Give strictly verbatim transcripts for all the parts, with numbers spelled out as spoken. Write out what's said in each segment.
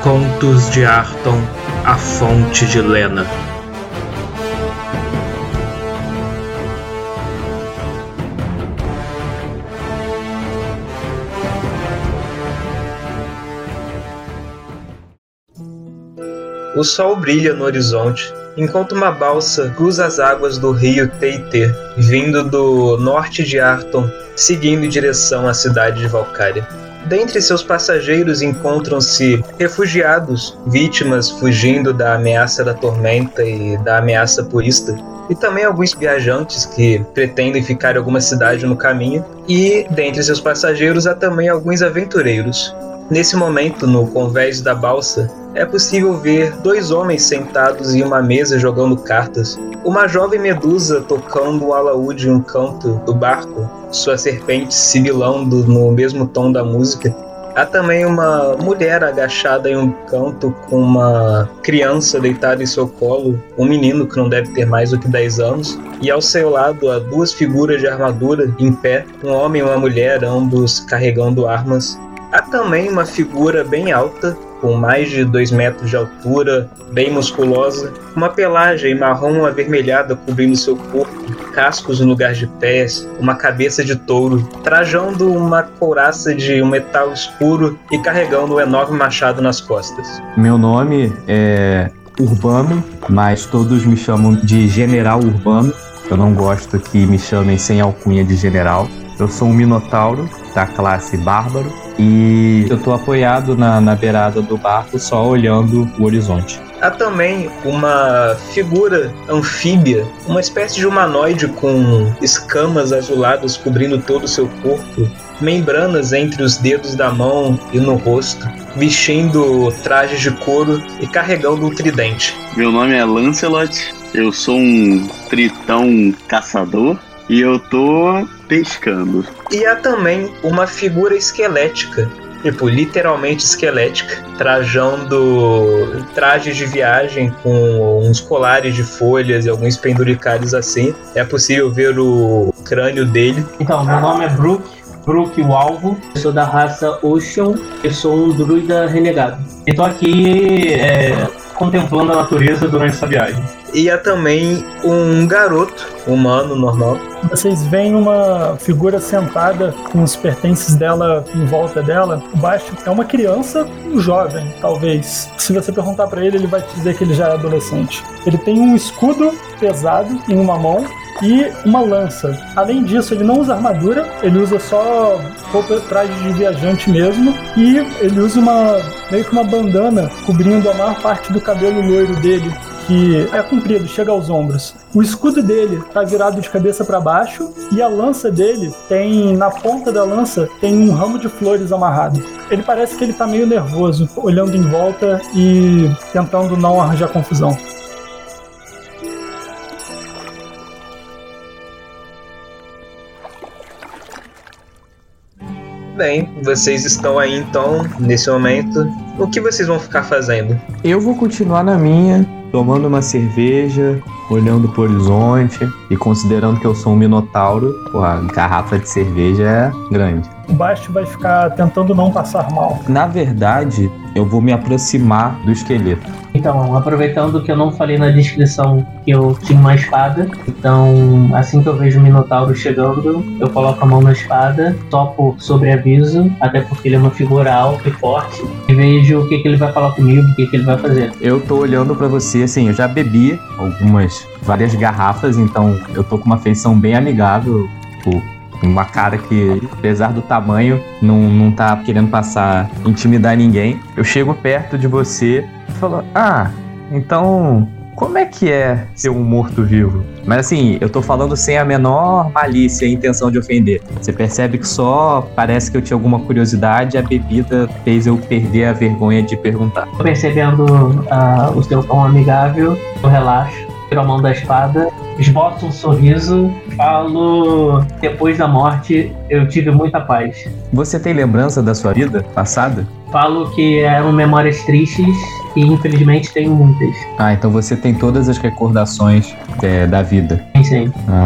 Contos de Arton, a Fonte de Lena. O sol brilha no horizonte, enquanto uma balsa cruza as águas do rio Teite, vindo do norte de Arton, seguindo em direção à cidade de Valcária. Dentre seus passageiros encontram-se refugiados, vítimas fugindo da ameaça da tormenta e da ameaça purista, e também alguns viajantes que pretendem ficar em alguma cidade no caminho, e dentre seus passageiros há também alguns aventureiros. Nesse momento, no convés da balsa, é possível ver dois homens sentados em uma mesa jogando cartas, uma jovem medusa tocando um alaúde em um canto do barco, sua serpente sibilando no mesmo tom da música. Há também uma mulher agachada em um canto com uma criança deitada em seu colo, um menino que não deve ter mais do que dez anos, e ao seu lado há duas figuras de armadura em pé, um homem e uma mulher, ambos carregando armas. Há também uma figura bem alta, com mais de dois metros de altura, bem musculosa, uma pelagem marrom avermelhada cobrindo seu corpo, cascos no lugar de pés, uma cabeça de touro, trajando uma couraça de um metal escuro e carregando um enorme machado nas costas. Meu nome é Urbano, mas todos me chamam de General Urbano. Eu não gosto que me chamem sem alcunha de general. Eu sou um minotauro da classe bárbaro e eu tô apoiado na, na beirada do barco só olhando o horizonte. Há também uma figura anfíbia, uma espécie de humanoide com escamas azuladas cobrindo todo o seu corpo, membranas entre os dedos da mão e no rosto, vestindo trajes de couro e carregando um tridente. Meu nome é Lancelot, eu sou um tritão caçador e eu tô pescando. E há também uma figura esquelética, tipo, literalmente esquelética, trajando trajes de viagem com uns colares de folhas e alguns penduricalhos assim. É possível ver o crânio dele. Então, meu nome é Brook, Brook o Alvo, eu sou da raça Ocean, eu sou um druida renegado. E tô aqui é, contemplando a natureza durante essa viagem. E há também um garoto humano normal. Vocês veem uma figura sentada com os pertences dela em volta dela. O baixo é uma criança, um jovem, talvez. Se você perguntar pra ele, ele vai te dizer que ele já é adolescente. Ele tem um escudo pesado em uma mão e uma lança. Além disso, ele não usa armadura, ele usa só roupa, traje de viajante mesmo, e ele usa uma meio que uma bandana cobrindo a maior parte do cabelo loiro dele, que é comprido, chega aos ombros. O escudo dele tá virado de cabeça para baixo e a lança dele tem, na ponta da lança, tem um ramo de flores amarrado. Ele parece que ele tá meio nervoso, olhando em volta e tentando não arranjar confusão. Bem, vocês estão aí então, nesse momento. O que vocês vão ficar fazendo? Eu vou continuar na minha, tomando uma cerveja, olhando pro horizonte e considerando que eu sou um minotauro, pô, a garrafa de cerveja é grande. O baixo vai ficar tentando não passar mal. Na verdade, eu vou me aproximar do esqueleto. Então, aproveitando que eu não falei na descrição que eu tinha uma espada, então assim que eu vejo o Minotauro chegando, eu coloco a mão na espada, topo sobre aviso, até porque ele é uma figura alta e forte, e vejo o que, que ele vai falar comigo, o que, que ele vai fazer. Eu tô olhando pra você, assim, eu já bebi algumas, várias garrafas, então eu tô com uma feição bem amigável, tipo, uma cara que, apesar do tamanho, não, não tá querendo passar, intimidar ninguém. Eu chego perto de você e falo, ah, então, como é que é ser um morto-vivo? Mas assim, eu tô falando sem a menor malícia e intenção de ofender. Você percebe que só parece que eu tinha alguma curiosidade e a bebida fez eu perder a vergonha de perguntar. Percebendo uh, o seu tom amigável, eu relaxo, tiro a mão da espada, esboço um sorriso, falo, depois da morte eu tive muita paz. Você tem lembrança da sua vida passada? Falo que eram memórias tristes e infelizmente tenho muitas. Ah, então você tem todas as recordações é, da vida. Sim, sim. Ah,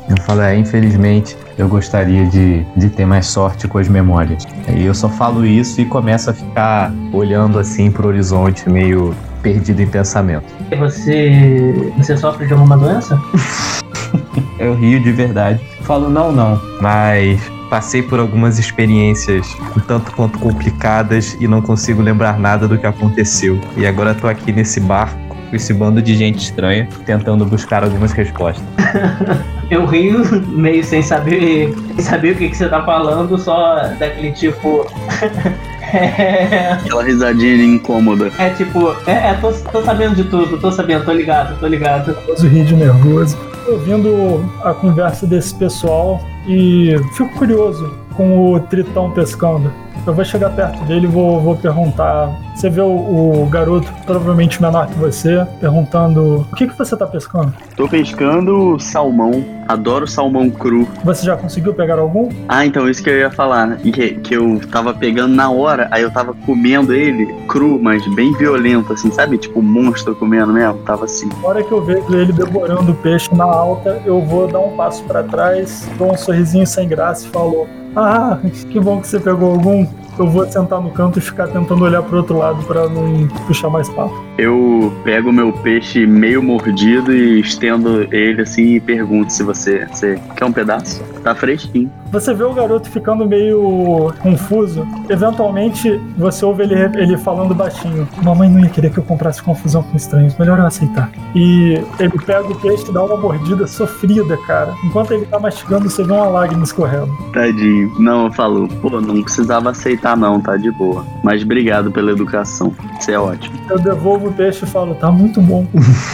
Eu falo, é, infelizmente, eu gostaria de, de ter mais sorte com as memórias. E eu só falo isso e começo a ficar olhando assim pro horizonte, meio perdido em pensamento. Você, você sofre de alguma doença? Eu rio de verdade. Falo, não, não. Mas passei por algumas experiências um tanto quanto complicadas e não consigo lembrar nada do que aconteceu. E agora tô aqui nesse barco, com esse bando de gente estranha, tentando buscar algumas respostas. Eu rio, meio sem saber, sem saber o que, que você tá falando, só daquele tipo... é... Aquela risadinha incômoda. É tipo, é, é tô, tô sabendo de tudo, tô sabendo, tô ligado, tô ligado. Eu rio de nervoso. Ouvindo a conversa desse pessoal e fico curioso com o Tritão pescando. Eu vou chegar perto dele e vou, vou perguntar. Você vê o, o garoto, provavelmente menor que você, perguntando: o que, que você tá pescando? Tô pescando salmão. Adoro salmão cru. Você já conseguiu pegar algum? Ah, então isso que eu ia falar, né? Que, que eu tava pegando na hora, aí eu tava comendo ele cru, mas bem violento, assim, sabe? Tipo um monstro comendo mesmo, tava assim. Na hora que eu vejo ele devorando o peixe na alta, eu vou dar um passo pra trás, dou um sorrisinho sem graça e falo: ah, que bom que você pegou algum. Eu vou sentar no canto e ficar tentando olhar pro outro lado pra não puxar mais papo. Eu pego meu peixe meio mordido e estendo ele assim e pergunto se você, você quer um pedaço? Tá fresquinho. Você vê o garoto ficando meio confuso. Eventualmente, você ouve ele, ele falando baixinho: mamãe não ia querer que eu comprasse confusão com estranhos, melhor eu aceitar. E ele pega o peixe e dá uma mordida sofrida, cara. Enquanto ele tá mastigando, você vê uma lágrima escorrendo. Tadinho. Não, falou. Pô, não precisava aceitar não, tá de boa. Mas obrigado pela educação. Você é ótimo. Eu devolvo o peixe e falo: tá muito bom.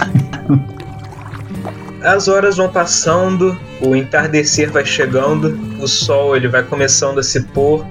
As horas vão passando, o entardecer vai chegando, o sol ele vai começando a se pôr.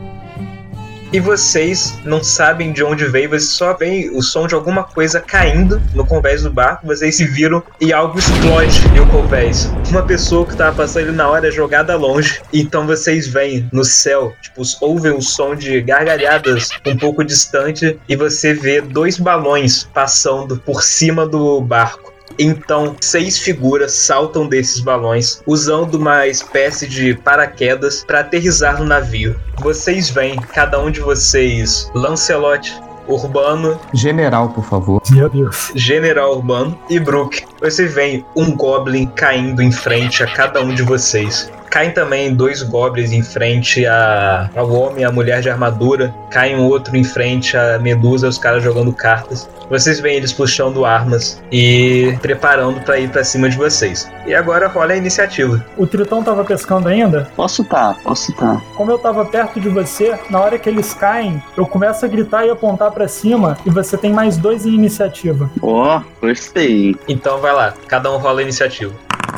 E vocês não sabem de onde veio, vocês só veem o som de alguma coisa caindo no convés do barco, vocês se viram e algo explode no convés. Uma pessoa que estava passando ali na hora é jogada longe, então vocês veem no céu, tipo, ouvem o som de gargalhadas um pouco distante e você vê dois balões passando por cima do barco. Então, seis figuras saltam desses balões, usando uma espécie de paraquedas para aterrissar no navio. Vocês veem, cada um de vocês, Lancelot, Urbano, General, por favor. Meu Deus. General Urbano e Brook. Você vê um Goblin caindo em frente a cada um de vocês. Caem também dois goblins em frente a, ao homem e à mulher de armadura. Cai um outro em frente à Medusa, os caras jogando cartas. Vocês veem eles puxando armas e preparando para ir para cima de vocês. E agora rola a iniciativa. O Tritão tava pescando ainda? Posso tá, posso tá. Como eu tava perto de você, na hora que eles caem, eu começo a gritar e apontar pra cima e você tem mais dois em iniciativa. Ó, oh, gostei. Então vai lá, cada um rola a iniciativa.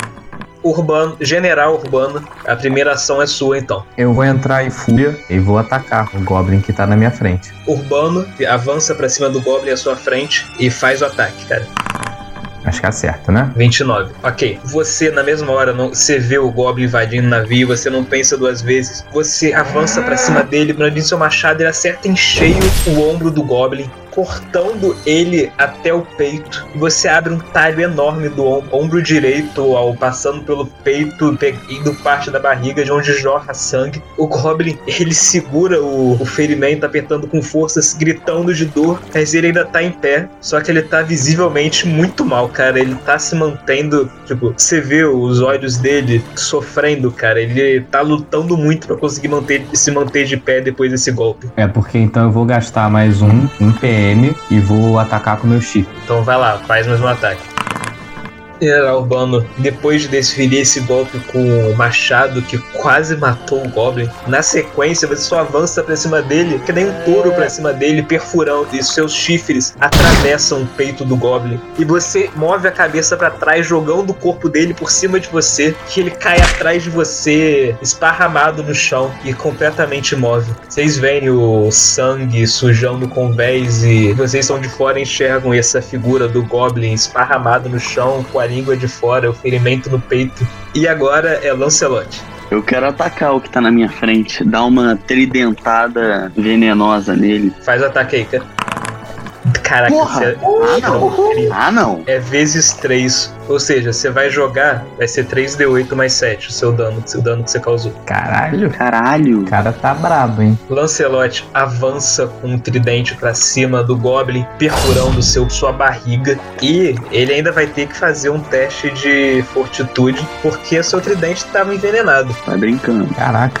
Urbano, General Urbano, a primeira ação é sua então. Eu vou entrar em fúria e vou atacar o Goblin que tá na minha frente. Urbano avança pra cima do Goblin à sua frente e faz o ataque, cara. Acho que acerta, né? vinte e nove. Ok. Você, na mesma hora, não, você vê o Goblin invadindo o navio, você não pensa duas vezes. Você avança pra cima dele, brandindo seu machado, ele acerta em cheio o ombro do Goblin, cortando ele até o peito. E você abre um talho enorme do om- ombro direito, ao passando pelo peito, indo parte da barriga, de onde jorra sangue. O Goblin, ele segura o, o ferimento, apertando com forças, gritando de dor, mas ele ainda tá em pé, só que ele tá visivelmente muito mal, cara. Ele tá se mantendo, tipo, você vê os olhos dele sofrendo, cara. Ele tá lutando muito pra conseguir manter, se manter de pé depois desse golpe. É porque então eu vou gastar mais um, um P M e vou atacar com meu chifre. Então vai lá, faz mais um ataque. General Urbano, depois de desferir esse golpe com o machado que quase matou o Goblin, na sequência você só avança pra cima dele, que nem um touro pra cima dele, perfurando, e seus chifres atravessam o peito do Goblin. E você move a cabeça pra trás, jogando o corpo dele por cima de você, que ele cai atrás de você, esparramado no chão e completamente imóvel. Vocês veem o sangue sujando o convés e vocês estão de fora e enxergam essa figura do Goblin esparramado no chão, com a língua de fora, o ferimento no peito. E agora é Lancelot. Eu quero atacar o que tá na minha frente, dar uma tridentada venenosa nele. Faz o ataque aí, cara. Caraca, Porra! você Ah, não. Ah, não. é vezes três. Ou seja, você vai jogar, vai ser três D oito mais sete o seu dano, o dano que você causou. Caralho. Caralho. O cara tá brabo, hein? Lancelot avança com um tridente pra cima do Goblin, perfurando seu, sua barriga. E ele ainda vai ter que fazer um teste de fortitude, porque seu tridente estava envenenado. Tá brincando. Caraca.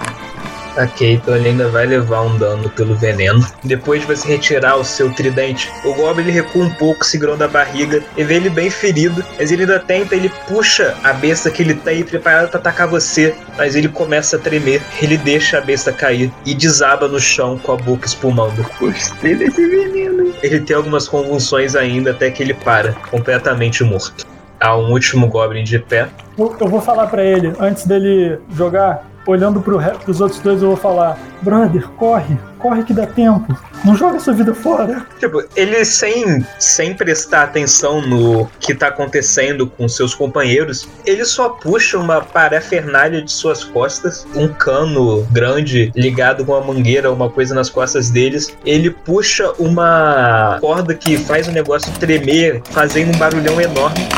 Ok, então ele ainda vai levar um dano pelo veneno. Depois de você retirar o seu tridente, o Goblin ele recua um pouco, segurando a barriga, e vê ele bem ferido, mas ele ainda tenta, ele puxa a besta que ele tá aí preparado pra atacar você, mas ele começa a tremer, ele deixa a besta cair e desaba no chão com a boca espumando. Gostei desse veneno. Ele tem algumas convulsões ainda até que ele para, completamente morto. Há um último Goblin de pé. Eu, eu vou falar pra ele, antes dele jogar, olhando pro re- pros outros dois, eu vou falar: brother, corre, corre que dá tempo. Não joga sua vida fora. Tipo, ele sem, sem prestar atenção no que tá acontecendo com seus companheiros, ele só puxa uma parafernália de suas costas, um cano grande ligado com uma mangueira, uma coisa nas costas deles. Ele puxa uma corda que faz o negócio tremer, fazendo um barulhão enorme.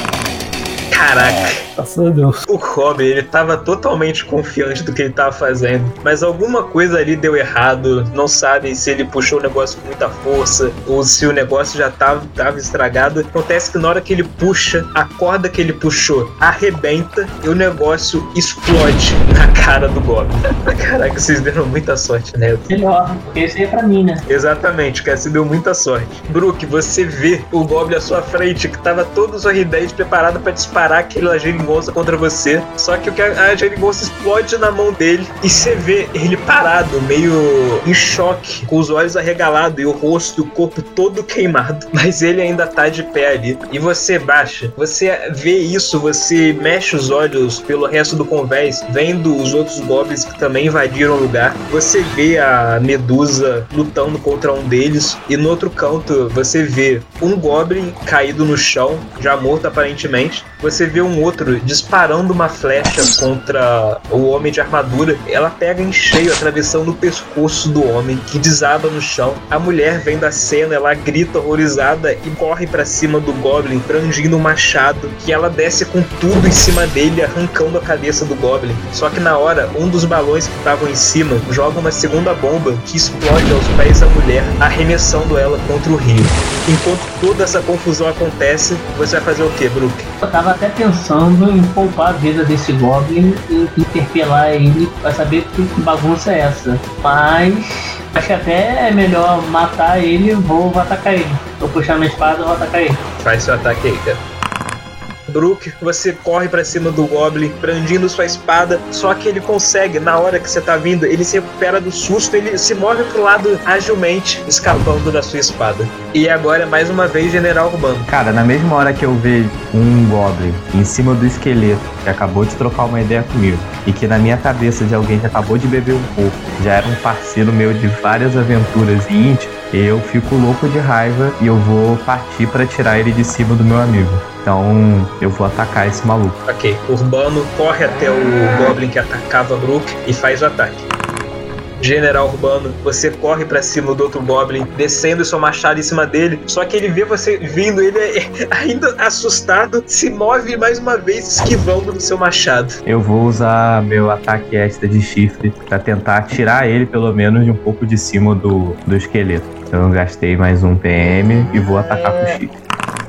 Caraca. Graças a Deus. O Goblin, ele tava totalmente confiante do que ele tava fazendo, mas alguma coisa ali deu errado. Não sabe se ele puxou o negócio com muita força ou se o negócio já tava, tava estragado. Acontece que na hora que ele puxa, a corda que ele puxou arrebenta e o negócio explode na cara do Goblin. Caraca, vocês deram muita sorte, né? Melhor, porque esse aí é pra mim, né? Exatamente, cara, você deu muita sorte. Brook, você vê o Goblin à sua frente, que tava todo sorridente, preparado pra disparar aquele geringonça contra você. Só que o que a geringonça explode na mão dele e você vê ele parado, meio em choque, com os olhos arregalados e o rosto e o corpo todo queimado. Mas ele ainda tá de pé ali. E você baixa, você vê isso, você mexe os olhos pelo resto do convés, vendo os outros goblins que também invadiram o lugar. Você vê a Medusa lutando contra um deles e no outro canto você vê um goblin caído no chão, já morto aparentemente. Você vê um outro disparando uma flecha contra o homem de armadura. Ela pega em cheio, atravessando o pescoço do homem, que desaba no chão. A mulher vem da cena, ela grita horrorizada e corre pra cima do Goblin, brandindo um machado, que ela desce com tudo em cima dele, arrancando a cabeça do Goblin. Só que na hora, um dos balões que estavam em cima joga uma segunda bomba que explode aos pés da mulher, arremessando ela contra o rio. Enquanto toda essa confusão acontece, você vai fazer o que, Brook? Eu tava até pensando em poupar a vida desse Goblin e interpelar ele pra saber que bagunça é essa. Mas acho que até é melhor matar ele e vou, vou atacar ele. Vou puxar minha espada e vou atacar ele. Faz seu ataque aí, cara. Brook, você corre pra cima do Goblin, brandindo sua espada, só que ele consegue, na hora que você tá vindo, ele se recupera do susto, ele se move pro lado agilmente, escapando da sua espada. E agora, mais uma vez, General Urbano. Cara, na mesma hora que eu vejo um Goblin em cima do esqueleto, que acabou de trocar uma ideia comigo, e que na minha cabeça de alguém que acabou de beber um pouco, já era um parceiro meu de várias aventuras e íntimos, eu fico louco de raiva e eu vou partir pra tirar ele de cima do meu amigo. Então eu vou atacar esse maluco. Ok, Urbano corre até o Goblin que atacava Brook e faz o ataque. General Urbano, você corre pra cima do outro Goblin, descendo seu machado em cima dele, só que ele vê você vindo, ele é ainda assustado, se move mais uma vez esquivando do seu machado. Eu vou usar meu ataque extra de chifre pra tentar tirar ele pelo menos de um pouco de cima do, do esqueleto. Então eu gastei mais um P M e vou atacar com o chifre.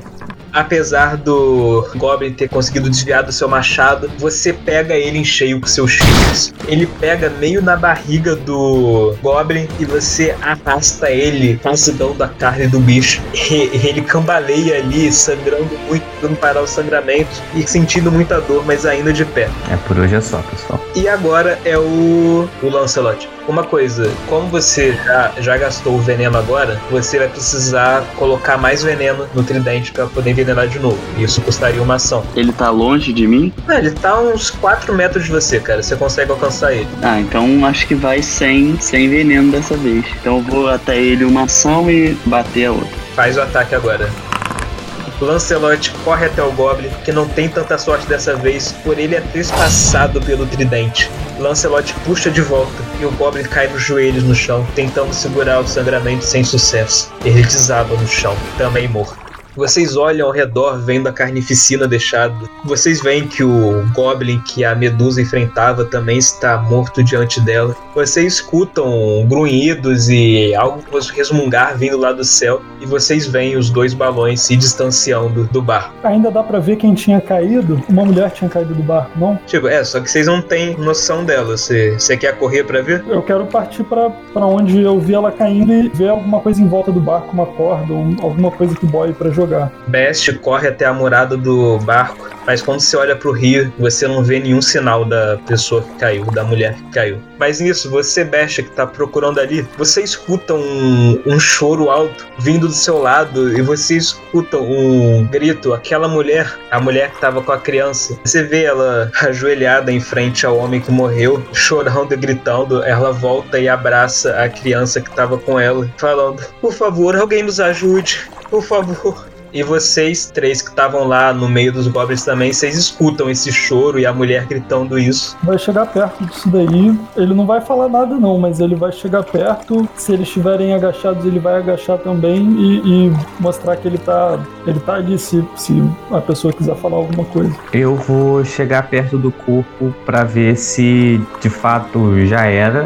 Apesar do Goblin ter conseguido desviar do seu machado, você pega ele em cheio com seus chifres. Ele pega meio na barriga do Goblin e você arrasta ele, rasgando a carne do bicho. E ele cambaleia ali, sangrando muito, tentando parar o sangramento e sentindo muita dor, mas ainda de pé. É, por hoje é só, pessoal. E agora é o, o Lancelot. Uma coisa, como você já, já gastou o veneno agora, você vai precisar colocar mais veneno no tridente para poder envenenar de novo. Isso custaria uma ação. Ele tá longe de mim? Ah, ele tá a uns quatro metros de você, cara. Você consegue alcançar ele. Ah, então acho que vai sem, sem veneno dessa vez. Então eu vou até ele uma ação e bater a outra. Faz o ataque agora. Lancelot corre até o Goblin, que não tem tanta sorte dessa vez, por ele é trespassado pelo tridente. Lancelot puxa de volta e o Goblin cai nos joelhos no chão, tentando segurar o sangramento sem sucesso. Ele desaba no chão, também morto. Vocês olham ao redor vendo a carnificina deixada. Vocês veem que o Goblin que a Medusa enfrentava também está morto diante dela. Vocês escutam grunhidos e algo resmungar vindo lá do céu. E vocês veem os dois balões se distanciando do barco. Ainda dá pra ver quem tinha caído? Uma mulher tinha caído do barco, não? Tipo, é, só que vocês não têm noção dela. Você quer correr pra ver? Eu quero partir pra, pra onde eu vi ela caindo e ver alguma coisa em volta do barco, uma corda, ou alguma coisa que boie pra jogar. Best corre até a murada do barco, mas quando você olha pro rio, você não vê nenhum sinal da pessoa que caiu, da mulher que caiu. Mas nisso, você, Best, que tá procurando ali, você escuta um, um choro alto vindo do seu lado e você escuta um grito, aquela mulher, a mulher que tava com a criança. Você vê ela ajoelhada em frente ao homem que morreu, chorando e gritando. Ela volta e abraça a criança que tava com ela, falando: por favor, alguém nos ajude, por favor. E vocês três que estavam lá no meio dos goblins também, vocês escutam esse choro e a mulher gritando isso. Vai chegar perto disso daí, ele não vai falar nada não, mas ele vai chegar perto, se eles estiverem agachados ele vai agachar também e, e mostrar que ele tá, ele tá ali se, se a pessoa quiser falar alguma coisa. Eu vou chegar perto do corpo pra ver se de fato já era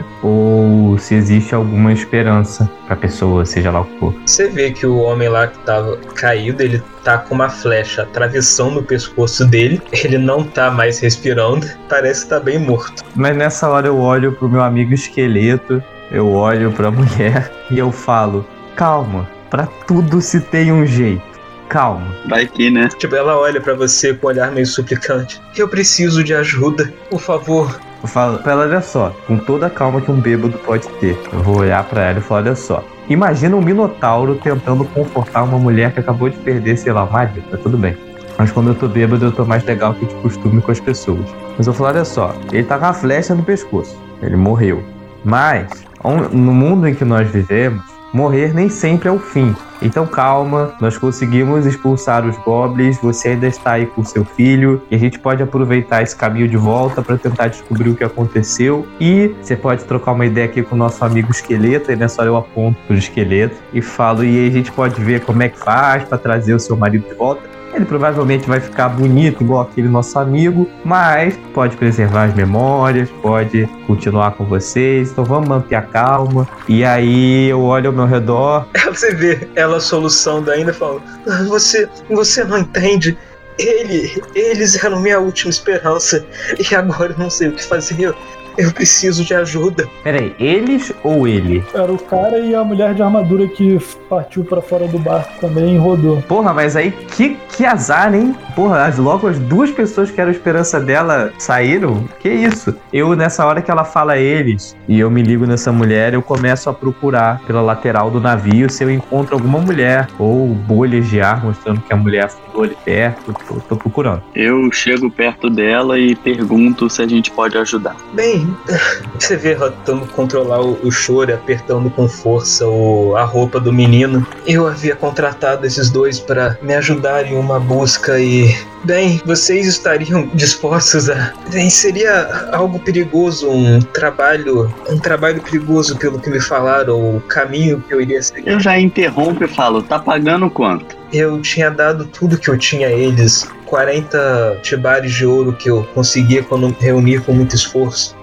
ou se existe alguma esperança pra pessoa, seja lá o que for. Você vê que o homem lá que tava caído, ele tá com uma flecha atravessando o pescoço dele, ele não tá mais respirando, parece que tá bem morto. Mas nessa hora eu olho pro meu amigo esqueleto, eu olho pra mulher e eu falo: calma, pra tudo se tem um jeito, calma. Vai que, né? Tipo, ela olha pra você com um olhar meio suplicante. Eu preciso de ajuda, por favor. Eu falo pra ela: olha só, com toda a calma que um bêbado pode ter. Eu vou olhar pra ela e falar: olha só, imagina um minotauro tentando confortar uma mulher que acabou de perder, sei lá, magia, tá tudo bem. Mas quando eu tô bêbado eu tô mais legal que de costume com as pessoas. Mas eu falo: olha só, ele tá com a flecha no pescoço, ele morreu. Mas, no mundo em que nós vivemos, morrer nem sempre é o fim. Então calma, nós conseguimos expulsar os goblins, você ainda está aí com seu filho, e a gente pode aproveitar esse caminho de volta para tentar descobrir o que aconteceu. E você pode trocar uma ideia aqui com o nosso amigo esqueleto, e nessa hora eu aponto pro esqueleto e falo: e aí a gente pode ver como é que faz para trazer o seu marido de volta. Ele provavelmente vai ficar bonito igual aquele nosso amigo, mas pode preservar as memórias, pode continuar com vocês, então vamos manter a calma. E aí eu olho ao meu redor. Você vê ela soluçando ainda e fala: você, você não entende, Ele, eles eram minha última esperança e agora eu não sei o que fazer. Eu preciso de ajuda. Peraí, eles ou ele? Era o cara e a mulher de armadura que partiu pra fora do barco também e rodou. Porra, mas aí que, que azar, hein? Porra, as, logo as duas pessoas que eram a esperança dela saíram? Que isso? Eu, nessa hora que ela fala eles, e eu me ligo nessa mulher, eu começo a procurar pela lateral do navio se eu encontro alguma mulher ou bolhas de ar mostrando que a mulher afundou ali perto. Tô, tô procurando. Eu chego perto dela e pergunto se a gente pode ajudar. Bem, você vê ela tentando controlar o, o choro, apertando com força o, a roupa do menino. Eu havia contratado esses dois para me ajudar em uma busca e... Bem, vocês estariam dispostos a... Bem, seria algo perigoso, um trabalho... Um trabalho perigoso pelo que me falaram, o caminho que eu iria seguir. Eu já interrompo e falo: tá pagando quanto? Eu tinha dado tudo que eu tinha a eles, quarenta tibares de ouro que eu consegui reunir com muito esforço.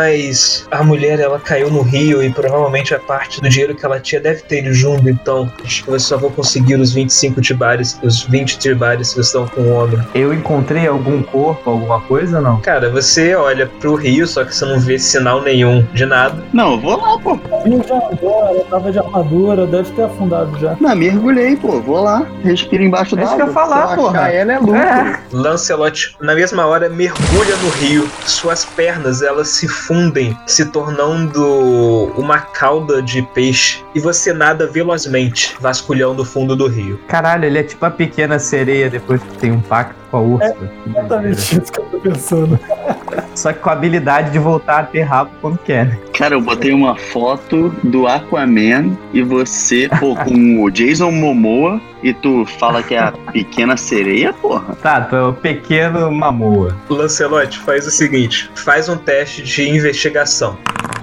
Mas a mulher, ela caiu no rio e provavelmente a parte do dinheiro que ela tinha deve ter ido junto, então acho que eu só vou conseguir os vinte e cinco tibares, os vinte tibares que estão com o homem. Eu encontrei algum corpo, alguma coisa ou não? Cara, você olha pro rio, só que você não vê sinal nenhum de nada. Não, eu vou lá, pô. Eu já agora, tava de armadura, deve ter afundado já. Não, mergulhei, pô. Vou lá, respiro embaixo É d'água. isso que eu ia falar, Se eu porra. achar ela é lucro. É. Lancelot, na mesma hora, mergulha no rio. Suas pernas, elas se fundem, se tornando uma cauda de peixe. E você nada velozmente, vasculhando o fundo do rio. Caralho, ele é tipo a pequena sereia depois que tem um pacto com a ursa. É exatamente isso que eu tô pensando. só que com a habilidade de voltar a ter rabo quando quer, né? Cara, eu botei uma foto do Aquaman e você, pô, com o Jason Momoa e tu fala que é a pequena sereia, porra. Tá, tu é o pequeno Mamoa. Lancelote, faz o seguinte, faz um teste de investigação.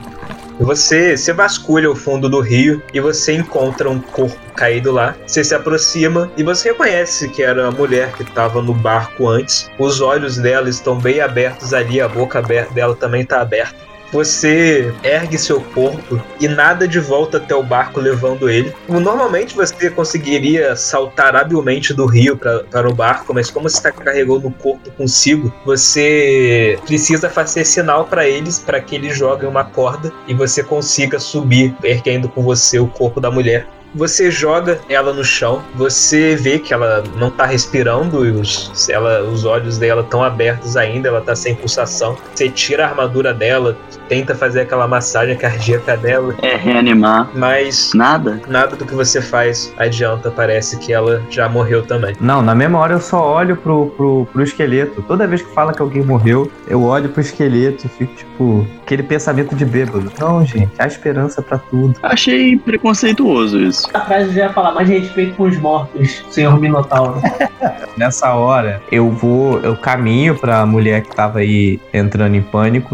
Você, você vasculha o fundo do rio e você encontra um corpo caído lá. Você se aproxima e você reconhece que era a mulher que estava no barco antes. Os olhos dela estão bem abertos ali, a boca aberta dela também está aberta. Você ergue seu corpo e nada de volta até o barco levando ele. Normalmente você conseguiria saltar habilmente do rio pra, para o barco, mas como você está carregando o corpo consigo, você precisa fazer sinal para eles, para que eles joguem uma corda e você consiga subir, erguendo com você o corpo da mulher. Você joga ela no chão, você vê que ela não tá respirando, e os, ela, os olhos dela estão abertos ainda, ela tá sem pulsação. Você tira a armadura dela, tenta fazer aquela massagem cardíaca dela. É, reanimar. Mas Nada? Nada do que você faz adianta, parece que ela já morreu também. Não, na mesma hora eu só olho pro, pro, pro esqueleto. Toda vez que fala que alguém morreu, eu olho pro esqueleto e fico tipo, aquele pensamento de bêbado. Não, gente, há esperança pra tudo. Achei preconceituoso isso. A frase já ia falar, mais respeito com os mortos, senhor Minotauro. Nessa hora, eu vou, eu caminho pra mulher que tava aí entrando em pânico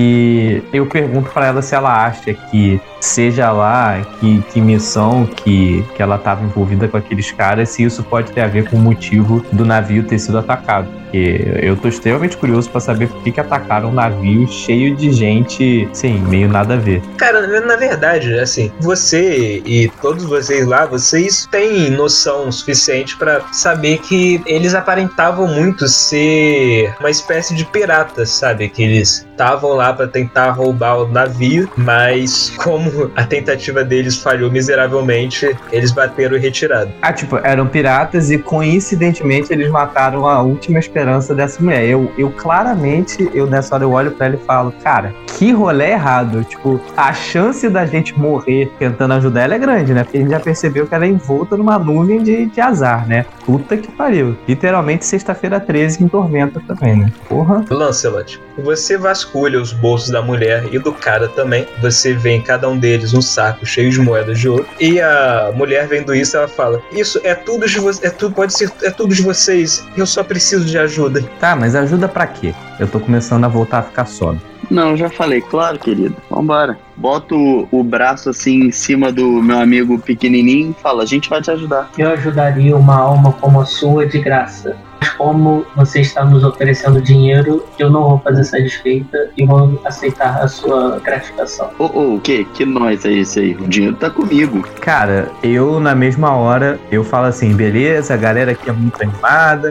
e eu pergunto pra ela se ela acha que, seja lá que, que missão que, que ela tava envolvida com aqueles caras, se isso pode ter a ver com o motivo do navio ter sido atacado. Porque eu tô extremamente curioso pra saber por que que atacaram um navio cheio de gente, sim, meio nada a ver. Cara, na verdade, assim, você e todos vocês lá, vocês têm noção suficiente pra saber que eles aparentavam muito ser uma espécie de piratas, sabe? Que eles estavam lá pra tentar roubar o navio, mas como a tentativa deles falhou miseravelmente, eles bateram e retiraram. Ah, tipo, eram piratas e coincidentemente eles mataram a última esperança dessa mulher. Eu, eu claramente, eu nessa hora eu olho pra ela e falo, cara, que rolê errado. Tipo, a chance da gente morrer tentando ajudar ela é grande, né? Porque a gente já percebeu que ela é envolta numa nuvem de, de azar, né? Puta que pariu. Literalmente sexta-feira treze em tormenta também, né? Porra. Lancelot, você vasculha os bolsos da mulher e do cara também. Você vê em cada um deles um saco cheio de moedas de ouro. E a mulher vendo isso, ela fala, isso é tudo de vocês, é tudo, pode ser, é tudo de vocês. Eu só preciso de ajuda. Tá, mas ajuda pra quê? Eu tô começando a voltar a ficar sóbrio. Não, já falei, claro, querido. Vambora. Bota o, o braço assim em cima do meu amigo pequenininho e fala, a gente vai te ajudar. Eu ajudaria uma alma como a sua de graça. Mas como você está nos oferecendo dinheiro, eu não vou fazer essa desfeita e vou aceitar a sua gratificação. Ô, ô, o quê? Que nós é esse aí? O dinheiro tá comigo. Cara, eu na mesma hora, eu falo assim, beleza, a galera aqui é muito animada,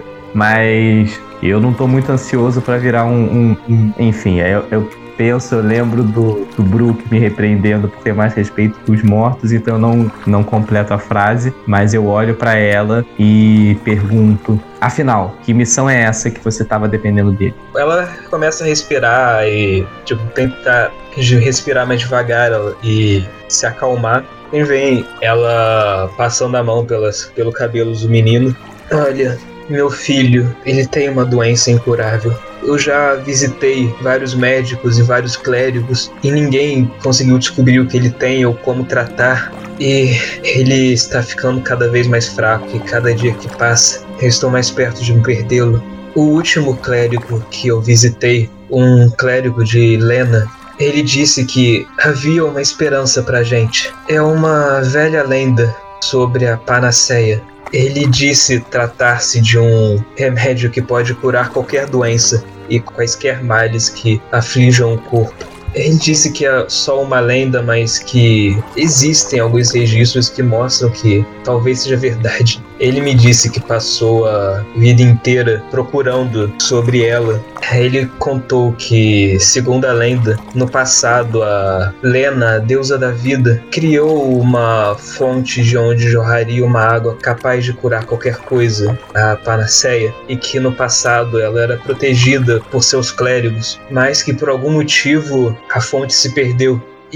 mas eu não tô muito ansioso pra virar um... um, um... Enfim, eu, eu penso, eu lembro do, do Brook me repreendendo por ter mais respeito com os mortos, então eu não, não completo a frase, mas eu olho pra ela e pergunto, afinal, que missão é essa que você tava dependendo dele? Ela começa a respirar e, tipo, tentar respirar mais devagar e se acalmar. E vem ela passando a mão pelas, pelo cabelo do menino. Olha, meu filho, ele tem uma doença incurável. Eu já visitei vários médicos e vários clérigos e ninguém conseguiu descobrir o que ele tem ou como tratar. E ele está ficando cada vez mais fraco e cada dia que passa eu estou mais perto de me perdê-lo. O último clérigo que eu visitei, um clérigo de Lena, ele disse que havia uma esperança pra gente. É uma velha lenda sobre a panaceia. Ele disse tratar-se de um remédio que pode curar qualquer doença e quaisquer males que aflijam o corpo. Ele disse que é só uma lenda, mas que existem alguns registros que mostram que talvez seja verdade. Ele me disse que passou a vida inteira procurando sobre ela. Ele contou que, segundo a lenda, no passado a Lena, a deusa da vida, criou uma fonte de onde jorraria uma água capaz de curar qualquer coisa, a panaceia, e que no passado ela era protegida por seus clérigos, mas que por algum motivo a fonte se perdeu.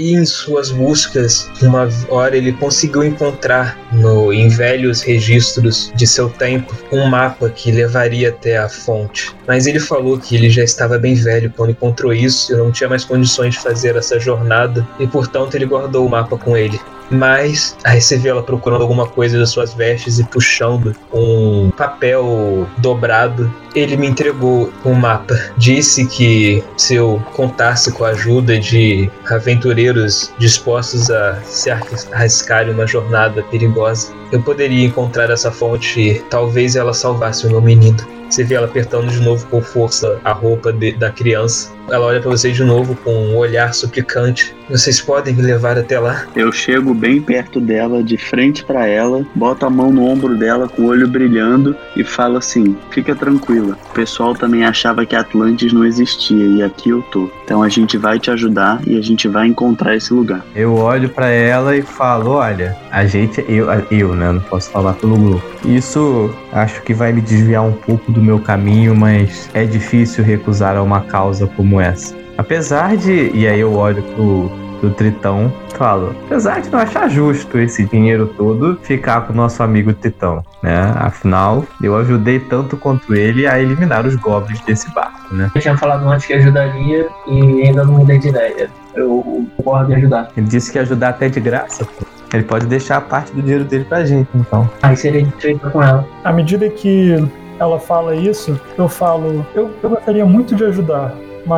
E em suas buscas, uma hora ele conseguiu encontrar no, em velhos registros de seu tempo um mapa que levaria até a fonte. Mas ele falou que ele já estava bem velho quando encontrou isso e não tinha mais condições de fazer essa jornada e, portanto, ele guardou o mapa com ele. Mas aí você vê ela procurando alguma coisa das suas vestes e puxando um papel dobrado. Ele me entregou um mapa. Disse que se eu contasse com a ajuda de aventureiros dispostos a se arriscar em uma jornada perigosa, eu poderia encontrar essa fonte e talvez ela salvasse o meu menino. Você vê ela apertando de novo com força a roupa de, da criança. Ela olha pra vocês de novo com um olhar suplicante. Vocês podem me levar até lá? Eu chego bem perto dela, de frente pra ela, boto a mão no ombro dela com o olho brilhando e falo assim: fica tranquila, o pessoal também achava que Atlantis não existia e aqui eu tô. Então a gente vai te ajudar e a gente vai encontrar esse lugar. Eu olho pra ela e falo: olha, a gente, eu, eu, né, não posso falar pelo grupo. Isso acho que vai me desviar um pouco do meu caminho, mas é difícil recusar a uma causa como essa. Apesar de, e aí eu olho pro, pro Tritão, falo, apesar de não achar justo esse dinheiro todo ficar com o nosso amigo Tritão, né? Afinal, eu ajudei tanto quanto ele a eliminar os goblins desse barco, né? Eu tinha falado antes que ajudaria e ainda não mudei de ideia. Eu concordo em ajudar. Ele disse que ia ajudar até de graça, pô. Ele pode deixar a parte do dinheiro dele pra gente, então. Aí seria feito com ela. À medida que ela fala isso, eu falo, eu, eu gostaria muito de ajudar,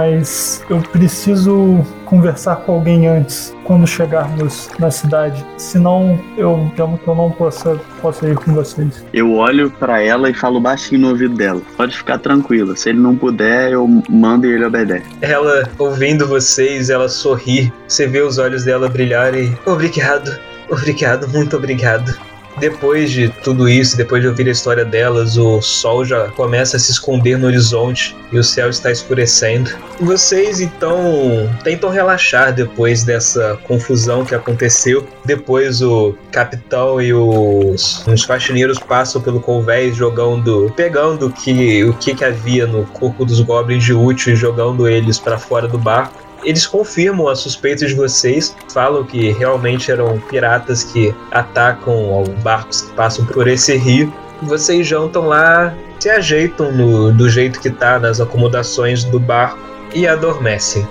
mas eu preciso conversar com alguém antes, quando chegarmos na cidade. Senão, eu temo que eu não possa, possa ir com vocês. Eu olho pra ela e falo baixinho no ouvido dela: pode ficar tranquila, se ele não puder, eu mando e ele obedece. Ela, ouvindo vocês, ela sorri. Você vê os olhos dela brilharem. Obrigado, obrigado, muito obrigado. Depois de tudo isso, depois de ouvir a história delas, o sol já começa a se esconder no horizonte e o céu está escurecendo. Vocês então tentam relaxar depois dessa confusão que aconteceu. Depois o capitão e os, os faxineiros passam pelo convés jogando, pegando que, o que, que havia no corpo dos goblins de útil e jogando eles para fora do barco. Eles confirmam as suspeitas de vocês, falam que realmente eram piratas que atacam barcos que passam por esse rio. Vocês jantam lá, se ajeitam no, do jeito que tá nas acomodações do barco e adormecem.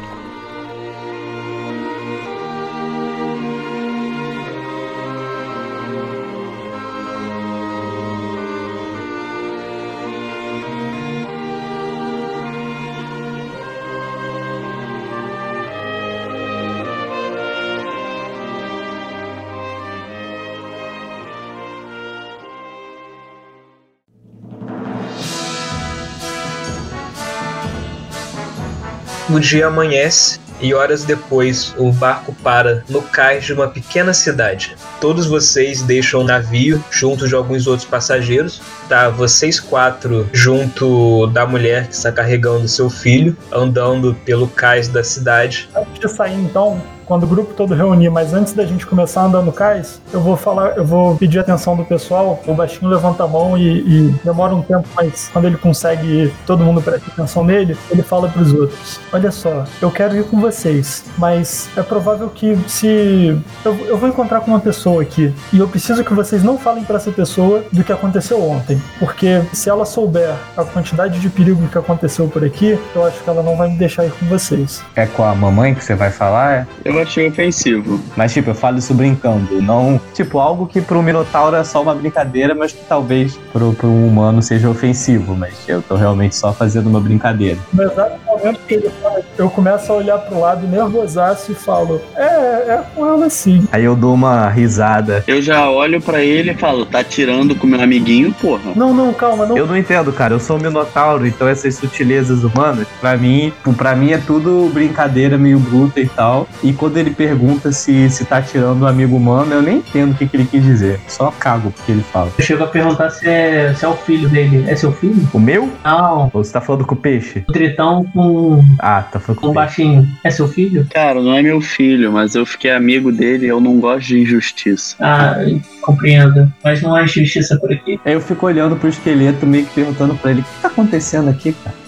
O dia amanhece e horas depois o barco para no cais de uma pequena cidade. Todos vocês deixam o navio junto de alguns outros passageiros. Tá, vocês quatro junto da mulher que está carregando seu filho, andando pelo cais da cidade. Antes de sair, então, quando o grupo todo reunir, mas antes da gente começar a andar no cais, eu vou falar, eu vou pedir a atenção do pessoal. O baixinho levanta a mão e, e demora um tempo, mas quando ele consegue, todo mundo presta atenção nele, ele fala pros outros: olha só, eu quero ir com vocês, mas é provável que se... Eu, eu vou encontrar com uma pessoa aqui, e eu preciso que vocês não falem pra essa pessoa do que aconteceu ontem, porque se ela souber a quantidade de perigo que aconteceu por aqui, eu acho que ela não vai me deixar ir com vocês. É com a mamãe que você vai falar? É? Eu achei ofensivo. Mas, tipo, eu falo isso brincando, não... Tipo, algo que pro Minotauro é só uma brincadeira, mas que talvez pro, pro humano seja ofensivo, mas eu tô realmente só fazendo uma brincadeira. No exato momento que ele fala, eu começo a olhar pro lado nervosaço e falo: é, é com ela sim. Aí eu dou uma risada. Eu já olho pra ele e falo: tá tirando com meu amiguinho, porra. Não, não, calma, não. Eu não entendo, cara, eu sou um Minotauro, então essas sutilezas humanas, pra mim, pra mim é tudo brincadeira meio bruta e tal, e quando ele pergunta se, se tá tirando um amigo humano, eu nem entendo o que, que ele quis dizer. Só cago porque ele fala. Eu chego a perguntar se é, se é o filho dele. É seu filho? O meu? Não. Ou você tá falando com o peixe? O Tritão com Ah, tá falando com um o peixe. baixinho. É seu filho? Cara, não é meu filho, mas eu fiquei amigo dele e eu não gosto de injustiça. Ah, compreendo. Mas não há justiça por aqui. Aí eu fico olhando pro esqueleto, meio que perguntando pra ele: o que tá acontecendo aqui, cara?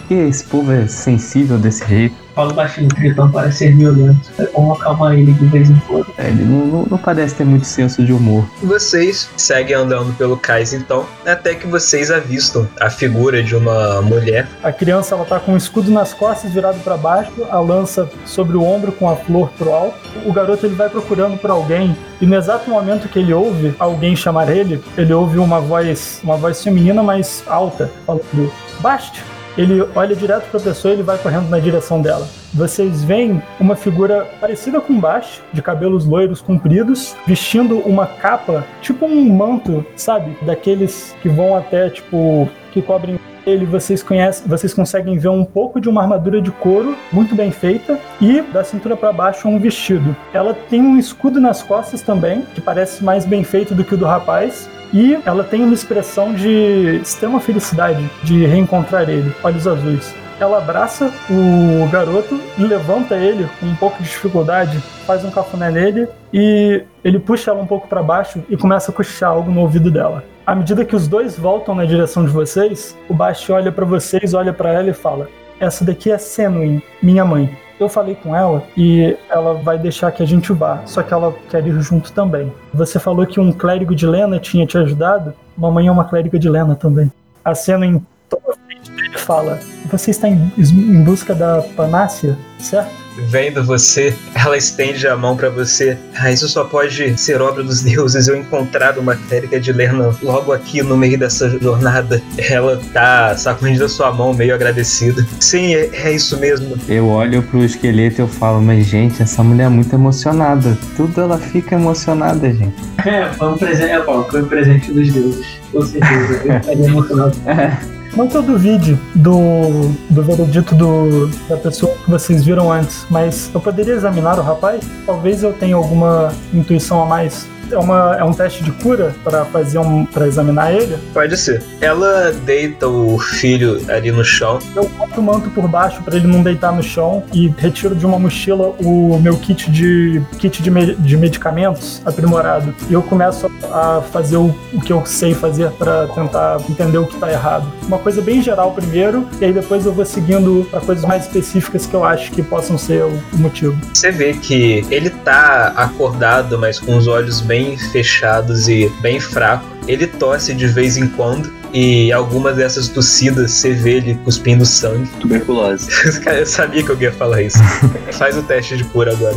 que esse povo é sensível desse jeito? Fala baixinho, Tritão parece ser violento. É bom acalmar ele de vez em quando. É, ele não, não, não parece ter muito senso de humor. Vocês seguem andando pelo cais então, até que vocês avistam a figura de uma mulher. A criança ela tá com o escudo nas costas virado para baixo, a lança sobre o ombro com a flor pro alto. O garoto ele vai procurando por alguém e no exato momento que ele ouve alguém chamar ele, ele ouve uma voz, uma voz feminina mais alta, falando: Bast! Ele olha direto para a pessoa e ele vai correndo na direção dela. Vocês veem uma figura parecida com Bast, de cabelos loiros compridos, vestindo uma capa, tipo um manto, sabe? Daqueles que vão até, tipo, que cobrem ele. Vocês conhecem, vocês conseguem ver um pouco de uma armadura de couro, muito bem feita, e da cintura para baixo um vestido. Ela tem um escudo nas costas também, que parece mais bem feito do que o do rapaz. E ela tem uma expressão de extrema felicidade de reencontrar ele, olhos azuis. Ela abraça o garoto e levanta ele com um pouco de dificuldade, faz um cafuné nele e ele puxa ela um pouco para baixo e começa a cochichar algo no ouvido dela. À medida que os dois voltam na direção de vocês, o Bast olha para vocês, olha para ela e fala: essa daqui é Senwin, minha mãe. Eu falei com ela e ela vai deixar que a gente vá, só que ela quer ir junto também. Você falou que um clérigo de Lena tinha te ajudado? Mamãe é uma clériga de Lena também. A Senwin toma a frente dele e fala: você está em, em busca da Panácia, certo? Vendo você, ela estende a mão pra você. Ah, isso só pode ser obra dos deuses. Eu encontrar uma clériga de Lena logo aqui no meio dessa jornada. Ela tá sacudindo a sua mão, meio agradecida. Sim, é, é isso mesmo. Eu olho pro esqueleto e eu falo: mas gente, essa mulher é muito emocionada. Tudo ela fica emocionada, gente. É, foi um presente, é, bom, foi um presente dos deuses. Com certeza, eu estaria emocionado. Não que eu duvide do, do veredito do, da pessoa que vocês viram antes, mas eu poderia examinar o rapaz? Talvez eu tenha alguma intuição a mais. É, uma, é um teste de cura para fazer um, para examinar ele? Pode ser. Ela deita o filho ali no chão. Eu boto o manto por baixo para ele não deitar no chão e retiro de uma mochila o meu kit de kit de, me, de medicamentos aprimorado. E eu começo a fazer o, o que eu sei fazer para tentar entender o que está errado. Uma coisa bem geral primeiro, e aí depois eu vou seguindo para coisas mais específicas que eu acho que possam ser o, o motivo. Você vê que ele tá acordado, mas com os olhos bem fechados e bem fraco. Ele tosse de vez em quando e algumas dessas tossidas você vê ele cuspindo sangue. Tuberculose. Cara, eu sabia que eu ia falar isso. Faz o teste de cura agora.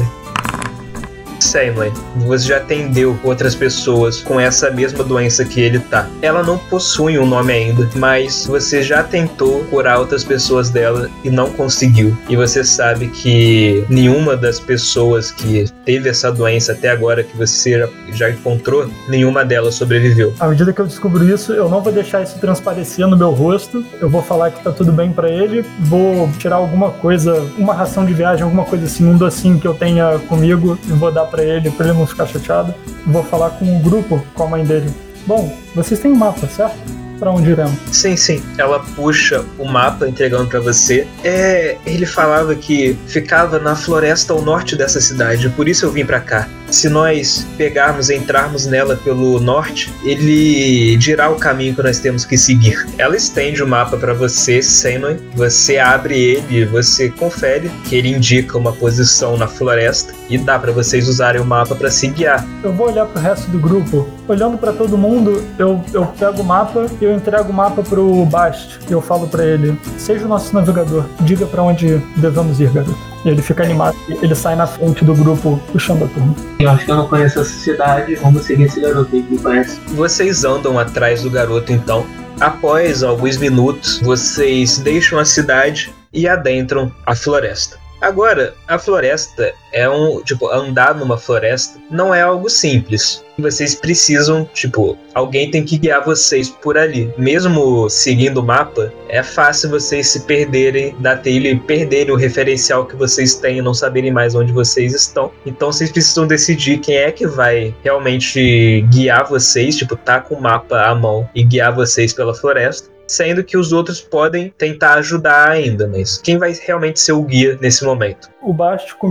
Senwin, você já atendeu outras pessoas com essa mesma doença que ele tá. Ela não possui um nome ainda, mas você já tentou curar outras pessoas dela e não conseguiu. E você sabe que nenhuma das pessoas que teve essa doença até agora que você já, já encontrou, nenhuma delas sobreviveu. À medida que eu descubro isso, eu não vou deixar isso transparecer no meu rosto. Eu vou falar que tá tudo bem pra ele, vou tirar alguma coisa, uma ração de viagem, alguma coisa assim, um docinho que eu tenha comigo e vou dar pra ele, pra ele não ficar chateado. Vou falar com o grupo, com a mãe dele. Bom, vocês têm um mapa, certo? Pra onde iremos? Sim, sim. Ela puxa o mapa entregando pra você. É, ele falava que ficava na floresta ao norte dessa cidade, por isso eu vim pra cá. Se nós pegarmos e entrarmos nela pelo norte, ele dirá o caminho que nós temos que seguir. Ela estende o mapa pra você, Senwin. Você abre ele, você confere que ele indica uma posição na floresta e dá pra vocês usarem o mapa pra se guiar. Eu vou olhar pro resto do grupo. Olhando pra todo mundo, eu, eu pego o mapa e eu entrego o mapa pro Bast. E eu falo pra ele: seja o nosso navegador, diga pra onde devemos ir, garoto. E ele fica animado, ele sai na frente do grupo puxando a turma. Eu acho que eu não conheço essa cidade, vamos seguir esse garoto aí que me conhece. Vocês andam atrás do garoto então. Após alguns minutos, vocês deixam a cidade e adentram a floresta. Agora, a floresta é um... Tipo, andar numa floresta não é algo simples. Vocês precisam, tipo, alguém tem que guiar vocês por ali. Mesmo seguindo o mapa, é fácil vocês se perderem da trilha e perderem o referencial que vocês têm e não saberem mais onde vocês estão. Então vocês precisam decidir quem é que vai realmente guiar vocês, tipo, tá com o mapa à mão e guiar vocês pela floresta. Sendo que os outros podem tentar ajudar ainda, mas quem vai realmente ser o guia nesse momento? O Bast começa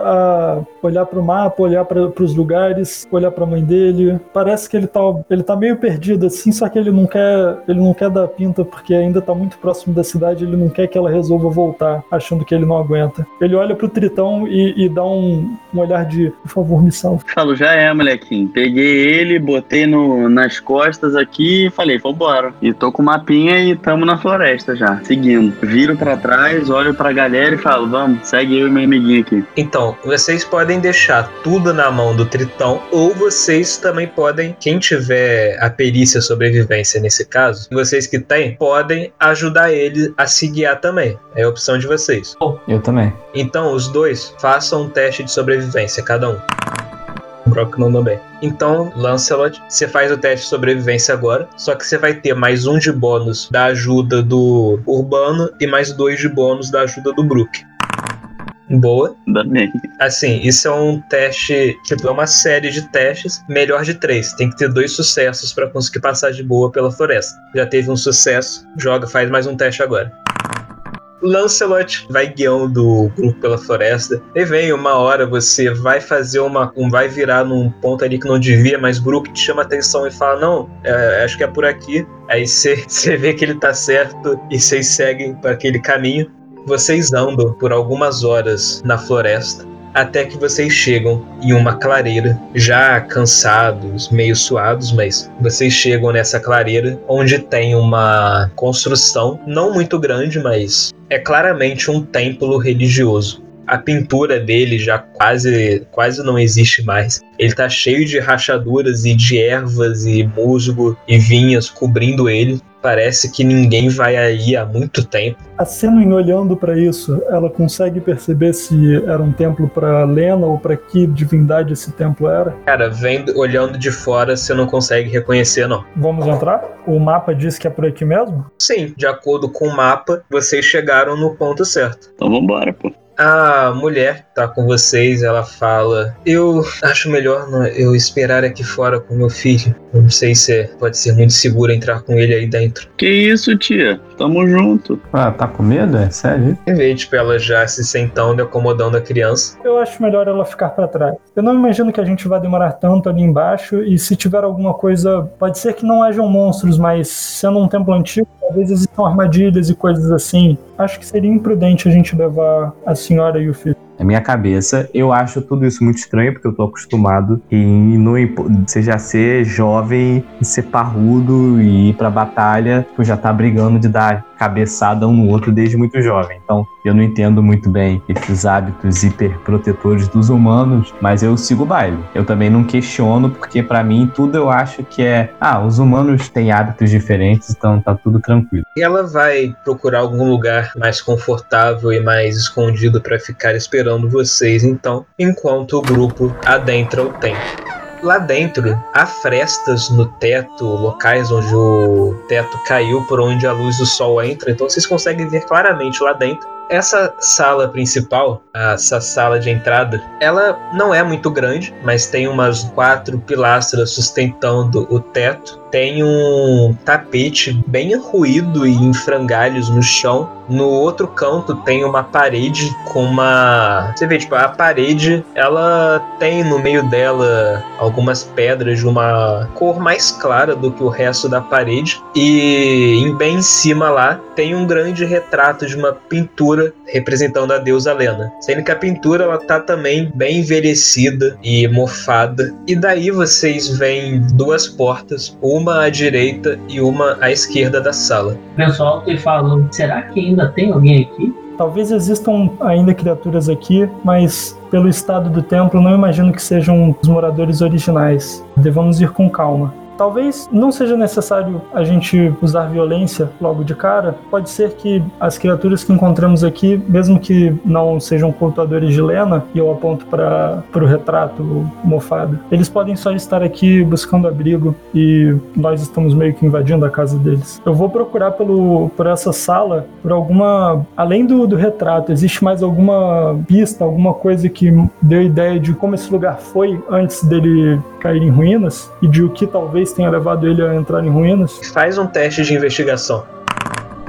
a olhar pro mapa, olhar para os lugares, olhar pra mãe dele. Parece que ele tá, ele tá meio perdido assim, só que ele não quer, ele não quer dar pinta porque ainda tá muito próximo da cidade, ele não quer que ela resolva voltar, achando que ele não aguenta. Ele olha pro Tritão e, e dá um, um olhar de, por favor, me salve. Falo, já é, molequinho. Peguei ele, botei no, nas costas aqui e falei, vambora. E tô com o mapinha e tamo na floresta já, seguindo. Viro pra trás, olho pra galera e falo, vamos, segue eu e meu amiguinho aqui. Então, vocês podem deixar tudo na mão do Tritão, ou vocês também podem, quem tiver a perícia sobrevivência nesse caso, vocês que têm, podem ajudar ele a se guiar também. É a opção de vocês. Eu também. Então, os dois façam um teste de sobrevivência, cada um. O Brock mandou bem. Então, Lancelot, você faz o teste de sobrevivência agora, só que você vai ter mais um de bônus da ajuda do Urbano e mais dois de bônus da ajuda do Brook. Boa. Ainda bem. Assim, isso é um teste, tipo, é uma série de testes, melhor de três. Tem que ter dois sucessos pra conseguir passar de boa pela floresta. Já teve um sucesso, joga, faz mais um teste agora. Lancelot vai guiando o grupo pela floresta e vem uma hora você vai fazer uma, um, vai virar num ponto ali que não devia, mas Brook te chama a atenção e fala, não, é, acho que é por aqui. Aí você vê que ele tá certo e vocês seguem para aquele caminho. Vocês andam por algumas horas na floresta até que vocês chegam em uma clareira, já cansados, meio suados, mas vocês chegam nessa clareira onde tem uma construção não muito grande, mas é claramente um templo religioso. A pintura dele já quase, quase não existe mais. Ele tá cheio de rachaduras e de ervas e musgo e vinhas cobrindo ele. Parece que ninguém vai aí há muito tempo. A Senwin, olhando para isso, ela consegue perceber se era um templo para Lena ou para que divindade esse templo era? Cara, vendo, olhando de fora, você não consegue reconhecer, não. Vamos entrar? O mapa diz que é por aqui mesmo? Sim, de acordo com o mapa, vocês chegaram no ponto certo. Então vambora, pô. A mulher que tá com vocês, ela fala, eu acho melhor eu esperar aqui fora com meu filho. Eu não sei se pode ser muito seguro entrar com ele aí dentro. Que isso, tia? Tamo junto. Ah, tá com medo? É sério? Em vez de tipo, ela já se sentando e acomodando a criança. Eu acho melhor ela ficar pra trás. Eu não imagino que a gente vá demorar tanto ali embaixo, e se tiver alguma coisa, pode ser que não hajam monstros, mas sendo um templo antigo, talvez existam armadilhas e coisas assim. Acho que seria imprudente a gente levar a senhora e o filho. Na minha cabeça, eu acho tudo isso muito estranho, porque eu tô acostumado em não impo- você já ser jovem, ser parrudo e ir pra batalha, tu já tá brigando de dar cabeçada um no outro desde muito jovem. Então, eu não entendo muito bem esses hábitos hiperprotetores dos humanos, mas eu sigo o baile. Eu também não questiono, porque pra mim tudo eu acho que é, ah, os humanos têm hábitos diferentes, então tá tudo tranquilo. E ela vai procurar algum lugar mais confortável e mais escondido pra ficar esperando vocês, então, enquanto o grupo adentra o templo. Lá dentro, há frestas no teto, locais onde o teto caiu, por onde a luz do sol entra, então vocês conseguem ver claramente lá dentro. Essa sala principal, essa sala de entrada, ela não é muito grande, mas tem umas quatro pilastras sustentando o teto. Tem um tapete bem ruído e em frangalhos no chão. No outro canto tem uma parede com uma... Você vê, tipo, a parede, ela tem no meio dela algumas pedras de uma cor mais clara do que o resto da parede. E bem em cima lá tem um grande retrato de uma pintura representando a deusa Lena. Sendo que a pintura, ela tá também bem envelhecida e mofada. E daí vocês veem duas portas, uma à direita e uma à esquerda da sala. Penso alto e falo, será que ainda tem alguém aqui? Talvez existam ainda criaturas aqui, mas pelo estado do templo não imagino que sejam os moradores originais. Devamos ir com calma. Talvez não seja necessário a gente usar violência logo de cara. Pode ser que as criaturas que encontramos aqui, mesmo que não sejam cultuadores de Lena, e eu aponto para o retrato mofado, eles podem só estar aqui buscando abrigo e nós estamos meio que invadindo a casa deles. Eu vou procurar pelo, por essa sala, por alguma... Além do, do retrato, existe mais alguma pista, alguma coisa que deu ideia de como esse lugar foi antes dele cair em ruínas e de o que talvez tenha levado ele a entrar em ruínas? Faz um teste de investigação.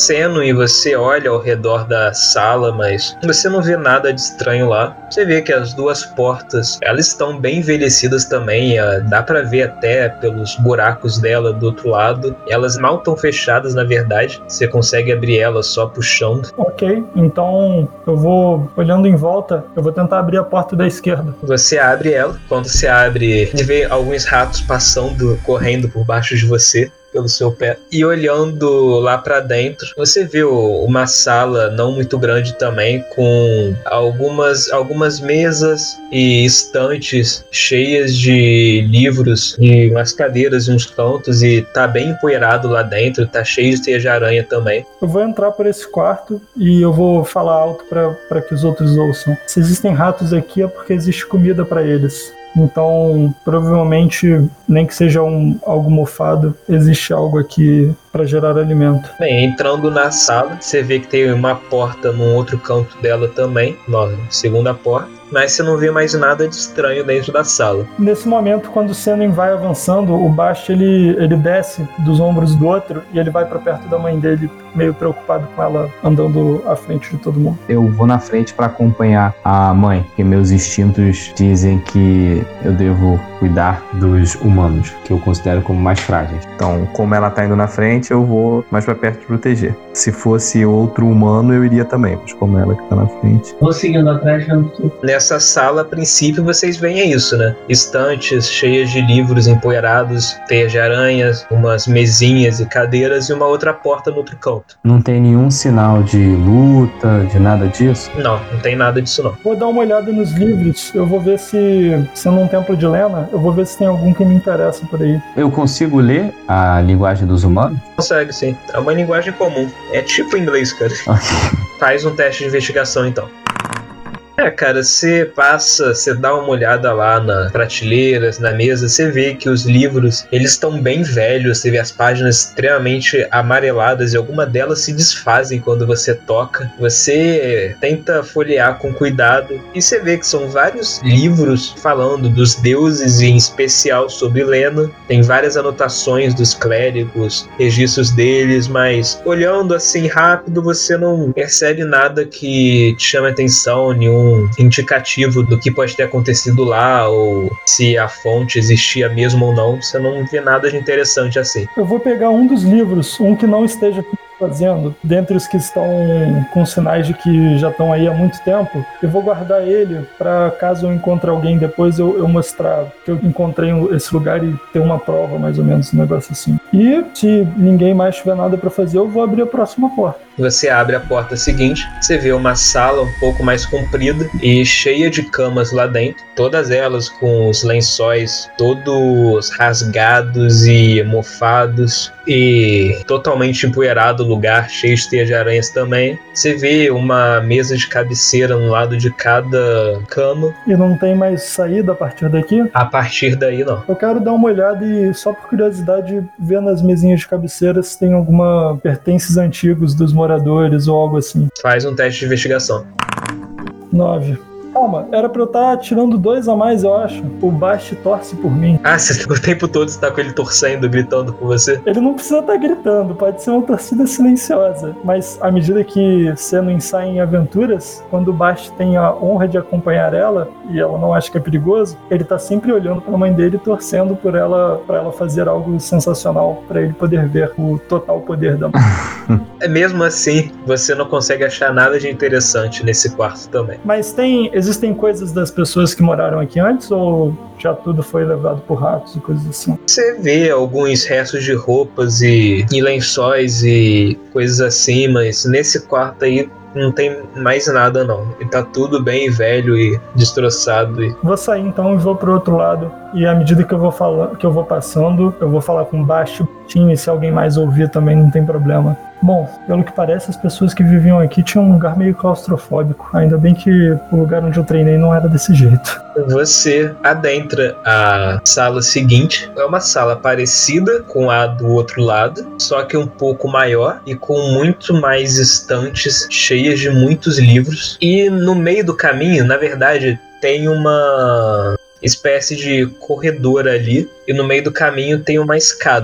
Seno e você olha ao redor da sala, mas você não vê nada de estranho lá. Você vê que as duas portas, elas estão bem envelhecidas também, dá pra ver até pelos buracos dela do outro lado. Elas mal estão fechadas, na verdade, você consegue abrir elas só puxando. Ok, então eu vou, olhando em volta, eu vou tentar abrir a porta da esquerda. Você abre ela, quando você abre, você vê alguns ratos passando, correndo por baixo de você, pelo seu pé, e olhando lá pra dentro, você vê uma sala não muito grande também, com algumas, algumas mesas e estantes cheias de livros e umas cadeiras e uns cantos, e tá bem empoeirado lá dentro, tá cheio de teia de aranha também. Eu vou entrar por esse quarto e eu vou falar alto para que os outros ouçam. Se existem ratos aqui é porque existe comida para eles. Então, provavelmente, nem que seja um, algo mofado, existe algo aqui para gerar alimento. Bem, entrando na sala, você vê que tem uma porta num outro canto dela também, na segunda porta. Mas você não vê mais nada de estranho dentro da sala. Nesse momento, quando o Senin vai avançando, o Bast ele, ele desce dos ombros do outro e ele vai para perto da mãe dele, meio preocupado com ela andando à frente de todo mundo. Eu vou na frente para acompanhar a mãe, porque meus instintos dizem que eu devo cuidar dos humanos, que eu considero como mais frágeis. Então, como ela tá indo na frente, eu vou mais para perto de proteger. Se fosse outro humano, eu iria também, mas como ela que tá na frente... Vou seguindo atrás, vendo tudo. Nessa sala, a princípio, vocês veem isso, né? Estantes cheias de livros empoeirados, teias de aranhas, umas mesinhas e cadeiras e uma outra porta no outro canto. Não tem nenhum sinal de luta, de nada disso? Não, não tem nada disso não. Vou dar uma olhada nos livros, eu vou ver se, sendo um templo de Lena, eu vou ver se tem algum que me interessa por aí. Eu consigo ler a linguagem dos humanos? Consegue, sim. É uma linguagem comum. É tipo inglês, cara. Faz um teste de investigação, então. É, cara, você passa, você dá uma olhada lá nas prateleiras, na mesa, você vê que os livros, eles estão bem velhos, você vê as páginas extremamente amareladas e algumas delas se desfazem quando você toca. Você tenta folhear com cuidado e você vê que são vários livros falando dos deuses e em especial sobre Lena. Tem várias anotações dos clérigos, registros deles, mas olhando assim rápido você não percebe nada que te chame atenção, nenhum indicativo do que pode ter acontecido lá ou se a fonte existia mesmo ou não. Você não vê nada de interessante assim. Eu vou pegar um dos livros, um que não esteja fazendo, dentre os que estão com sinais de que já estão aí há muito tempo, eu vou guardar ele para caso eu encontre alguém depois eu, eu mostrar que eu encontrei esse lugar e ter uma prova mais ou menos, um negócio assim. E se ninguém mais tiver nada para fazer, eu vou abrir a próxima porta. Você abre a porta seguinte, você vê uma sala um pouco mais comprida e cheia de camas lá dentro, todas elas com os lençóis todos rasgados e mofados e totalmente empoeirado o lugar, cheio de teias de aranhas também. Você vê uma mesa de cabeceira no lado de cada cama. E não tem mais saída a partir daqui? A partir daí, não. Eu quero dar uma olhada e, só por curiosidade, ver nas mesinhas de cabeceira se tem alguma pertences antigos dos moradores ou algo assim. Faz um teste de investigação. Nove. Calma, era pra eu estar tirando dois a mais, eu acho. O Bast torce por mim. Ah, você, o tempo todo você tá com ele torcendo, gritando por você? Ele não precisa estar gritando, pode ser uma torcida silenciosa. Mas à medida que Seno ensaia em aventuras, quando o Bast tem a honra de acompanhar ela, e ela não acha que é perigoso, ele tá sempre olhando pra mãe dele e torcendo por ela, pra ela fazer algo sensacional, pra ele poder ver o total poder da mãe. Mesmo assim, você não consegue achar nada de interessante nesse quarto também. Mas tem... Existem coisas das pessoas que moraram aqui antes ou já tudo foi levado por ratos e coisas assim? Você vê alguns restos de roupas e, e lençóis e coisas assim, mas nesse quarto aí não tem mais nada não. E tá tudo bem velho e destroçado. E... Vou sair então e vou pro outro lado. E à medida que eu vou falando, que eu vou passando, eu vou falar com baixo e se alguém mais ouvir também não tem problema. Bom, pelo que parece, as pessoas que viviam aqui tinham um lugar meio claustrofóbico. Ainda bem que o lugar onde eu treinei não era desse jeito. Você adentra a sala seguinte. É uma sala parecida com a do outro lado, só que um pouco maior e com muito mais estantes cheias de muitos livros. E no meio do caminho, na verdade, tem uma espécie de corredor ali. E no meio do caminho tem uma escada.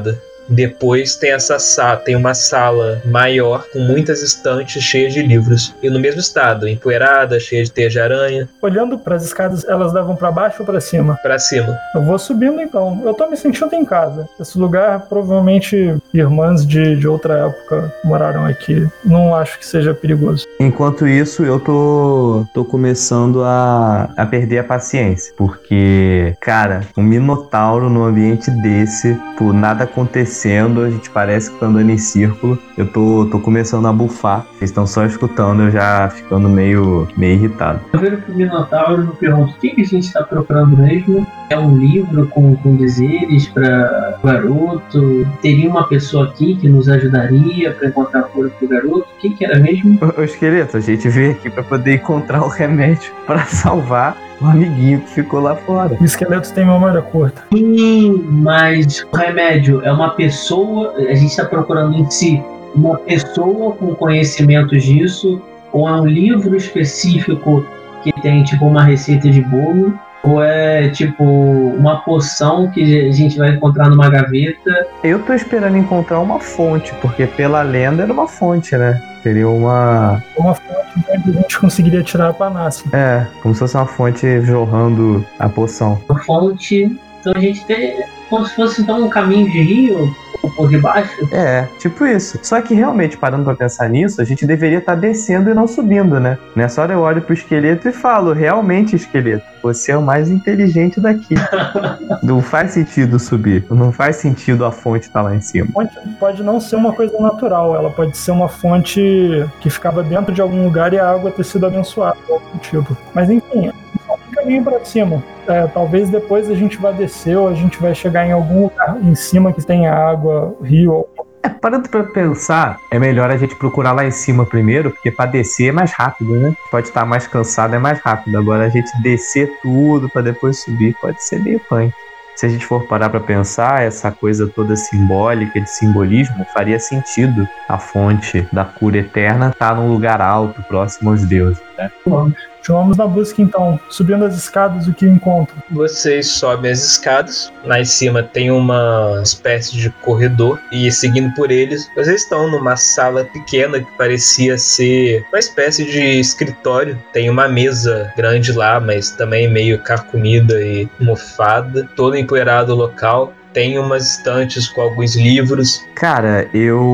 Depois tem essa sala, tem uma sala maior com muitas estantes cheias de livros. E no mesmo estado, empoeirada, cheia de teia de aranha. Olhando para as escadas, elas levam para baixo ou para cima? Para cima. Eu vou subindo então. Eu tô me sentindo em casa. Esse lugar, provavelmente irmãs de, de outra época moraram aqui. Não acho que seja perigoso. Enquanto isso, eu tô, tô começando a, a perder a paciência. Porque, cara, um minotauro num ambiente desse, por nada acontecendo, a gente parece que tá andando em círculo. Eu tô, tô começando a bufar. Vocês estão só escutando, eu já ficando meio, meio irritado. Eu viro pro Minotauro e me pergunto: o que, que a gente tá procurando mesmo? É um livro com, com dizeres para o garoto? Teria uma pessoa aqui que nos ajudaria para encontrar a cura pro garoto? O que, que era mesmo? Ô, ô esqueleto, a gente veio aqui pra poder encontrar o remédio pra salvar o amiguinho que ficou lá fora. O esqueleto tem memória curta. Sim, mas o remédio é uma pessoa. A gente está procurando em si uma pessoa com conhecimentos disso, ou é um livro específico que tem tipo uma receita de bolo, ou é tipo uma poção que a gente vai encontrar numa gaveta. Eu tô esperando encontrar uma fonte, porque pela lenda era uma fonte, né? Seria uma... Uma fonte onde a gente conseguiria tirar a panacea. É, como se fosse uma fonte jorrando a poção. Uma fonte. Então a gente tem como se fosse então um caminho de rio ou por debaixo. É, tipo isso. Só que realmente, parando pra pensar nisso, a gente deveria estar descendo e não subindo, né? Nessa hora eu olho pro esqueleto e falo: realmente, esqueleto, você é o mais inteligente daqui. Não faz sentido subir. Não faz sentido a fonte estar lá em cima. A fonte pode não ser uma coisa natural, ela pode ser uma fonte que ficava dentro de algum lugar e a água ter sido abençoada, algum tipo. Mas enfim, só um caminho pra cima. É, talvez depois a gente vá descer ou a gente vai chegar em algum lugar em cima que tenha água, rio. É, parando pra pensar, é melhor a gente procurar lá em cima primeiro, porque pra descer é mais rápido, né? Pode estar mais cansado, é mais rápido. Agora a gente descer tudo pra depois subir pode ser meio punk. Se a gente for parar pra pensar, essa coisa toda simbólica, de simbolismo, faria sentido a fonte da cura eterna estar num lugar alto, próximo aos deuses, né? Vamos. Vamos na busca então. Subindo as escadas, o que eu encontro? Vocês sobem as escadas. Lá em cima tem uma espécie de corredor. E seguindo por eles, vocês estão numa sala pequena que parecia ser uma espécie de escritório. Tem uma mesa grande lá, mas também meio carcomida e mofada. Todo empoeirado o local. Tem umas estantes com alguns livros. Cara,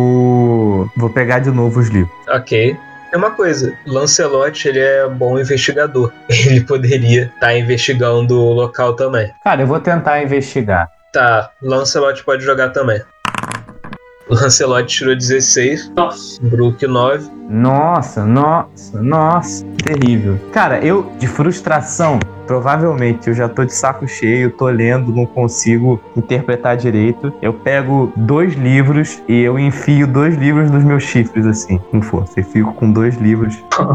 eu vou pegar de novo os livros. Ok. É uma coisa, Lancelot, ele é bom investigador. Ele poderia estar investigando o local também. Cara, eu vou tentar investigar. Tá, Lancelot pode jogar também. Lancelot tirou dezesseis, Nossa. Brook nove. Nossa, nossa, nossa. Terrível. Cara, eu, de frustração, provavelmente eu já tô de saco cheio, tô lendo, não consigo interpretar direito. Eu pego dois livros e eu enfio dois livros nos meus chifres, assim, com força. Eu fico com dois livros.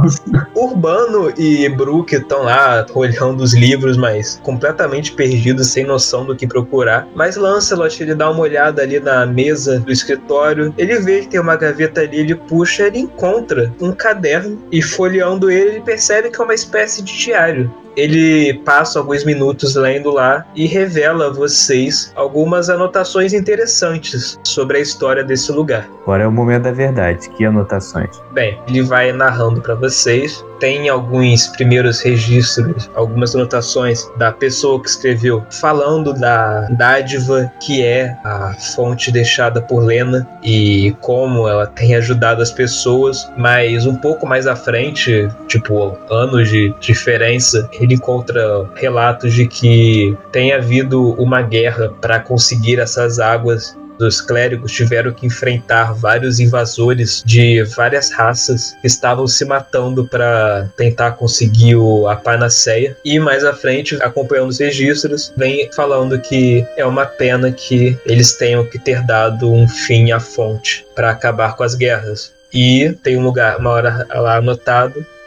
Urbano e Brook estão lá olhando os livros, mas completamente perdidos, sem noção do que procurar. Mas Lancelot, ele dá uma olhada ali na mesa do escritório. Ele vê que tem uma gaveta ali, ele puxa, ele encontra um caderno e folheando ele, ele percebe que é uma espécie de diário. Ele passa alguns minutos lendo lá e revela a vocês algumas anotações interessantes sobre a história desse lugar. Agora é o momento da verdade. Que anotações? Bem, ele vai narrando para vocês. Tem alguns primeiros registros, algumas anotações da pessoa que escreveu, falando da dádiva que é a fonte deixada por Lena e como ela tem ajudado as pessoas. Mas um pouco mais à frente, tipo anos de diferença, ele encontra relatos de que tem havido uma guerra para conseguir essas águas. Os clérigos tiveram que enfrentar vários invasores de várias raças que estavam se matando para tentar conseguir o, a panaceia. E mais à frente, acompanhando os registros, vem falando que é uma pena que eles tenham que ter dado um fim à fonte para acabar com as guerras. E tem um lugar, uma hora lá anotado,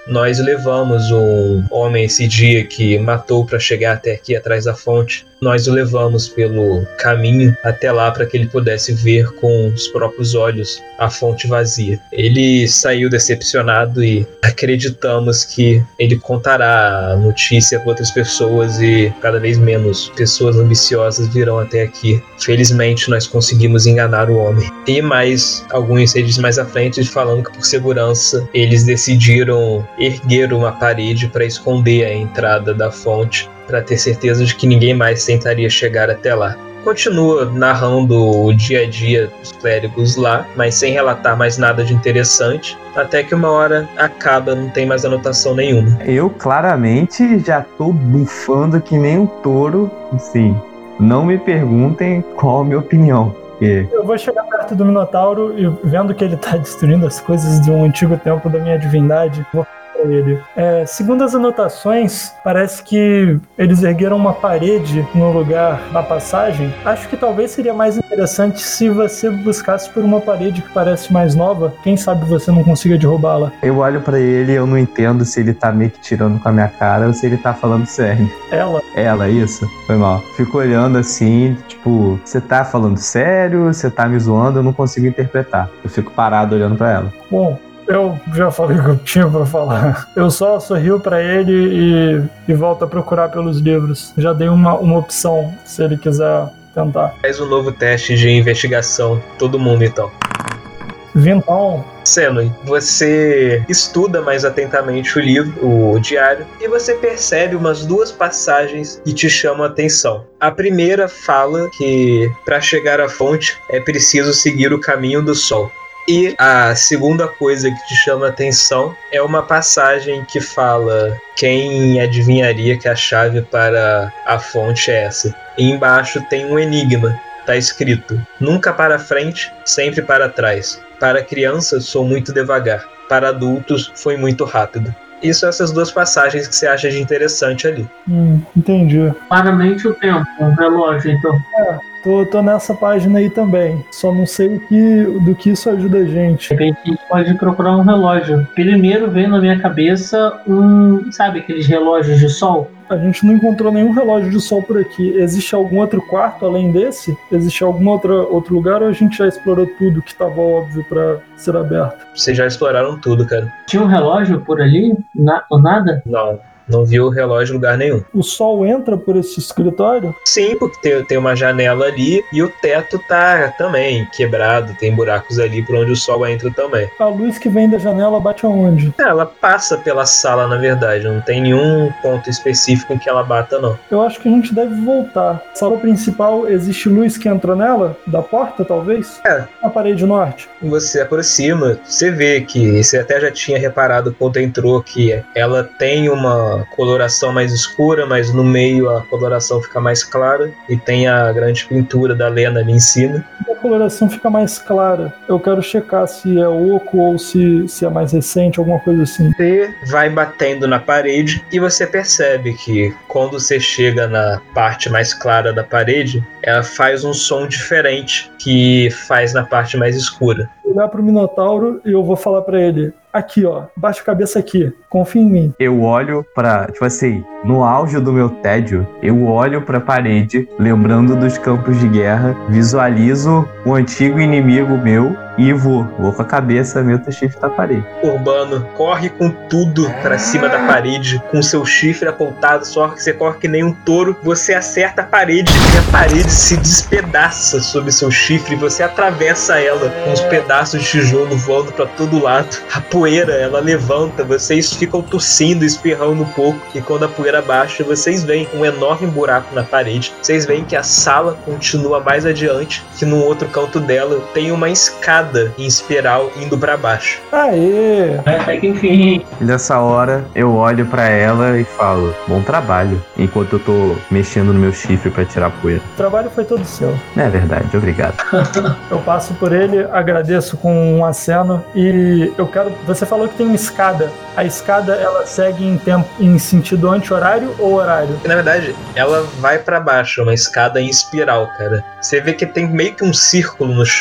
nós levamos um homem esse dia que matou para chegar até aqui atrás da fonte. Nós o levamos pelo caminho até lá para que ele pudesse ver com os próprios olhos a fonte vazia. Ele saiu decepcionado e acreditamos que ele contará a notícia para outras pessoas e cada vez menos pessoas ambiciosas virão até aqui. Felizmente nós conseguimos enganar o homem. E mais alguns redes mais à frente falando que por segurança eles decidiram erguer uma parede para esconder a entrada da fonte, para ter certeza de que ninguém mais tentaria chegar até lá. Continua narrando o dia a dia dos clérigos lá, mas sem relatar mais nada de interessante, até que uma hora acaba, não tem mais anotação nenhuma. Eu claramente já tô bufando que nem um touro, assim, não me perguntem qual a minha opinião. Porque... Eu vou chegar perto do Minotauro e vendo que ele tá destruindo as coisas de um antigo templo da minha divindade, vou ele. É, segundo as anotações, parece que eles ergueram uma parede no lugar da passagem. Acho que talvez seria mais interessante se você buscasse por uma parede que parece mais nova. Quem sabe você não consiga derrubá-la. Eu olho pra ele e eu não entendo se ele tá meio que tirando com a minha cara ou se ele tá falando sério. Ela? Ela, isso? Foi mal. Fico olhando assim, tipo, você tá falando sério? Você tá me zoando? Eu não consigo interpretar. Eu fico parado olhando pra ela. Bom, eu já falei o que eu tinha pra falar. Eu só sorrio pra ele e, e volto a procurar pelos livros. Já dei uma, uma opção, se ele quiser tentar. Faz um novo teste de investigação, todo mundo então. Vintão. Senoi, você estuda mais atentamente o livro, o diário, e você percebe umas duas passagens que te chamam a atenção. A primeira fala que para chegar à fonte é preciso seguir o caminho do sol. E a segunda coisa que te chama a atenção é uma passagem que fala: quem adivinharia que a chave para a fonte é essa? E embaixo tem um enigma, tá escrito: nunca para frente, sempre para trás. Para crianças sou muito devagar, para adultos foi muito rápido. Isso, essas duas passagens que você acha de interessante ali. Hum, entendi. Claramente o tempo, um relógio, então. É, tô, tô nessa página aí também. Só não sei o que, do que isso ajuda a gente. De repente a gente pode procurar um relógio. Primeiro veio na minha cabeça um, sabe, aqueles relógios de sol? A gente não encontrou nenhum relógio de sol por aqui. Existe algum outro quarto além desse? Existe algum outro, outro lugar ou a gente já explorou tudo que estava óbvio para ser aberto? Vocês já exploraram tudo, cara. Tinha um relógio por ali? Na, ou nada? Não, não viu o relógio em lugar nenhum. O sol entra por esse escritório? Sim, porque tem, tem uma janela ali e o teto tá também quebrado, tem buracos ali por onde o sol entra também. A luz que vem da janela bate aonde? Ela passa pela sala, na verdade, não tem nenhum ponto específico em que ela bata, não. Eu acho que a gente deve voltar. Sala principal, existe luz que entra nela? Da porta, talvez? É. Na parede norte? Você aproxima, você vê que, você até já tinha reparado quando entrou, que ela tem uma coloração mais escura, mas no meio a coloração fica mais clara e tem a grande pintura da Lena ali em cima. A coloração fica mais clara. Eu quero checar se é oco ou se, se é mais recente, alguma coisa assim. Você vai batendo na parede e você percebe que quando você chega na parte mais clara da parede, ela faz um som diferente que faz na parte mais escura. Vou olhar pro Minotauro e eu vou falar pra ele: aqui, ó, baixa a cabeça aqui, confia em mim. Eu olho pra, tipo assim, no auge do meu tédio, eu olho pra parede, lembrando dos campos de guerra, visualizo um antigo inimigo meu e vou. Vou com a cabeça, meto o chifre da parede. Urbano corre com tudo pra cima da parede, com seu chifre apontado, só que você corre que nem um touro, você acerta a parede e a parede se despedaça sob seu chifre e você atravessa ela com os pedaços de tijolo voando pra todo lado. A poeira, ela levanta, vocês ficam tossindo, espirrando um pouco, e quando a poeira baixa, vocês veem um enorme buraco na parede. Vocês veem que a sala continua mais adiante, que no outro canto dela tem uma escada em espiral indo pra baixo. Aê! Até que enfim. Nessa hora, eu olho pra ela e falo: bom trabalho, enquanto eu tô mexendo no meu chifre pra tirar a poeira. O trabalho foi todo seu. É verdade, obrigado. Eu passo por ele, agradeço com um aceno e eu quero... Você falou que tem uma escada. A escada, ela segue em tempo, em sentido anti-horário ou horário? Na verdade, ela vai pra baixo, uma escada em espiral, cara. Você vê que tem meio que um círculo no chão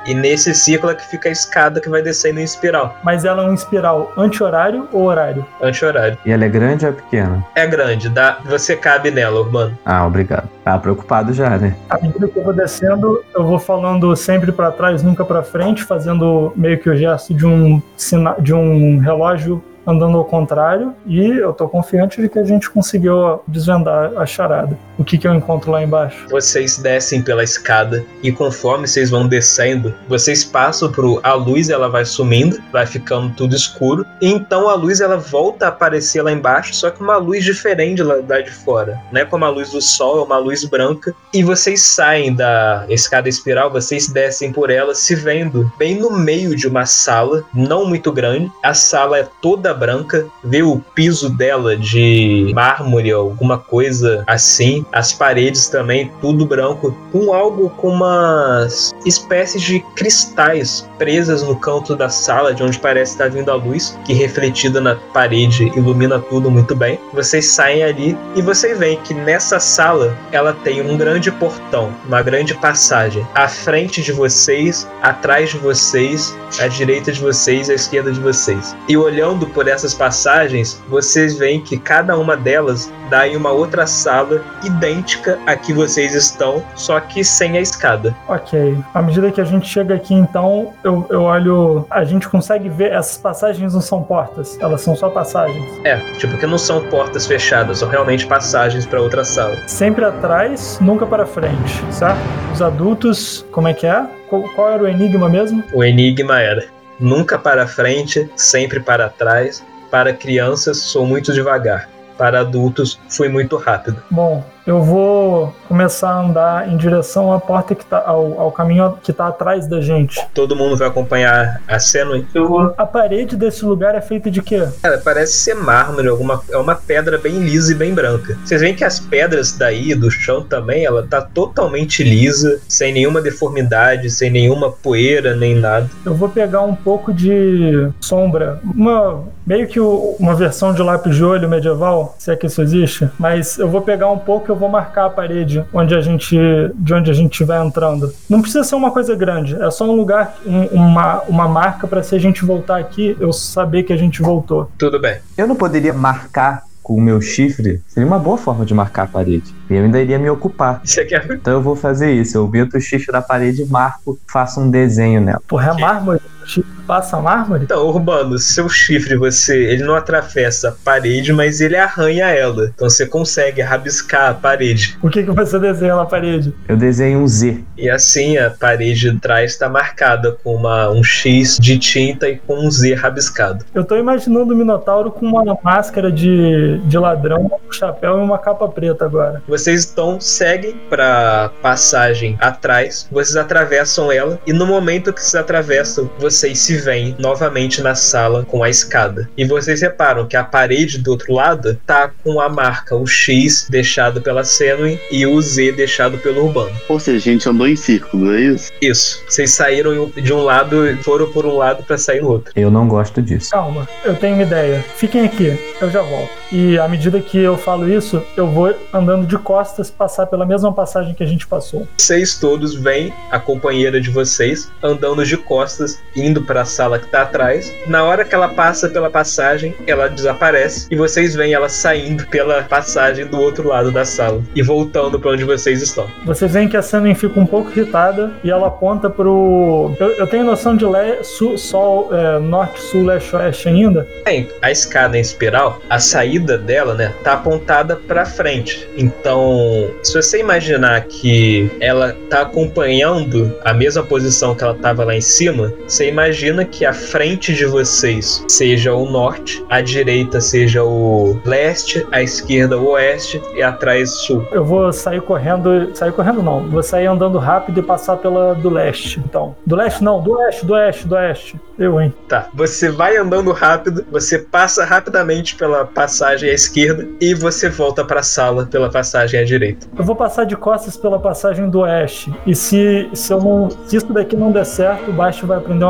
E nesse círculo é que fica a escada que vai descendo em espiral. Mas ela é um espiral anti-horário ou horário? Anti-horário. E ela é grande ou é pequena? É grande, dá, você cabe nela, Urbano. Ah, obrigado. Tava preocupado já, né? À medida que eu vou descendo, eu vou falando sempre pra trás, nunca pra frente, fazendo meio que o gesto de um, sina- de um relógio andando ao contrário, e eu tô confiante de que a gente conseguiu desvendar a charada. O que que eu encontro lá embaixo? Vocês descem pela escada e conforme vocês vão descendo, vocês passam pro... A luz ela vai sumindo, vai ficando tudo escuro, e então a luz ela volta a aparecer lá embaixo, só que uma luz diferente lá, lá de fora. Não é como a luz do sol, é uma luz branca. E vocês saem da escada espiral, vocês descem por ela, se vendo bem no meio de uma sala, não muito grande. A sala é toda branca, vê o piso dela de mármore ou alguma coisa assim, as paredes também, tudo branco, com algo com umas espécies de cristais presas no canto da sala, de onde parece estar vindo a luz, que refletida na parede ilumina tudo muito bem. Vocês saem ali e vocês veem que nessa sala ela tem um grande portão, uma grande passagem, à frente de vocês, atrás de vocês, à direita de vocês, à esquerda de vocês. E olhando por essas passagens, vocês veem que cada uma delas dá em uma outra sala idêntica à que vocês estão, só que sem a escada. Ok. À medida que a gente chega aqui, então, eu, eu olho... A gente consegue ver... Essas passagens não são portas, elas são só passagens. É, tipo, que não são portas fechadas, são realmente passagens para outra sala. Sempre atrás, nunca para frente, certo? Os adultos, como é que é? Qual, qual era o enigma mesmo? O enigma era: nunca para frente, sempre para trás. Para crianças, sou muito devagar. Para adultos, fui muito rápido. Bom, eu vou começar a andar em direção à porta que tá, ao, ao caminho que tá atrás da gente. Todo mundo vai acompanhar a cena, hein? Eu vou. A parede desse lugar é feita de quê? Cara, parece ser mármore, alguma, é uma pedra bem lisa e bem branca. Vocês veem que as pedras daí, do chão também, ela tá totalmente lisa, sem nenhuma deformidade, sem nenhuma poeira, nem nada. Eu vou pegar um pouco de sombra, uma meio que o, uma versão de lápis de olho medieval, se é que isso existe, mas eu vou pegar um pouco e eu vou marcar a parede onde a gente, de onde a gente estiver entrando. Não precisa ser uma coisa grande, é só um lugar, um, uma, uma marca para se a gente voltar aqui, eu saber que a gente voltou. Tudo bem. Eu não poderia marcar com o meu chifre? Seria uma boa forma de marcar a parede. E eu ainda iria me ocupar. Você quer... Então eu vou fazer isso. Eu meto o chifre na parede, marco, faço um desenho nela. Porra, é mármore? Chifre passa mármore? Então, Urbano, seu chifre, você, ele não atravessa a parede, mas ele arranha ela. Então você consegue rabiscar a parede. O que que você desenha na parede? Eu desenho um Z. E assim a parede de trás está marcada com uma, um X de tinta e com um Z rabiscado. Eu tô imaginando o Minotauro com uma máscara de, de ladrão, um chapéu e uma capa preta agora. Vocês então seguem para passagem atrás, vocês atravessam ela e no momento que vocês atravessam, vocês se veem novamente na sala com a escada. E vocês reparam que a parede do outro lado tá com a marca, o X deixado pela Senwin e o Z deixado pelo Urbano. Ou seja, a gente andou em círculo, é isso? Isso. Vocês saíram de um lado e foram por um lado para sair no outro. Eu não gosto disso. Calma, eu tenho uma ideia. Fiquem aqui, eu já volto. E à medida que eu falo isso, eu vou andando de costas passar pela mesma passagem que a gente passou. Vocês todos veem a companheira de vocês andando de costas, indo para a sala que tá atrás. Na hora que ela passa pela passagem, ela desaparece e vocês veem ela saindo pela passagem do outro lado da sala e voltando para onde vocês estão. Vocês veem que a Senwin fica um pouco irritada e ela aponta pro... Eu, eu tenho noção de le... sul, sol, é, norte, sul, leste, oeste ainda? Bem, a escada em espiral, a saída dela, né, tá apontada para frente. Então, se você imaginar que ela tá acompanhando a mesma posição que ela tava lá em cima, você imagina que a frente de vocês seja o norte, a direita seja o leste, a esquerda o oeste e atrás o sul. Eu vou sair correndo... Sair correndo não, vou sair andando rápido e passar pela do leste, então. Do leste não, do oeste, do oeste, do oeste. Eu, hein? Tá, você vai andando rápido, você passa rapidamente pela passagem à esquerda e você volta pra sala pela passagem à direita. Eu vou passar de costas pela passagem do oeste. E se, se, eu não, se isso daqui não der certo, o Baixo vai aprender uma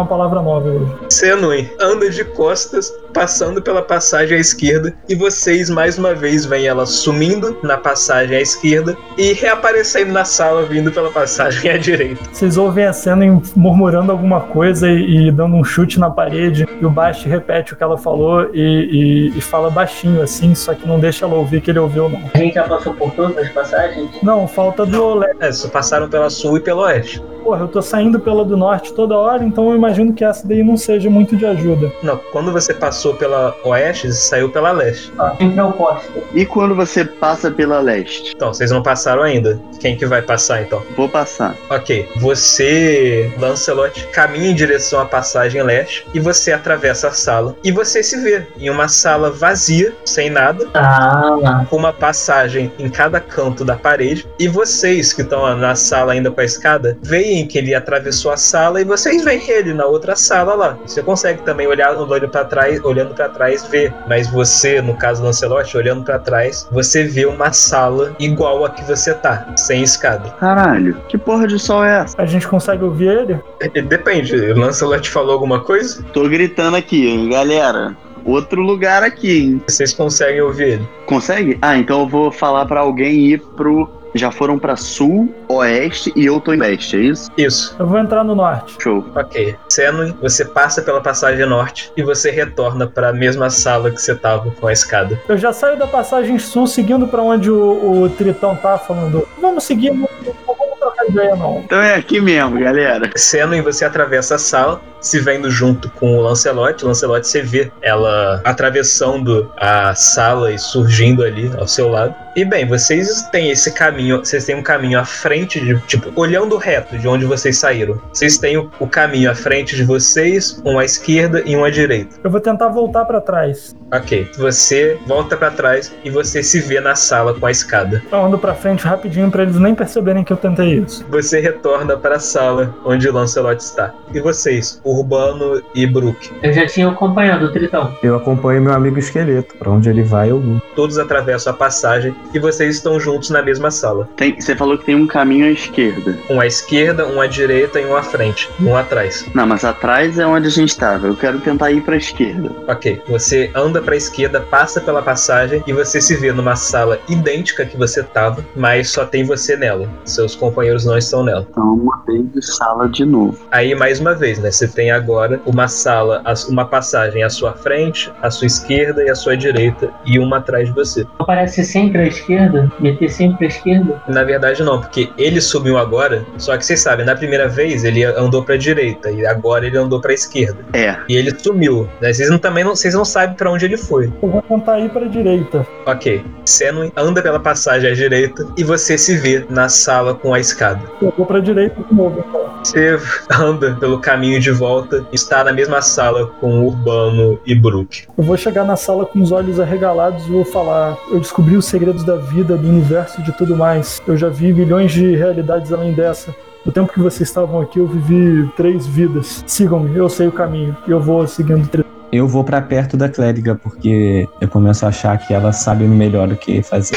uma palavra nova hoje. Senui anda de costas, passando pela passagem à esquerda, e vocês mais uma vez veem ela sumindo na passagem à esquerda e reaparecendo na sala, vindo pela passagem à direita. Vocês ouvem a Senui murmurando alguma coisa e, e dando um chute na parede, e o Bast repete o que ela falou e, e, e fala baixinho assim, só que não deixa ela ouvir que ele ouviu, não. A gente já passou por todas as passagens? Não, falta do leste. É, só passaram pela sul e pelo oeste. Porra, eu tô saindo pela do norte toda hora, então eu imagino que essa daí não seja muito de ajuda. Não, quando você passou pela oeste, você saiu pela leste. Sempre é oposto. E quando você passa pela leste? Então, vocês não passaram ainda. Quem que vai passar, então? Vou passar. Ok, você, Lancelot, caminha em direção à passagem leste e você atravessa a sala. E você se vê em uma sala vazia, sem nada, Ah, com uma passagem em cada canto da parede. E vocês que estão na sala ainda com a escada, veem que ele atravessou a sala e vocês veem ele na outra sala lá. Você consegue também olhar olhando para trás, olhando para trás ver, mas você, no caso do Lancelot, olhando para trás, você vê uma sala igual a que você tá, sem escada. Caralho, que porra de sol é essa? A gente consegue ouvir ele? Depende, o Lancelot falou alguma coisa? Tô gritando aqui, galera. Outro lugar aqui, hein? Vocês conseguem ouvir ele? Consegue? Ah, então eu vou falar pra alguém ir pro... Já foram pra sul, oeste e eu tô em leste, é isso? Isso. Eu vou entrar no norte. Show. Ok. Senui, você passa pela passagem norte e você retorna para a mesma sala que você tava com a escada. Eu já saio da passagem sul, seguindo pra onde o, o Tritão tá, falando: vamos seguir, não, não vamos trocar ideia, não. Então é aqui mesmo, galera. Senui, você atravessa a sala, se vendo junto com o Lancelot. O Lancelot, você vê ela atravessando a sala e surgindo ali ao seu lado. E bem, vocês têm esse caminho, vocês têm um caminho à frente de, tipo, olhando reto de onde vocês saíram. Vocês têm o, o caminho à frente de vocês, um à esquerda e um à direita. Eu vou tentar voltar pra trás. Ok, você volta pra trás e você se vê na sala com a escada. Eu ando pra frente rapidinho pra eles nem perceberem que eu tentei isso. Você retorna para a sala onde o Lancelot está. E vocês, Urbano e Brook? eu já tinha acompanhado o Tritão. Eu acompanho meu amigo esqueleto. Pra onde ele vai, eu vou. Todos atravessam a passagem e vocês estão juntos na mesma sala. Tem, você falou que tem um caminho à esquerda. Um à esquerda, um à direita e um à frente. Um atrás. Não, mas atrás é onde a gente tava. Eu quero tentar ir pra esquerda. Ok, você anda para a esquerda, passa pela passagem e você se vê numa sala idêntica que você estava, mas só tem você nela. Seus companheiros não estão nela. Então, uma vez de sala de novo. Aí, mais uma vez, né? Você tem agora uma sala, uma passagem à sua frente, à sua esquerda e à sua direita e uma atrás de você. Aparece sempre à esquerda? Meter sempre à esquerda? Na verdade não, porque ele sumiu agora, só que vocês sabem, na primeira vez ele andou pra direita e agora ele andou pra esquerda. É. E ele sumiu, né? Vocês não, também não, vocês não sabem pra onde ele foi. Eu vou tentar ir pra direita. Ok, Senui anda pela passagem à direita e você se vê na sala com a escada. Eu vou pra direita de novo, então. Você anda pelo caminho de volta e está na mesma sala com Urbano e Brook. Eu vou chegar na sala com os olhos arregalados e vou falar: eu descobri os segredos da vida, do universo e de tudo mais. Eu já vi milhões de realidades além dessa. No tempo que vocês estavam aqui, eu vivi três vidas. Sigam-me, eu sei o caminho. E eu vou seguindo três. Eu vou pra perto da clériga, porque eu começo a achar que ela sabe melhor o que fazer.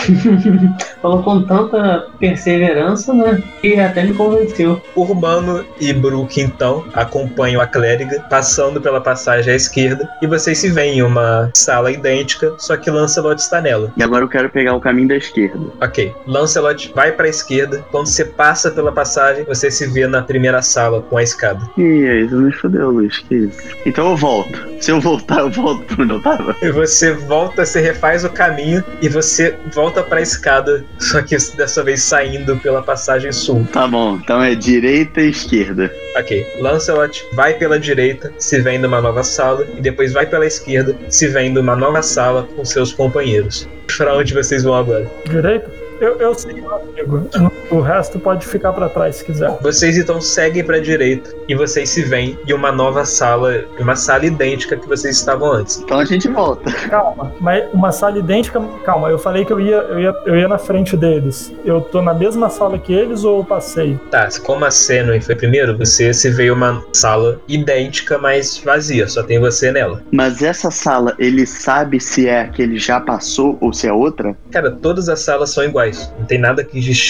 Falou com tanta perseverança, né? E até me convenceu. Urbano e Brook, então, acompanham a clériga, passando pela passagem à esquerda, e vocês se veem em uma sala idêntica, só que Lancelot está nela. E agora eu quero pegar o caminho da esquerda. Ok, Lancelot vai para a esquerda. Quando você passa pela passagem, você se vê na primeira sala com a escada. Ih, aí tu me fodeu, Luiz, que isso. Então eu volto. Se eu voltar, eu volto pra onde eu tava. E você volta, você refaz o caminho e você volta para a escada, só que dessa vez saindo pela passagem sul. Tá bom, então é direita e esquerda. Ok, Lancelot vai pela direita, se vendo uma nova sala, e depois vai pela esquerda, se vendo uma nova sala com seus companheiros. Pra onde vocês vão agora? Direita? Eu, eu sei, meu amigo. O resto pode ficar pra trás se quiser. Vocês então seguem pra direita e vocês se veem em uma nova sala, uma sala idêntica que vocês estavam antes. Então a gente volta. Calma, mas uma sala idêntica. Calma, eu falei que eu ia, eu ia, eu ia na frente deles. Eu tô na mesma sala que eles ou eu passei? Tá, como a Senui foi primeiro, você se veio uma sala idêntica, mas vazia, só tem você nela. Mas essa sala, ele sabe se é a que ele já passou ou se é outra? Cara, todas as salas são iguais, não tem nada que distingue elas.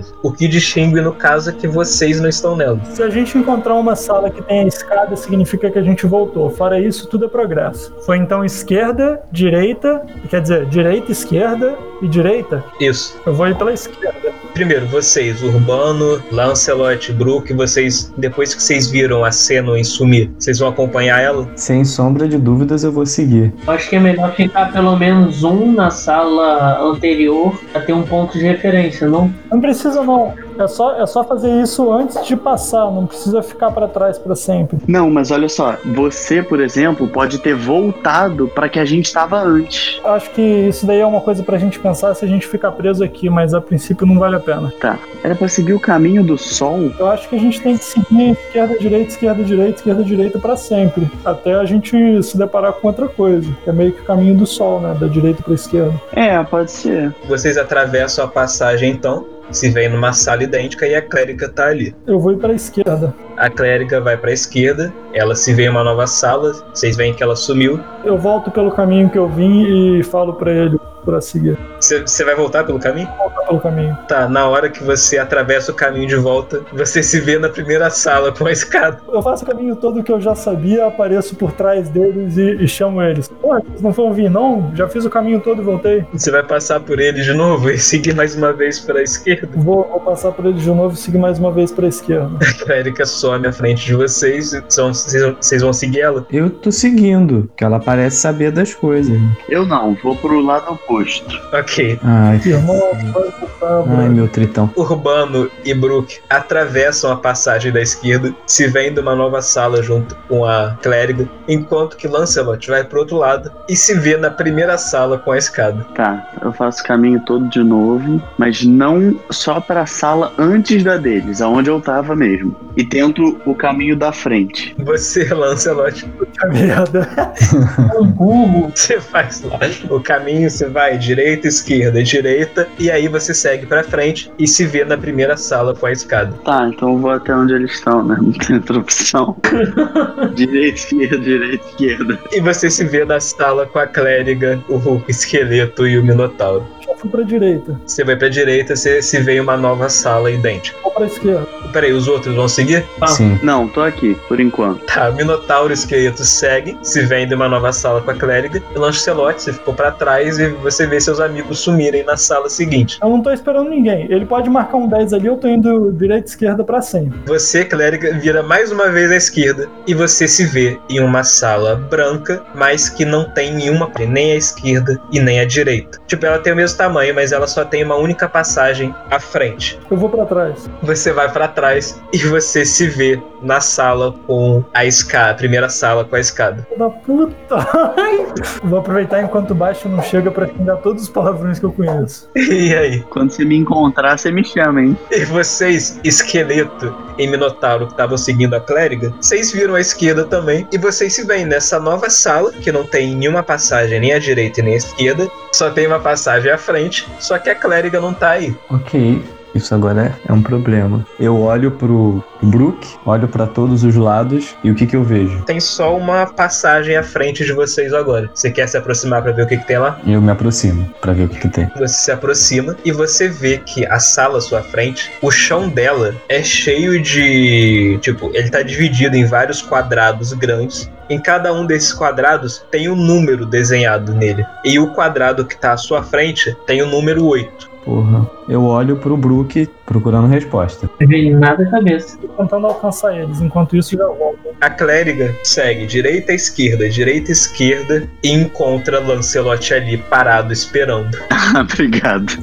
salas. O que distingue, no caso, é que vocês não estão nela. Se a gente encontrar uma sala que tem a escada, significa que a gente voltou. Fora isso, tudo é progresso. Foi então esquerda, direita, quer dizer, direita, esquerda e direita? Isso. Eu vou ir pela esquerda. Primeiro, vocês, Urbano, Lancelot, Brook, vocês, depois que vocês viram a Senua sumir, vocês vão acompanhar ela? Sem sombra de dúvidas, eu vou seguir. Acho que é melhor ficar pelo menos um na sala anterior pra ter um ponto de referência, não? Não precisa não. É só, é só fazer isso antes de passar. Não precisa ficar pra trás pra sempre. Não, mas olha só. Você, por exemplo, pode ter voltado pra que a gente estava antes. Acho que isso daí é uma coisa pra gente pensar se a gente ficar preso aqui, mas a princípio não vale a pena. Tá. Era pra seguir o caminho do sol? Eu acho que a gente tem que seguir esquerda, direita, esquerda, direita, esquerda, direita pra sempre. Até a gente se deparar com outra coisa. Que é meio que o caminho do sol, né? Da direita pra esquerda. É, pode ser. Vocês atravessam a passagem, então, se vem numa sala idêntica e a clériga tá ali. Eu vou ir pra esquerda. A clériga vai pra esquerda, ela se vê em uma nova sala, vocês veem que ela sumiu. Eu volto pelo caminho que eu vim e falo pra ele pra seguir. Você vai voltar pelo caminho? Vou voltar pelo caminho. Tá, na hora que você atravessa o caminho de volta, você se vê na primeira sala com a escada. Eu faço o caminho todo que eu já sabia, apareço por trás deles e, e chamo eles. Pô, vocês não vão vir não? Já fiz o caminho todo e voltei. Você vai passar por ele de novo e seguir mais uma vez pra esquerda. Vou, vou passar por eles de novo e seguir mais uma vez pra esquerda. A clériga some à frente de vocês, são, vocês, vão, vocês vão seguir ela? Eu tô seguindo, que ela parece saber das coisas. Eu não, vou pro lado oposto. Ok. Ai, Irmão, vai voltar, ai meu tritão. Urbano e Brook atravessam a passagem da esquerda, se vêm de uma nova sala junto com a clériga, enquanto que Lancelot vai pro outro lado e se vê na primeira sala com a escada. Tá, eu faço o caminho todo de novo, mas não só pra sala antes da deles, aonde eu tava mesmo. E tento o caminho da frente. Você, Lancelot, Puta merda. Um burro. você faz lá o caminho, você vai direita, esquerda, direita, e aí você segue pra frente e se vê na primeira sala com a escada. Tá, então eu vou até onde eles estão, né? Não tem outra opção. Direita, esquerda, direita, esquerda. E você se vê na sala com a clériga, o esqueleto e o minotauro. Já fui pra direita. Você vai pra direita, você se vê em uma nova sala idêntica. Vou pra esquerda. Peraí, os outros vão seguir? Ah. Sim. Não, tô aqui, por enquanto. Tá, o Minotauro e o Esqueleto seguem, se vêm de uma nova sala com a clériga. E o Lancelot, você ficou pra trás e você vê seus amigos sumirem na sala seguinte. Eu não tô esperando ninguém. Ele pode marcar um dez ali, eu tô indo direita e esquerda pra sempre. Você, clériga, vira mais uma vez à esquerda e você se vê em uma sala branca, mas que não tem nenhuma, nem à esquerda e nem à direita. Tipo, ela tem o mesmo tamanho, mas ela só tem uma única passagem à frente. Eu vou pra trás. Você vai pra trás e você se vê na sala com a escada, a primeira sala com a escada. Filho da puta. Vou aproveitar enquanto o baixo não chega pra xingar todos os palavrões que eu conheço. E aí? Quando você me encontrar, você me chama, hein? E vocês, Esqueleto e Minotauro, que estavam seguindo a clériga, vocês viram a esquerda também, e vocês se veem nessa nova sala, que não tem nenhuma passagem nem à direita nem à esquerda, só tem uma passagem à frente, só que a clériga não tá aí. Ok. Isso agora é um problema. Eu olho pro Brook, olho pra todos os lados e o que que eu vejo? Tem só uma passagem à frente de vocês agora. Você quer se aproximar pra ver o que que tem lá? Eu me aproximo pra ver o que que tem. Você se aproxima e você vê que a sala à sua frente, o chão dela é cheio de... Tipo, ele tá dividido em vários quadrados grandes. Em cada um desses quadrados tem um número desenhado nele. E o quadrado que tá à sua frente tem o número oito. Porra. Eu olho pro Brook procurando resposta. Não veio nada na cabeça. Tô tentando alcançar eles. Enquanto isso, já volto. A clériga segue direita, esquerda, direita, esquerda e encontra Lancelot ali parado esperando. Obrigado.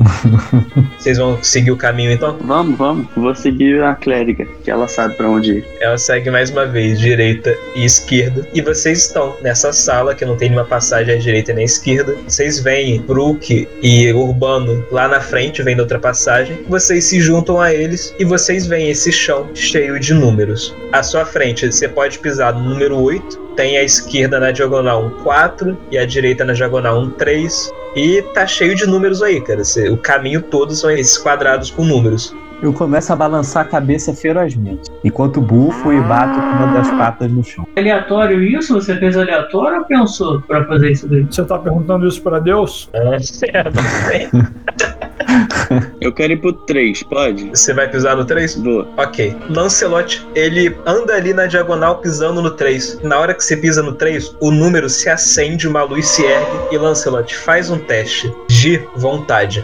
Vocês vão seguir o caminho então? Vamos, vamos. Vou seguir a clériga, que ela sabe pra onde ir. Ela segue mais uma vez direita e esquerda. E vocês estão nessa sala que não tem nenhuma passagem à direita nem à esquerda. Vocês veem Brook e Urbano lá na frente, vem da outra passagem. Vocês se juntam a eles e vocês veem esse chão cheio de números. À sua frente, você pode pisar no número oito. Tem à esquerda na diagonal um quatro e à direita na diagonal um três. E tá cheio de números aí, cara. O caminho todo são esses quadrados com números. Eu começo a balançar a cabeça ferozmente, enquanto bufo e bato com uma das patas no chão. Aleatório isso? Você fez aleatório ou pensou pra fazer isso daí? Você tá perguntando isso pra Deus? É, não sei. Eu quero ir pro três, pode? Você vai pisar no três? Vou. Ok. Lancelot, ele anda ali na diagonal pisando no três. Na hora que você pisa no três, o número se acende, uma luz se ergue e Lancelot faz um teste de vontade.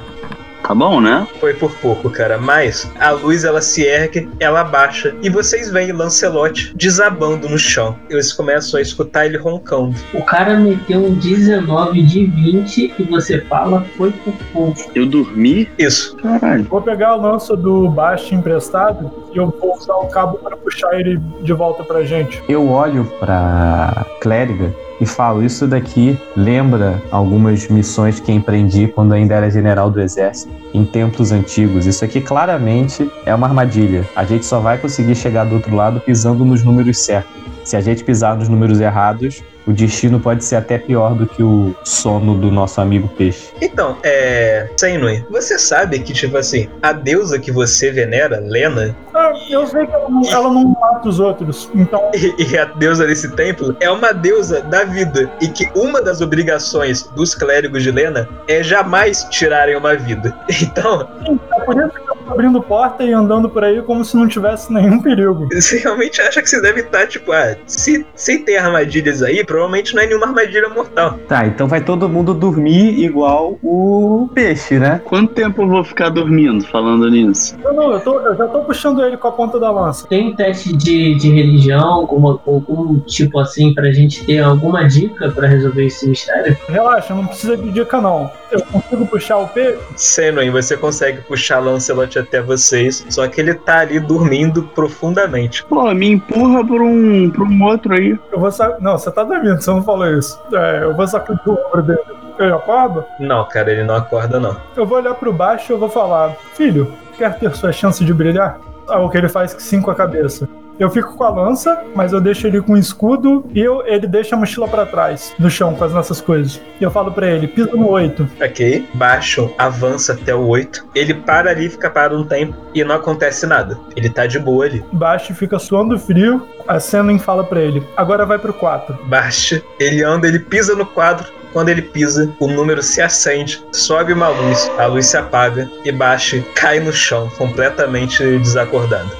Tá bom, né? Foi por pouco, cara, mas a luz ela se ergue, ela abaixa e vocês veem Lancelot desabando no chão. Eles começam a escutar ele roncando. O cara meteu um dezenove de vinte e você fala foi por pouco. Eu dormi? Isso. Caralho. Vou pegar a lança do Bast emprestado e eu vou usar o cabo para puxar ele de volta pra gente. Eu olho pra clériga e falo, isso daqui lembra algumas missões que empreendi quando ainda era general do exército, em tempos antigos. Isso aqui claramente é uma armadilha. A gente só vai conseguir chegar do outro lado pisando nos números certos. Se a gente pisar nos números errados, o destino pode ser até pior do que o sono do nosso amigo peixe. Então, é... Senui, você sabe que, tipo assim, a deusa que você venera, Lena, Ah, eu sei que ela não, ela não mata os outros, então... e, e a deusa desse templo, é uma deusa da vida. E que uma das obrigações dos clérigos de Lena é jamais tirarem uma vida. Então, Sim, é por isso que eu tô abrindo porta e andando por aí como se não tivesse nenhum perigo. você realmente acha que você deve estar, tipo, ah, se, se tem armadilhas aí, provavelmente não é nenhuma armadilha mortal. Tá, então vai todo mundo dormir igual o peixe, né? Quanto tempo eu vou ficar dormindo falando nisso? Eu não, eu, tô, eu já tô puxando ele com a ponta da lança. Tem um teste de, de religião, alguma, algum tipo assim, pra gente ter alguma dica pra resolver esse mistério? Relaxa, não precisa de dica não. Eu consigo puxar o P? Senui, você consegue puxar Lancelot até vocês, só que ele tá ali dormindo profundamente. Pô, me empurra pra um, pra um outro aí. Eu vou sa... Não, você tá dormindo, você não falou isso. É, eu vou sacudir o ombro dele. Ele acorda? Não, cara, ele não acorda, não. Eu vou olhar pro baixo e eu vou falar: filho, quer ter sua chance de brilhar? Ah, o que ele faz sim com a cabeça. Eu fico com a lança, mas eu deixo ele com o escudo e eu, ele deixa a mochila pra trás, no chão, com as nossas coisas. E eu falo pra ele, pisa no oito. Ok, baixo, avança até o oito. Ele para ali, fica parado um tempo e não acontece nada. Ele tá de boa ali. Baixo fica suando frio, a Senuen fala pra ele, agora vai pro quatro. Baixo, ele anda, ele pisa no quadro. Quando ele pisa, o número se acende, sobe uma luz, a luz se apaga e Baixo cai no chão, completamente desacordado.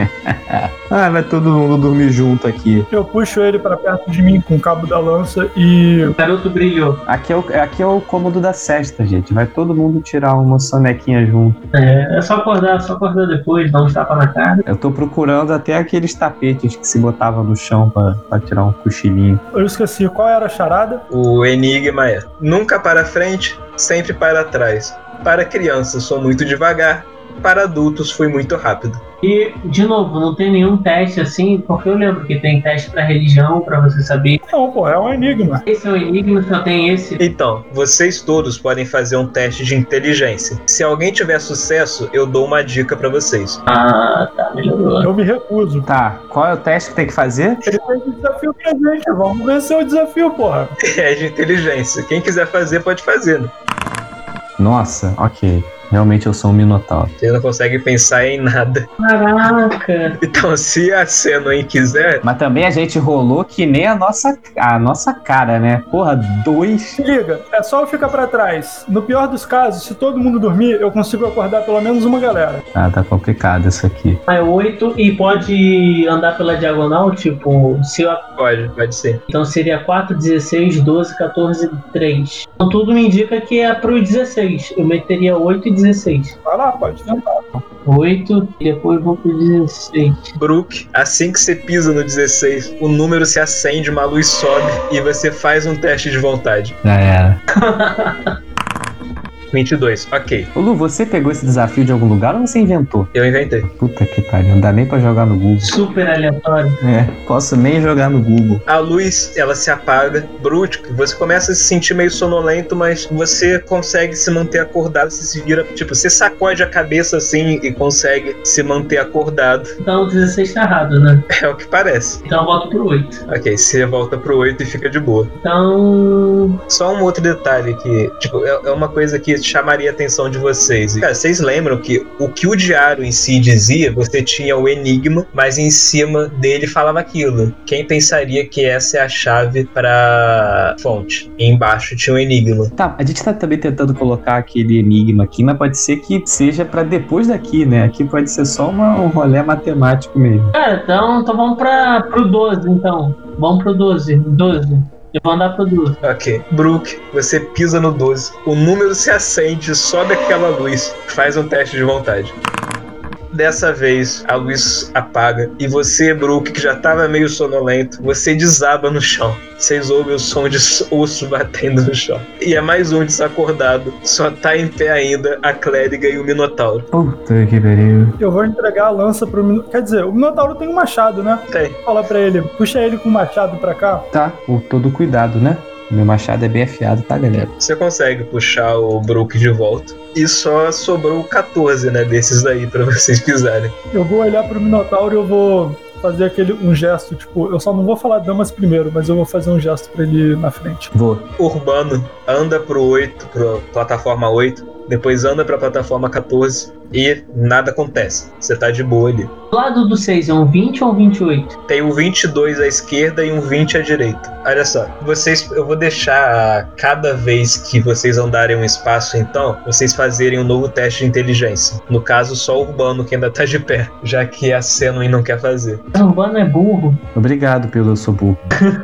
Ah, vai todo mundo dormir junto aqui. Eu puxo ele pra perto de mim com o cabo da lança e... O garoto brilhou. Aqui é o, aqui é o cômodo da cesta, gente. Vai todo mundo tirar uma sonequinha junto. É, é só acordar, só acordar depois, dar uns tapas na cara. Eu tô procurando até aqueles tapetes que se botava no chão pra, pra tirar um cochilinho. Eu esqueci, qual era a charada? O enigma é: nunca para frente, sempre para trás. Para crianças, sou muito devagar. Para adultos, fui muito rápido. E, de novo, não tem nenhum teste assim, porque eu lembro que tem teste pra religião, pra você saber. Não, pô, é um enigma. Esse é o enigma, só tem esse. Então, vocês todos podem fazer um teste de inteligência. Se alguém tiver sucesso, eu dou uma dica pra vocês. Ah, tá, melhorou. Eu me recuso. Tá, qual é o teste que tem que fazer? Ele fez um desafio pra gente, vamos vencer o desafio, porra. É de inteligência. Quem quiser fazer, pode fazer, né? Nossa, ok. Realmente eu sou um minotauro. Você não consegue pensar em nada. Caraca. Então, se a Senuen quiser... Mas também a gente rolou que nem a nossa, a nossa cara, né? Porra, dois. Se liga, é só eu ficar pra trás. No pior dos casos, se todo mundo dormir, eu consigo acordar pelo menos uma galera. Ah, tá complicado isso aqui. É oito e pode andar pela diagonal, tipo, se eu... Pode, pode ser. Então seria quatro, dezesseis, doze, catorze, três. Então tudo me indica que é pro dezesseis. Eu meteria oito e dezesseis. Vai lá, pode tentar. oito e depois vou pro dezesseis. Brook, assim que você pisa no dezesseis, o número se acende, uma luz sobe e você faz um teste de vontade. Já era. vinte e dois, ok. Ô Lu, você pegou esse desafio de algum lugar ou você inventou? Eu inventei. Puta que pariu, não dá nem pra jogar no Google. Super aleatório. É, posso nem jogar no Google. A luz, ela se apaga. Brook, você começa a se sentir meio sonolento, mas você consegue se manter acordado, você se vira, tipo, você sacode a cabeça assim e consegue se manter acordado. Então o dezesseis tá errado, né? É o que parece. Então eu volto pro oito. Ok, você volta pro oito e fica de boa. Então... Só um outro detalhe que, tipo, é, é uma coisa que que chamaria a atenção de vocês. Cara, vocês lembram que o que o diário em si dizia, você tinha o enigma, mas em cima dele falava aquilo. Quem pensaria que essa é a chave pra fonte? E embaixo tinha o enigma. Tá, a gente tá também tentando colocar aquele enigma aqui, mas pode ser que seja pra depois daqui, né? Aqui pode ser só uma, um rolê matemático mesmo. Cara, então, então vamos pra, pro doze, então. Vamos pro doze. doze. Eu vou andar pro doze. Ok. Brook, você pisa no doze. O número se acende, sobe aquela luz. Faz um teste de vontade. Dessa vez, a luz apaga e você, Brook, que já estava meio sonolento, você desaba no chão. Vocês ouvem o som de osso batendo no chão. E é mais um desacordado. Só tá em pé ainda a clériga e o Minotauro. Puta que pariu. Eu vou entregar a lança pro Minotauro. Quer dizer, o Minotauro tem um machado, né? Tem. Fala pra ele, puxa ele com o machado pra cá. Tá, com todo cuidado, né? Meu machado é bem afiado, tá, galera? Você consegue puxar o Brook de volta. E só sobrou quatorze, né, desses daí pra vocês pisarem. Eu vou olhar pro Minotauro e eu vou fazer aquele, um gesto, tipo, eu só não vou falar damas primeiro, mas eu vou fazer um gesto pra ele ir na frente. Vou. Urbano anda pro oito, pro plataforma oito, depois anda pra plataforma quatorze e nada acontece. Você tá de boa ali. Do lado do seis é um vinte ou um vinte e oito? Tem um vinte e dois à esquerda e um vinte à direita. Olha só, vocês, eu vou deixar cada vez que vocês andarem um espaço, então, vocês fazerem um novo teste de inteligência. No caso, só o Urbano que ainda tá de pé, já que a Senui não quer fazer. O Urbano é burro. Obrigado pelo seu burro.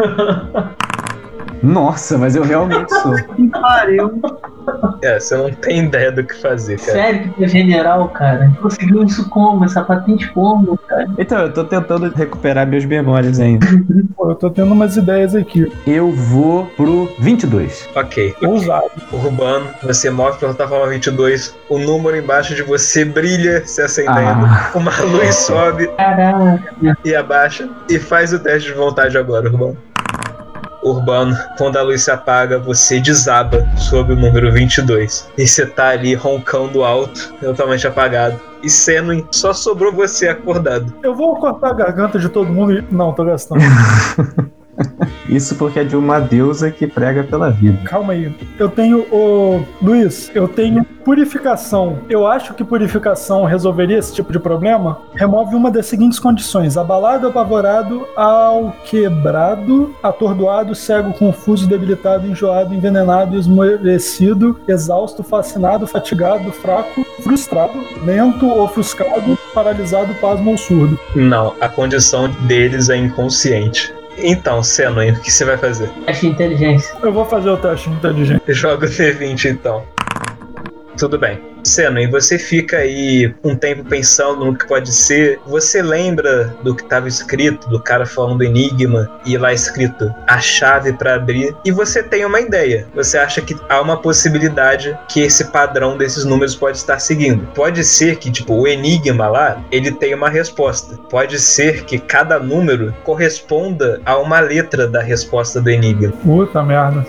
Nossa, mas eu realmente sou. Que pariu. É, você não tem ideia do que fazer, cara. Sério que tu é general, cara? Conseguiu isso como? Essa patente como, cara? Então, eu tô tentando recuperar minhas memórias ainda. Pô, eu tô tendo umas ideias aqui. Eu vou pro vinte e dois. Ok. Ousado. Urbano, você move pra plataforma vinte e dois, o número embaixo de você brilha se acendendo, Ah. uma luz sobe Caraca. e abaixa, e faz o teste de vontade agora, Urbano. Urbano, quando a luz se apaga, você desaba sobre o número vinte e dois. E você tá ali roncando alto, totalmente apagado. E Senui, só sobrou você acordado. Eu vou cortar a garganta de todo mundo e... Não, tô gastando. Isso porque é de uma deusa que prega pela vida. Calma aí. Eu tenho, o Luiz, eu tenho purificação. Eu acho que purificação resolveria esse tipo de problema. Remove uma das seguintes condições: abalado, apavorado, alquebrado, atordoado, cego, confuso, debilitado, enjoado, envenenado, esmorecido, exausto, fascinado, fatigado, fraco, frustrado, lento, ofuscado, paralisado, pasmo ou surdo. Não, a condição deles é inconsciente. Então, Senui, o que você vai fazer? Teste de inteligência. Eu vou fazer o teste de inteligência. Joga o D vinte então. Tudo bem. Senui, você fica aí um tempo pensando no que pode ser. Você lembra do que estava escrito, do cara falando enigma, e lá escrito a chave para abrir, e você tem uma ideia. Você acha que há uma possibilidade que esse padrão desses números pode estar seguindo. Pode ser que, tipo, o enigma lá, ele tem uma resposta. Pode ser que cada número corresponda a uma letra da resposta do enigma. Puta merda.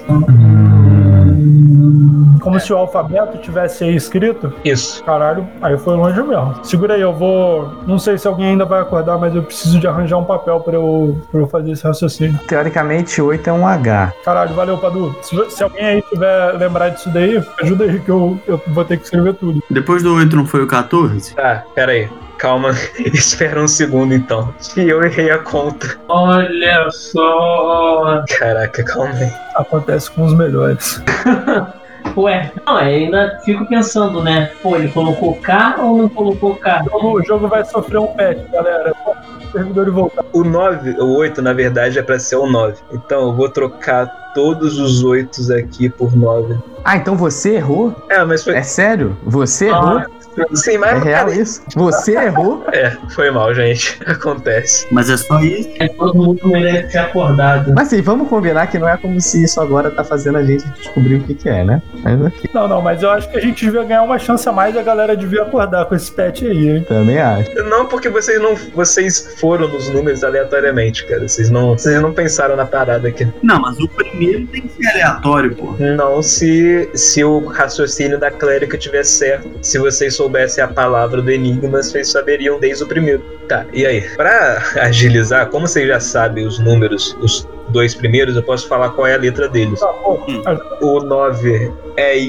Como se o alfabeto tivesse aí escrito. Isso. Caralho, aí foi longe mesmo. Segura aí, eu vou... Não sei se alguém ainda vai acordar, mas eu preciso de arranjar um papel pra eu, pra eu fazer esse raciocínio. Teoricamente, oito é um H. Caralho, valeu, Padu. Se, se alguém aí tiver lembrar disso daí, ajuda aí que eu, eu vou ter que escrever tudo. Depois do oito não foi o quatorze? Tá, pera aí. Calma, espera um segundo então. E eu errei a conta. Olha só. Caraca, calma aí. Acontece com os melhores. Ué, não, eu ainda fico pensando, né? Pô, ele colocou K ou não colocou K? O jogo, o jogo vai sofrer um patch, galera. O servidor voltar. O nove, o oito, na verdade, é pra ser o nove. Então eu vou trocar todos os oitos aqui por nove. Ah, então você errou? É, mas foi... É sério? Você errou? Sim, mas... É real isso? Você errou? É, foi mal, gente. Acontece. Mas é só isso? É, todo mundo merece ser acordado. Mas assim, vamos combinar que não é como se isso agora tá fazendo a gente descobrir o que que é, né? Mas ok. Não, não, mas eu acho que a gente devia ganhar uma chance a mais e a galera devia acordar com esse patch aí, hein? Também acho. Não, porque vocês não... Vocês foram nos números aleatoriamente, cara. Vocês não... Vocês não pensaram na parada aqui. Não, mas o primeiro tem que ser aleatório, pô. Não se, se o raciocínio da clérica tivesse certo. Se vocês soubessem a palavra do enigma, vocês saberiam desde o primeiro. Tá, e aí? Pra agilizar, como vocês já sabem os números, os dois primeiros, eu posso falar qual é a letra deles. Tá bom. Hum. O nove é I,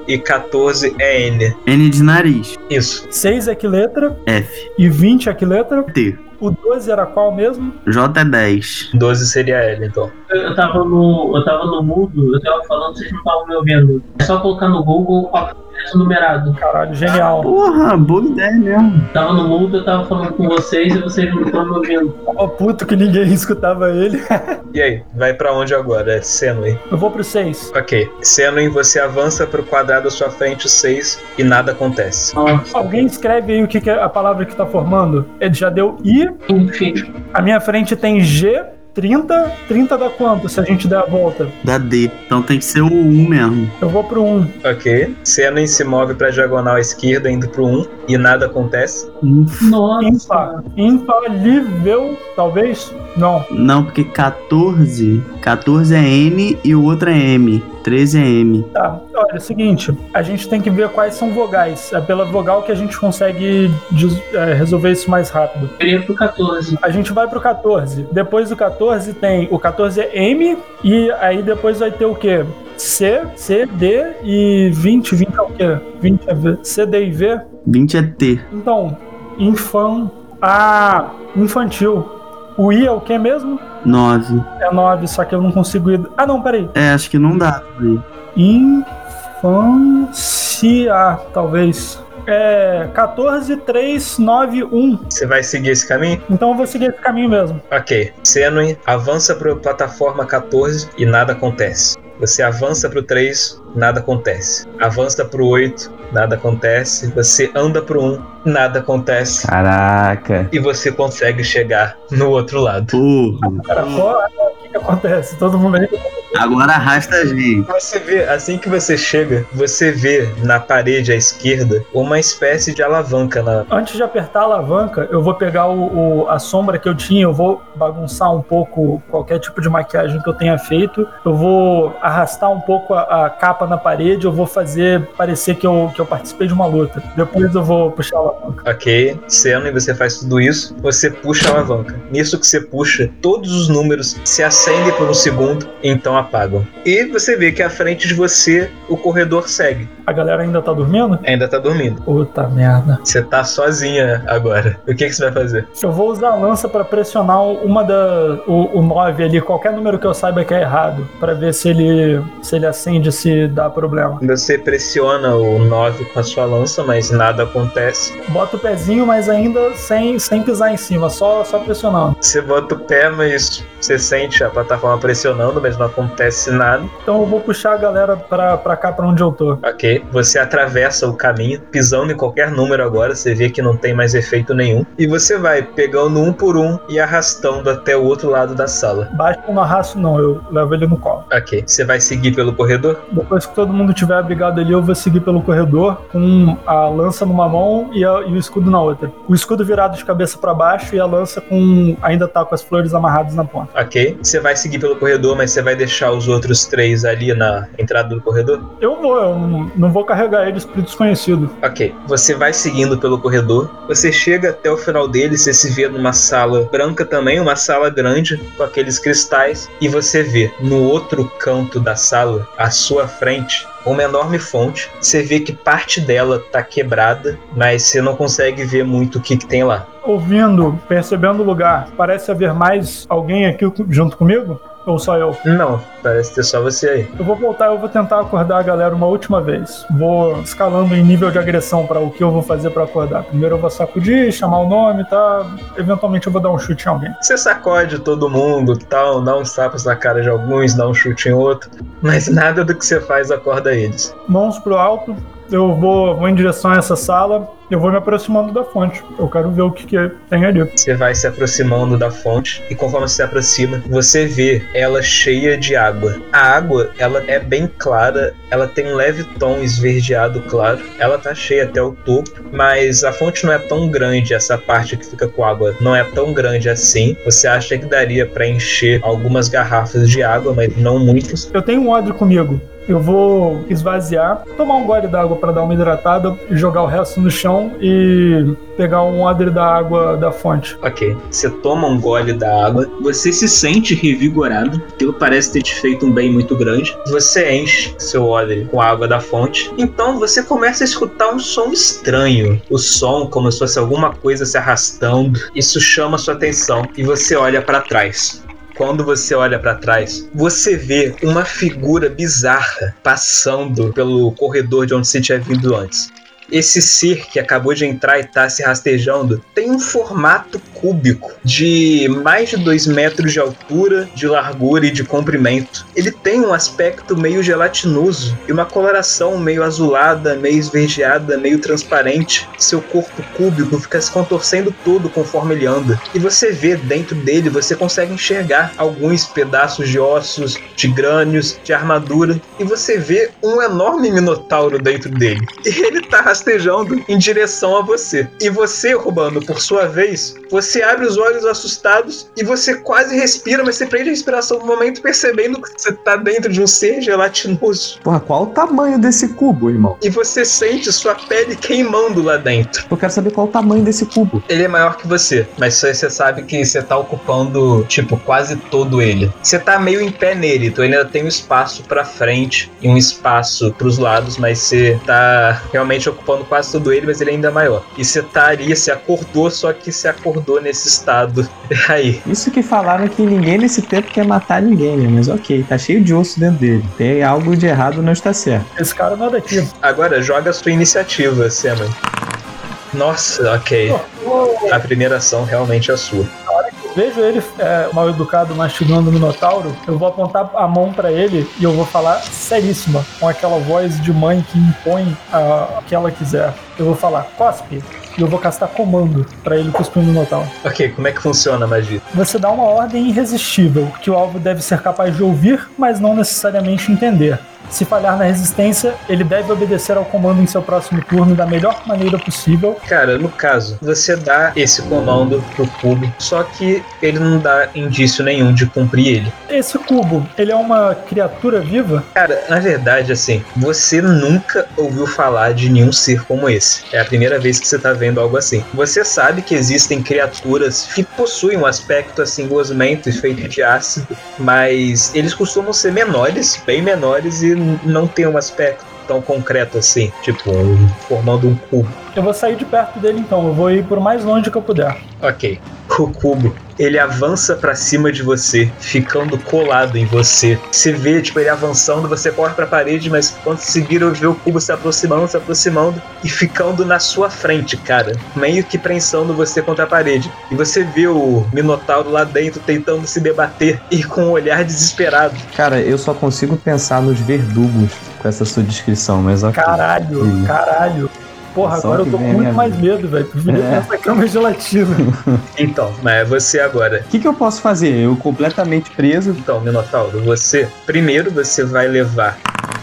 e catorze é N. N de nariz. Isso. seis é que letra? F. E vinte é que letra? T. O doze era qual mesmo? J é dez. doze seria L, então. Eu, eu tava no. Eu tava no mudo, eu tava falando, vocês não estavam me ouvindo. É só colocar no Google o alfabeto numerado. Caralho, genial. Porra, boa ideia mesmo. Tava no mudo, eu tava falando com vocês e vocês não estão me ouvindo. Ó, puto que ninguém escutava ele. E aí, vai pra onde agora? É Senui. Eu vou pro seis. Ok. Senui, você avança pro quadrado à sua frente, o seis, e nada acontece. Nossa, Alguém escreve aí o que, que é a palavra que tá formando? Ele já deu I. enfim. A minha frente tem G. trinta. trinta dá quanto se a gente der a volta? Da D. Então tem que ser o um mesmo. Eu vou pro um. Ok. Senui se move pra diagonal à esquerda, indo pro um, e nada acontece. Nossa. Ímpar. Infalível, talvez? Não. Não, porque quatorze. quatorze é N e o outro é M. treze é M. Tá. Olha, é o seguinte. A gente tem que ver quais são vogais. É pela vogal que a gente consegue des- é, resolver isso mais rápido. Eu iria pro catorze. A gente vai pro catorze. Depois do catorze tem... O catorze é M. E aí depois vai ter o quê? C, C, D e vinte. vinte é o quê? vinte é V. C, D e V. vinte é T. Então, infan... Ah, infantil. O I é o que mesmo? nove. É nove, só que eu não consigo ir... Ah, não, peraí. É, acho que não dá. Também. Infância, talvez. É catorze, três, nove, um. Você vai seguir esse caminho? Então eu vou seguir esse caminho mesmo. Ok. Senui avança para a plataforma catorze e nada acontece. Você avança pro três, nada acontece. Avança pro oito, nada acontece. Você anda pro um, nada acontece. Caraca. E você consegue chegar no outro lado. Porra. Cara, fora, o que, que acontece? Todo mundo aí... Agora arrasta a gente. Você vê, assim que você chega, você vê na parede à esquerda uma espécie de alavanca na... Antes de apertar a alavanca, eu vou pegar o, o- a sombra que eu tinha, eu vou bagunçar um pouco qualquer tipo de maquiagem que eu tenha feito, eu vou arrastar um pouco a, a capa na parede, eu vou fazer parecer que eu, que eu participei de uma luta. Depois eu vou puxar a alavanca. Ok, Senui, você faz tudo isso, você puxa a alavanca. Nisso que você puxa, todos os números se acendem por um segundo, então apagam. E você vê que à frente de você, o corredor segue. A galera ainda tá dormindo? Ainda tá dormindo. Puta merda. Você tá sozinha agora. O que, que você vai fazer? Eu vou usar a lança pra pressionar uma da o, o nove ali, qualquer número que eu saiba que é errado, pra ver se ele se ele acende, se dá problema. Você pressiona o nove com a sua lança, mas nada acontece. Bota o pezinho, mas ainda sem, sem pisar em cima, só, só pressionando. Você bota o pé, mas você sente a plataforma pressionando, mas não acontece nada. Então eu vou puxar a galera pra, pra cá, pra onde eu tô. Ok, você atravessa o caminho, pisando em qualquer número agora, você vê que não tem mais efeito nenhum. E você vai pegando um por um e arrastando até o outro lado da sala. Baixo eu não arrasto não, eu levo ele no colo. Ok, você vai seguir pelo corredor? Depois que todo mundo tiver abrigado ali, eu vou seguir pelo corredor com a lança numa mão e, a- e o escudo na outra. O escudo virado de cabeça pra baixo e a lança com ainda tá com as flores amarradas na ponta. Ok, você vai seguir pelo corredor, mas você vai deixar os outros três ali na entrada do corredor? Eu vou, eu não, não vou carregar eles pro desconhecido. Ok, você vai seguindo pelo corredor, você chega até o final dele, você se vê numa sala branca também, uma sala grande com aqueles cristais, e você vê no outro canto da sala, à sua frente, uma enorme fonte. Você vê que parte dela tá quebrada, mas você não consegue ver muito o que, que tem lá. Ouvindo, percebendo o lugar, parece haver mais alguém aqui junto comigo? Ou só eu? Não, parece ter só você aí. Eu vou voltar, eu vou tentar acordar a galera uma última vez. Vou escalando em nível de agressão para o que eu vou fazer para acordar. Primeiro eu vou sacudir, chamar o nome, tá? Eventualmente eu vou dar um chute em alguém. Você sacode todo mundo, tal, dá uns tapas na cara de alguns, dá um chute em outro, mas nada do que você faz acorda eles. Mãos pro alto, eu vou, vou em direção a essa sala, eu vou me aproximando da fonte. Eu quero ver o que, que tem ali. Você vai se aproximando da fonte e conforme você se aproxima, você vê ela cheia de água. A água, ela é bem clara, ela tem um leve tom esverdeado claro, ela tá cheia até o topo, mas a fonte não é tão grande, essa parte que fica com água não é tão grande assim. Você acha que daria pra encher algumas garrafas de água, mas não muitas. Eu tenho um odre comigo. Eu vou esvaziar, tomar um gole d'água para dar uma hidratada, jogar o resto no chão e pegar um odre da água da fonte. Ok. Você toma um gole da água, você se sente revigorado, aquilo parece ter te feito um bem muito grande. Você enche seu odre com a água da fonte, então você começa a escutar um som estranho. O som como se fosse alguma coisa se arrastando. Isso chama sua atenção e você olha para trás. Quando você olha para trás, você vê uma figura bizarra passando pelo corredor de onde você tinha vindo antes. Esse ser que acabou de entrar e tá se rastejando tem um formato cúbico de mais de dois metros de altura, de largura e de comprimento. Ele tem um aspecto meio gelatinoso e uma coloração meio azulada, meio esverdeada, meio transparente. Seu corpo cúbico fica se contorcendo todo conforme ele anda. E você vê dentro dele, você consegue enxergar alguns pedaços de ossos, de crânios, de armadura. E você vê um enorme minotauro dentro dele. E ele tá rastejando em direção a você. E você, Urbano, por sua vez, você abre os olhos assustados e você quase respira, mas você prende a respiração no momento percebendo que você tá dentro de um ser gelatinoso. Porra, qual o tamanho desse cubo, irmão? E você sente sua pele queimando lá dentro. Eu quero saber qual o tamanho desse cubo. Ele é maior que você, mas você sabe que você tá ocupando, tipo, quase todo ele. Você tá meio em pé nele, então ele ainda tem um espaço pra frente e um espaço pros lados, mas você tá realmente ocupando quase todo ele, mas ele ainda é maior. E você tá ali, você acordou, só que você acordou nesse estado. E aí? Isso que falaram que ninguém nesse tempo quer matar ninguém, né? Mas ok, tá cheio de osso dentro dele. Tem algo de errado, não está certo. Esse cara não é daqui. Agora, joga a sua iniciativa, Seman. Nossa, ok. A primeira ação realmente é a sua. Vejo ele é, mal educado mastigando o Minotauro, eu vou apontar a mão pra ele e eu vou falar seríssima, com aquela voz de mãe que impõe a, a que ela quiser. Eu vou falar, cospe, e eu vou castar comando pra ele cuspir o Minotauro. Ok, como é que funciona a magia? Você dá uma ordem irresistível, que o alvo deve ser capaz de ouvir, mas não necessariamente entender. Se falhar na resistência, ele deve obedecer ao comando em seu próximo turno da melhor maneira possível. Cara, no caso, você dá esse comando pro cubo, só que ele não dá indício nenhum de cumprir ele. Esse cubo, ele é uma criatura viva? Cara, na verdade, assim, você nunca ouviu falar de nenhum ser como esse. É a primeira vez que você tá vendo algo assim. Você sabe que existem criaturas que possuem um aspecto assim gosmento e feito de ácido, mas eles costumam ser menores, bem menores, e não tem um aspecto tão concreto assim, tipo, um, formando um cubo. Eu vou sair de perto dele então, eu vou ir por mais longe que eu puder. Ok. O cubo, ele avança pra cima de você, ficando colado em você. Você vê, tipo, ele avançando, você corre pra parede, mas quando se vira, vê o cubo se aproximando, se aproximando e ficando na sua frente, cara. Meio que prensando você contra a parede. E você vê o Minotauro lá dentro tentando se debater e com um olhar desesperado. Cara, eu só consigo pensar nos verdugos com essa sua descrição, mas ok. Caralho, Sim. caralho. Porra, Só agora eu tô com muito mais medo, velho. Prefiro É. essa cama gelatina. Então, mas é você agora. O que, que eu posso fazer? Eu completamente preso. Então, Minotauro, você... Primeiro você vai levar...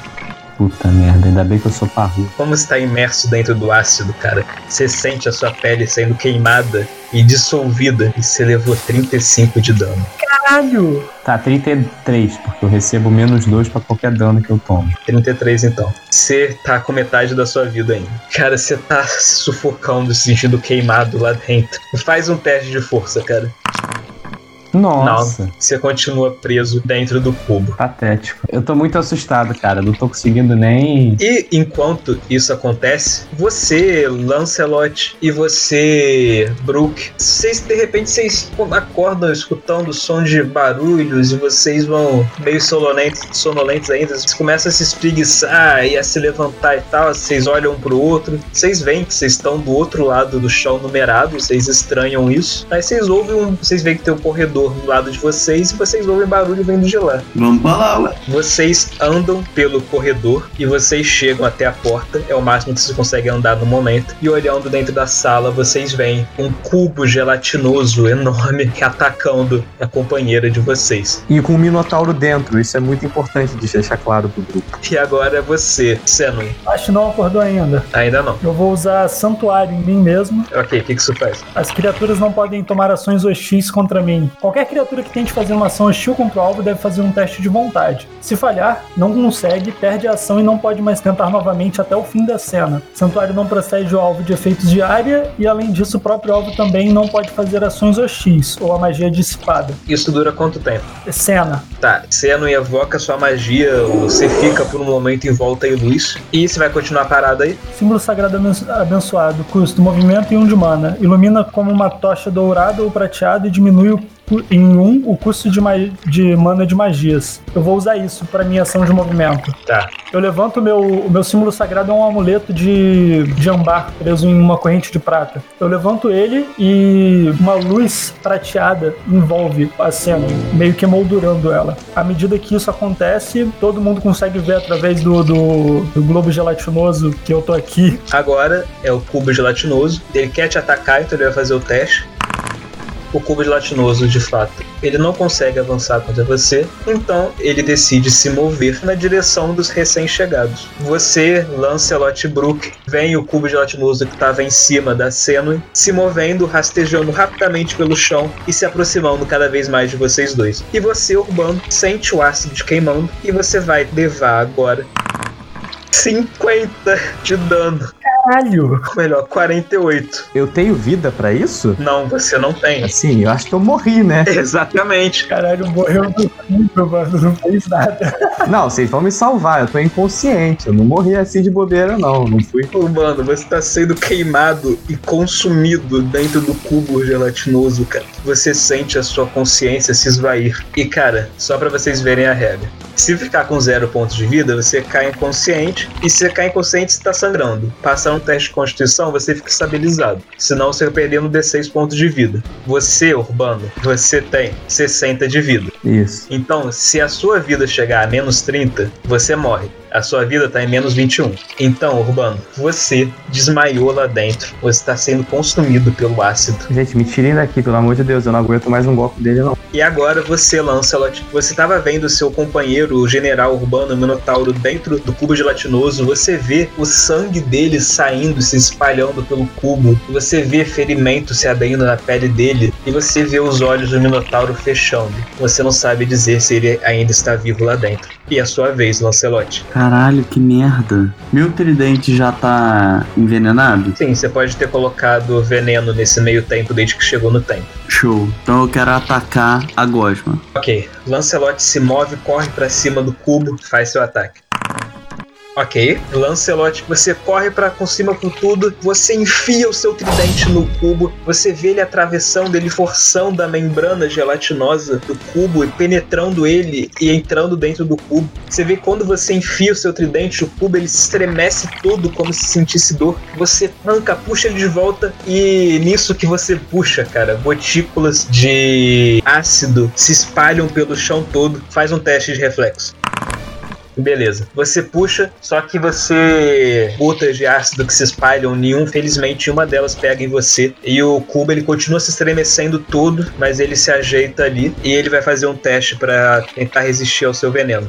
Puta merda, ainda bem que eu sou parrudo. Como está imerso dentro do ácido, cara, você sente a sua pele sendo queimada e dissolvida e você levou trinta e cinco de dano. Caralho! Tá, trinta e três, porque eu recebo menos dois pra qualquer dano que eu tomo. trinta e três então. Você tá com metade da sua vida ainda. Cara, você tá se sufocando, se sentindo queimado lá dentro. Faz um teste de força, cara. Nossa. Não, você continua preso dentro do cubo. Patético. Eu tô muito assustado, cara. Não tô conseguindo nem... E enquanto isso acontece, você, Lancelot, e você, Brook, vocês de repente vocês acordam escutando o som de barulhos e vocês vão meio sonolentos, sonolentos ainda. Vocês começam a se espreguiçar e a se levantar e tal. Vocês olham um pro outro. Vocês veem que vocês estão do outro lado do chão numerado. Vocês estranham isso. Aí vocês ouvem um... Vocês veem que tem um corredor do lado de vocês e vocês ouvem barulho vindo de lá. Vamos pra lá, ué. Vocês andam pelo corredor e vocês chegam até a porta, é o máximo que vocês conseguem andar no momento, e olhando dentro da sala vocês veem um cubo gelatinoso enorme atacando a companheira de vocês. E com o Minotauro dentro, isso é muito importante de deixar claro pro grupo. E agora é você, Senui. Acho que não acordou ainda. Ainda não. Eu vou usar Santuário em mim mesmo. Ok, o que que isso faz? As criaturas não podem tomar ações hostis contra mim. Qualquer Qualquer criatura que tente fazer uma ação hostil contra o alvo deve fazer um teste de vontade. Se falhar, não consegue, perde a ação e não pode mais tentar novamente até o fim da cena. O santuário não protege o alvo de efeitos de área e, além disso, o próprio alvo também não pode fazer ações hostis ou a magia dissipada. Isso dura quanto tempo? Cena. Tá, você não evoca sua magia, você fica por um momento em volta e luz. E você vai continuar parado aí? Símbolo sagrado abençoado, custo, movimento e um de mana. Ilumina como uma tocha dourada ou prateada e diminui o em um o custo de, ma- de mana de magias. Eu vou usar isso para minha ação de movimento. Tá. Eu levanto o meu, o meu símbolo sagrado, é um amuleto de, de ambar preso em uma corrente de prata. Eu levanto ele e uma luz prateada envolve a cena, meio que moldurando ela. À medida que isso acontece, todo mundo consegue ver através do, do, do globo gelatinoso que eu tô aqui. Agora é o cubo gelatinoso. Ele quer te atacar, então ele vai fazer o teste. O cubo gelatinoso, de fato, ele não consegue avançar contra você, então ele decide se mover na direção dos recém-chegados. Você, Lancelot Brook, vem o cubo gelatinoso que estava em cima da Senua, se movendo, rastejando rapidamente pelo chão e se aproximando cada vez mais de vocês dois. E você, Urbano, sente o ácido de queimando e você vai levar agora cinquenta de dano. Caralho! Ou melhor, quarenta e oito. Eu tenho vida pra isso? Não, você não tem. Assim, eu acho que eu morri, né? Exatamente. Caralho, morreu do nível, mano. Não fez nada. Não, vocês vão me salvar, eu tô inconsciente. Eu não morri assim de bobeira, não. Não fui. Mano, você tá sendo queimado e consumido dentro do cubo gelatinoso, cara. Você sente a sua consciência se esvair. E, cara, só pra vocês verem a regra. Se ficar com zero pontos de vida, você cai inconsciente. E se você cai inconsciente, você tá sangrando. Passar um teste de constituição, você fica estabilizado. Senão você vai perdendo D seis pontos de vida. Você, Urbano, você tem sessenta de vida. Isso. Então, se a sua vida chegar a menos trinta, você morre. A sua vida tá em menos vinte e um. Então, Urbano, você desmaiou lá dentro. Você está sendo consumido pelo ácido. Gente, me tirem daqui, pelo amor de Deus. Eu não aguento mais um golpe dele, não. E agora você, Lancelot, você estava vendo o seu companheiro, o general Urbano, o Minotauro, dentro do cubo gelatinoso. Você vê o sangue dele saindo, se espalhando pelo cubo. Você vê ferimento se aderindo na pele dele. E você vê os olhos do Minotauro fechando. Você não sabe dizer se ele ainda está vivo lá dentro. E é a sua vez, Lancelot. Caralho, que merda. Meu tridente já tá envenenado? Sim, você pode ter colocado veneno nesse meio tempo desde que chegou no tempo. Show. Então eu quero atacar a Gosma. Ok, Lancelot se move, corre pra cima do cubo, faz seu ataque. Ok, Lancelot, você corre pra com cima com tudo, você enfia o seu tridente no cubo, você vê ele atravessando, ele forçando a membrana gelatinosa do cubo e penetrando ele e entrando dentro do cubo. Você vê quando você enfia o seu tridente, o cubo ele se estremece todo como se sentisse dor. Você arranca, puxa ele de volta e nisso que você puxa, cara, gotículas de ácido se espalham pelo chão todo. Faz um teste de reflexo. Beleza, você puxa, só que você gotas de ácido que se espalham, nenhum, felizmente uma delas pega em você e o cubo ele continua se estremecendo todo, mas ele se ajeita ali e ele vai fazer um teste pra tentar resistir ao seu veneno.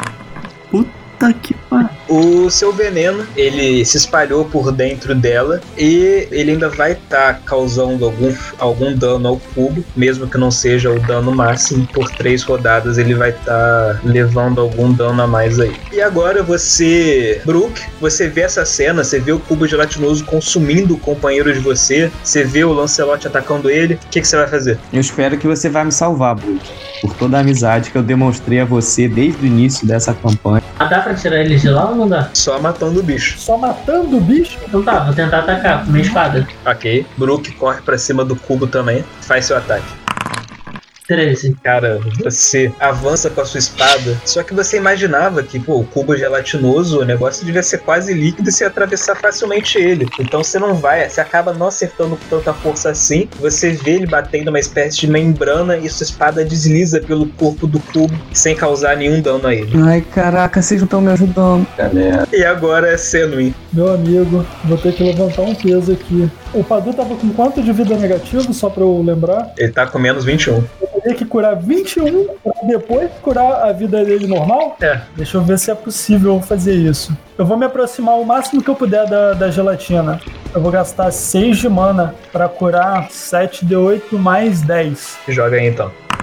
Puta que pariu. O seu veneno, ele se espalhou por dentro dela e ele ainda vai estar tá causando algum, algum dano ao cubo, mesmo que não seja o dano máximo. Por três rodadas ele vai estar tá levando algum dano a mais aí. E agora você, Brook, você vê essa cena, você vê o cubo gelatinoso consumindo o companheiro de você, você vê o Lancelot atacando ele. O que, que você vai fazer? Eu espero que você vai me salvar, Brook, por toda a amizade que eu demonstrei a você desde o início dessa campanha. Ah, dá pra tirar eles de lá ou não dá? Só matando o bicho. Só matando o bicho? Então tá, vou tentar atacar com minha espada. Ok, Brook corre pra cima do cubo também, faz seu ataque. treze. Cara, você avança com a sua espada, só que você imaginava que, pô, o cubo gelatinoso, o negócio devia ser quase líquido e você ia atravessar facilmente ele. Então você não vai, você acaba não acertando com tanta força assim, você vê ele batendo uma espécie de membrana e sua espada desliza pelo corpo do cubo sem causar nenhum dano a ele. Ai, caraca, vocês não estão me ajudando, galera. E agora é Senua. Meu amigo, vou ter que levantar um peso aqui. O Padu tava com quanto de vida negativo, só pra eu lembrar? Ele tá com menos vinte e um. Eu teria que curar vinte e um pra depois curar a vida dele normal? É. Deixa eu ver se é possível fazer isso. Eu vou me aproximar o máximo que eu puder da, da gelatina. Eu vou gastar seis de mana pra curar sete D oito mais dez. Joga aí então.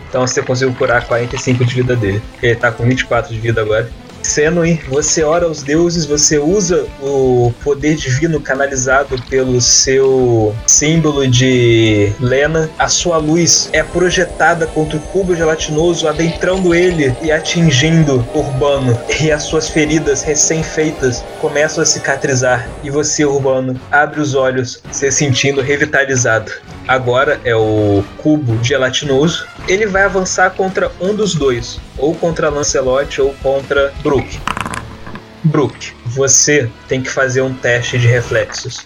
Então você conseguiu curar quarenta e cinco de vida dele. Ele tá com vinte e quatro de vida agora. Senui, você ora aos deuses, você usa o poder divino canalizado pelo seu símbolo de Lena. A sua luz é projetada contra o cubo gelatinoso, adentrando ele e atingindo Urbano. E as suas feridas recém-feitas começam a cicatrizar. E você, Urbano, abre os olhos, se sentindo revitalizado. Agora é o cubo gelatinoso. Ele vai avançar contra um dos dois, ou contra Lancelot ou contra Brook. Brook, você tem que fazer um teste de reflexos.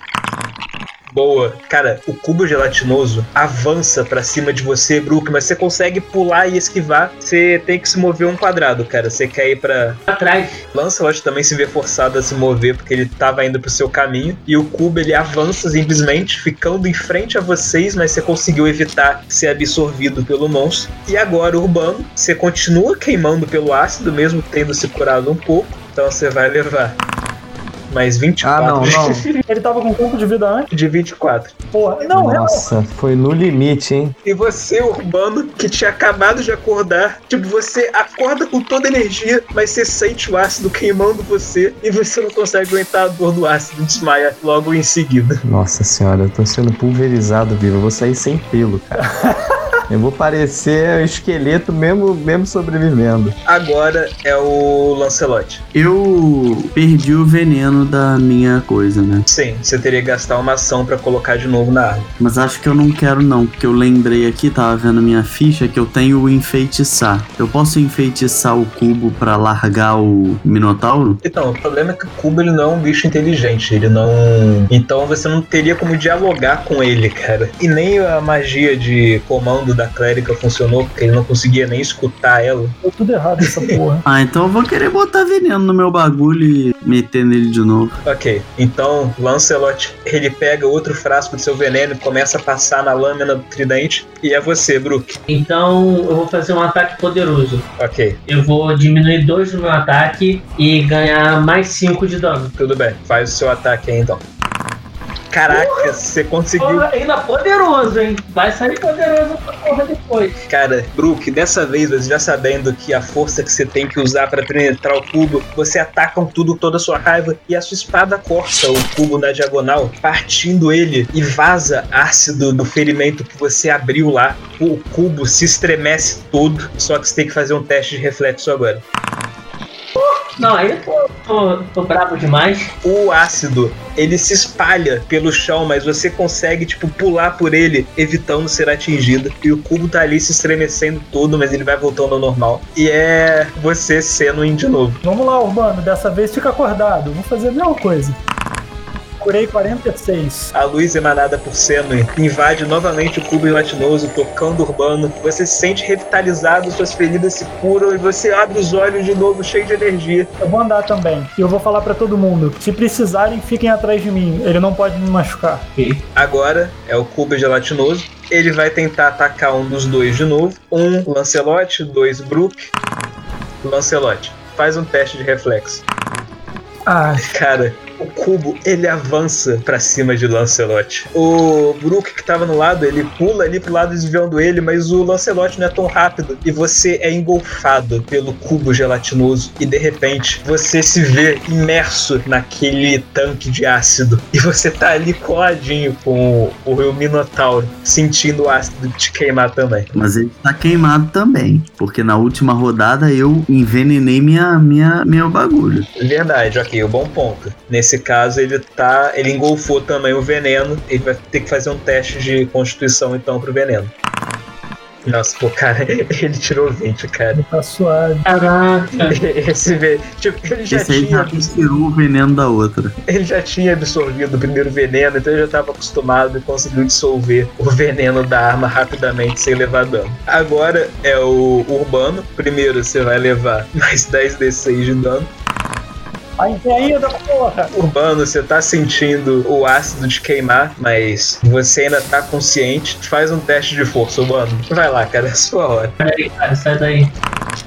Boa. Cara, o cubo gelatinoso avança pra cima de você, Brook, mas você consegue pular e esquivar. Você tem que se mover um quadrado, cara. Você quer ir pra... Atrás. Lancelot também se vê forçado a se mover porque ele tava indo pro seu caminho. E o cubo, ele avança simplesmente, ficando em frente a vocês, mas você conseguiu evitar ser absorvido pelo monstro. E agora, Urbano, você continua queimando pelo ácido, mesmo tendo se curado um pouco. Então você vai levar... mais vinte e quatro. Ah, não, não. Ele tava com quanto de vida antes? De vinte e quatro. Porra, não, Nossa, foi no limite, hein? E você, Urbano, que tinha acabado de acordar, tipo, você acorda com toda a energia, mas você sente o ácido queimando você e você não consegue aguentar a dor do ácido, desmaia logo em seguida. Nossa senhora, eu tô sendo pulverizado, vivo. Eu vou sair sem pelo, cara. Eu vou parecer um esqueleto mesmo, mesmo sobrevivendo. Agora é o Lancelot. Eu perdi o veneno da minha coisa, né? Sim, você teria que gastar uma ação pra colocar de novo na arma. Mas acho que eu não quero não, porque eu lembrei aqui, tava vendo minha ficha, que eu tenho o enfeitiçar. Eu posso enfeitiçar o cubo pra largar o Minotauro? Então, o problema é que o cubo ele não é um bicho inteligente, ele não... Então você não teria como dialogar com ele, cara. E nem a magia de comando da clérica funcionou, porque ele não conseguia nem escutar ela. Deu tudo errado essa porra. Ah, então eu vou querer botar veneno no meu bagulho e meter nele de novo. Ok, então Lancelot, ele pega outro frasco de seu veneno e começa a passar na lâmina do tridente. E é você, Brook. Então eu vou fazer um ataque poderoso. Ok, Eu vou diminuir dois no meu ataque e ganhar mais cinco de dano. tudo bem. Faz o seu ataque aí, então. Caraca, você conseguiu. Porra, ainda poderoso, hein? Vai sair poderoso essa porra depois. Cara, Brook, dessa vez, você já sabendo que a força que você tem que usar pra penetrar o cubo, você ataca com tudo, toda a sua raiva, e a sua espada corta o cubo na diagonal, partindo ele, e vaza ácido do ferimento que você abriu lá. O cubo se estremece todo, só que você tem que fazer um teste de reflexo agora. Não, aí eu tô, tô, tô bravo demais. O ácido, ele se espalha pelo chão, mas você consegue, tipo, pular por ele, evitando ser atingido. E o cubo tá ali se estremecendo todo, mas ele vai voltando ao normal. E é você sendo de novo. Vamos lá, Urbano, dessa vez fica acordado. Vamos fazer a mesma coisa. Curei quarenta e seis. A luz emanada por Senui invade novamente o cubo gelatinoso, tocando Urbano. Você se sente revitalizado, suas feridas se curam e você abre os olhos de novo, cheio de energia. Eu vou andar também. E eu vou falar pra todo mundo. Se precisarem, fiquem atrás de mim. Ele não pode me machucar. Agora é o cubo gelatinoso. Ele vai tentar atacar um dos dois de novo. Um, Lancelot, dois, Brook. Lancelot, faz um teste de reflexo. Ah, Cara, o cubo, ele avança pra cima de Lancelot. O Brook, que tava no lado, ele pula ali pro lado desviando ele, mas o Lancelot não é tão rápido. E você é engolfado pelo cubo gelatinoso. E de repente, você se vê imerso naquele tanque de ácido. E você tá ali coladinho com o, o Minotauro, sentindo o ácido te queimar também. Mas ele tá queimado também, porque na última rodada eu envenenei minha, minha, meu bagulho. Verdade, ok, um bom ponto. Nesse caso, ele tá. Ele engolfou também o veneno. Ele vai ter que fazer um teste de constituição, então, pro veneno. Nossa, pô, cara, ele tirou vinte, cara. tá suave. Caraca. Esse ve- tipo, ele já Esse aí tinha. já tirou o veneno da outra. Ele já tinha absorvido o primeiro veneno, então ele já estava acostumado e conseguiu dissolver o veneno da arma rapidamente sem levar dano. Agora é o Urbano. Primeiro você vai levar mais dez d seis de dano. Aí vem ainda, porra. Urbano, você tá sentindo o ácido de queimar, mas você ainda tá consciente. Faz um teste de força, Urbano. Vai lá, cara, é a sua hora. Peraí, cara, sai daí.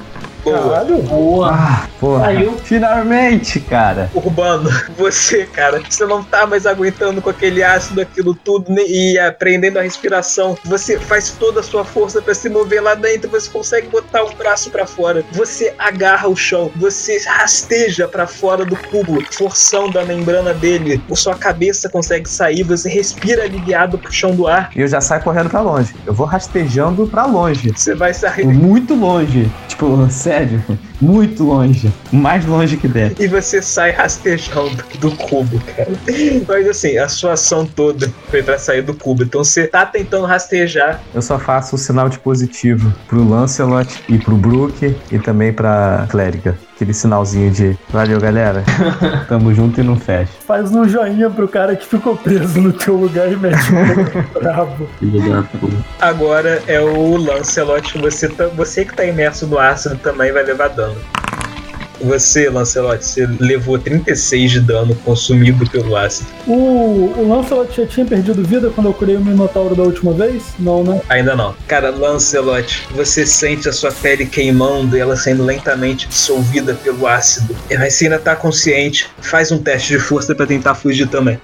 Caralho. Boa. Ah, porra. Saiu. Finalmente, cara. Urbano, você, cara, você não tá mais aguentando com aquele ácido, aquilo tudo, né, e aprendendo a respiração. Você faz toda a sua força pra se mover lá dentro, você consegue botar um braço pra fora. Você agarra o chão, você rasteja pra fora do cubo, forçando a membrana dele. A sua cabeça consegue sair, você respira aliviado pro chão do ar. E eu já saio correndo pra longe. Eu vou rastejando pra longe. Você vai sair Muito longe. Tipo, sério. Muito longe. O mais longe que der. e você sai rastejando do cubo, cara. Mas assim, a sua ação toda foi pra sair do cubo. Então você tá tentando rastejar. Eu só faço o sinal de positivo pro Lancelot e pro Brook e também pra Clériga. Aquele sinalzinho de valeu, galera. Tamo junto e não fecha. Faz um joinha pro cara que ficou preso no teu lugar e mete um brabo. Agora é o Lancelot. Você, tá, você que tá imerso no ácido também vai levar dano. Você, Lancelot, você levou trinta e seis de dano consumido pelo ácido. O, o Lancelot já tinha perdido vida quando eu curei o Minotauro da última vez? Não, né? Ainda não. Cara, Lancelot, você sente a sua pele queimando e ela sendo lentamente dissolvida pelo ácido. Mas você ainda tá consciente. Faz um teste de força pra tentar fugir também.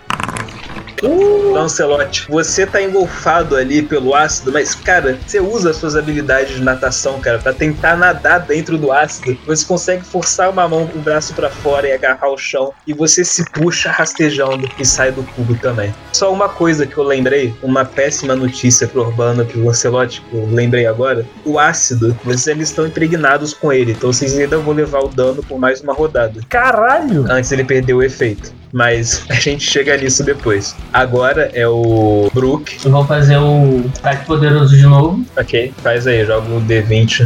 Uh! Lancelot, você tá engolfado ali pelo ácido, mas, cara, você usa as suas habilidades de natação, cara, pra tentar nadar dentro do ácido. Você consegue forçar uma mão, um braço pra fora e agarrar o chão, e você se puxa rastejando e sai do cubo também. Só uma coisa que eu lembrei, uma péssima notícia pro Urbano, pro Lancelot, que eu lembrei agora. O ácido, vocês ainda estão impregnados com ele, então vocês ainda vão levar o dano por mais uma rodada. Caralho! Antes ele perder o efeito. Mas a gente chega nisso depois. Agora é o Brook. Eu vou fazer o ataque poderoso de novo. Ok, faz aí, joga o D vinte.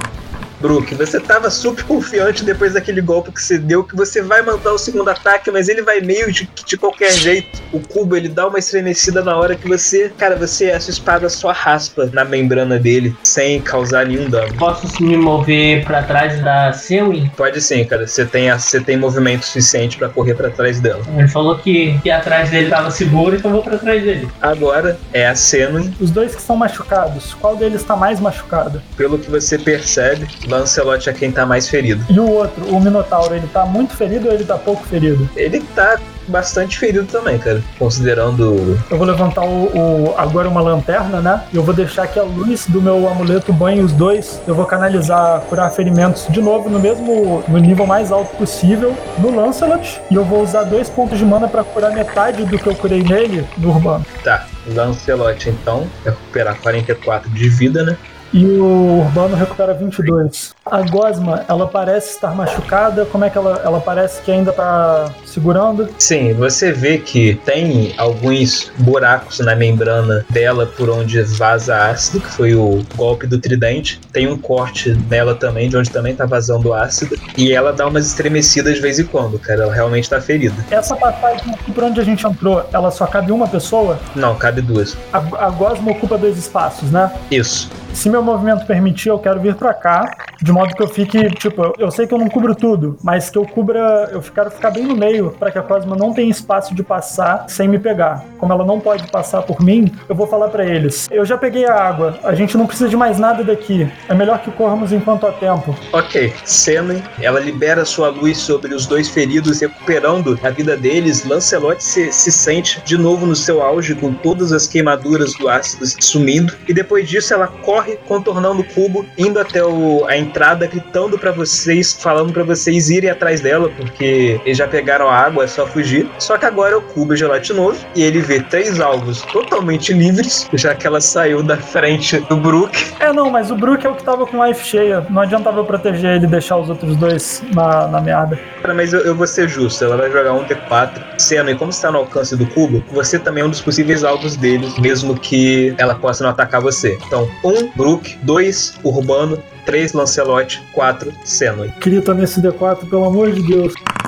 Brook, você tava super confiante depois daquele golpe que você deu, que você vai mandar o segundo ataque, mas ele vai meio de, de qualquer jeito. O cubo, ele dá uma estremecida na hora que você... Cara, você, a sua espada só raspa na membrana dele, sem causar nenhum dano. Posso me mover pra trás da Selwyn? Pode sim, cara. Você tem, a, você tem movimento suficiente pra correr pra trás dela. Ele falou que, que atrás dele tava seguro, então eu vou pra trás dele. Agora é a Senwyn. Os dois que estão machucados, qual deles está mais machucado? Pelo que você percebe, Lancelot é quem tá mais ferido. E o outro, o Minotauro, ele tá muito ferido ou ele tá pouco ferido? Ele tá bastante ferido também, cara. Considerando... Eu vou levantar o, o agora uma lanterna, né? E eu vou deixar que a luz do meu amuleto banhe os dois. Eu vou canalizar, curar ferimentos de novo no mesmo, no nível mais alto possível no Lancelot. E eu vou usar dois pontos de mana pra curar metade do que eu curei nele no Urbano. Tá, Lancelot então, recuperar quarenta e quatro de vida, né? E o Urbano recupera vinte e dois. A Gosma, ela parece estar machucada. Como é que ela, ela parece que ainda tá segurando? Sim, você vê que tem alguns buracos na membrana dela por onde vaza ácido, que foi o golpe do tridente. Tem um corte nela também, de onde também tá vazando ácido. E ela dá umas estremecidas de vez em quando, cara. Ela realmente tá ferida. Essa passagem aqui por onde a gente entrou, ela só cabe uma pessoa? Não, cabe duas. A, a Gosma ocupa dois espaços, né? Isso. Se meu movimento permitir, eu quero vir pra cá, de modo que eu fique, tipo, eu, eu sei que eu não cubro tudo, mas que eu cubra, eu quero ficar bem no meio, pra que a Cosma não tenha espaço de passar sem me pegar. Como ela não pode passar por mim, eu vou falar pra eles: eu já peguei a água, a gente não precisa de mais nada daqui, é melhor que corramos enquanto há tempo. Ok, Senwyn, ela libera sua luz sobre os dois feridos, recuperando a vida deles. Lancelot se, se sente de novo no seu auge, com todas as queimaduras do ácido sumindo, e depois disso ela corre contornando o cubo, indo até o, a entrada, gritando pra vocês, falando pra vocês irem atrás dela, porque eles já pegaram a água, é só fugir. Só que agora o cubo é gelatinoso e ele vê três alvos totalmente livres, já que ela saiu da frente do Brook. É, não, mas o Brook é o que tava com life cheia, não adiantava eu proteger ele e deixar os outros dois na, na meada. Mas eu, eu vou ser justo, ela vai jogar um D quatro. Senwyn, como está no alcance do cubo, você também é um dos possíveis alvos dele, mesmo que ela possa não atacar você. Então, um Brook, dois Urbano, três Lancelot, quatro Senwyn. Crita nesse D quatro, pelo amor de Deus.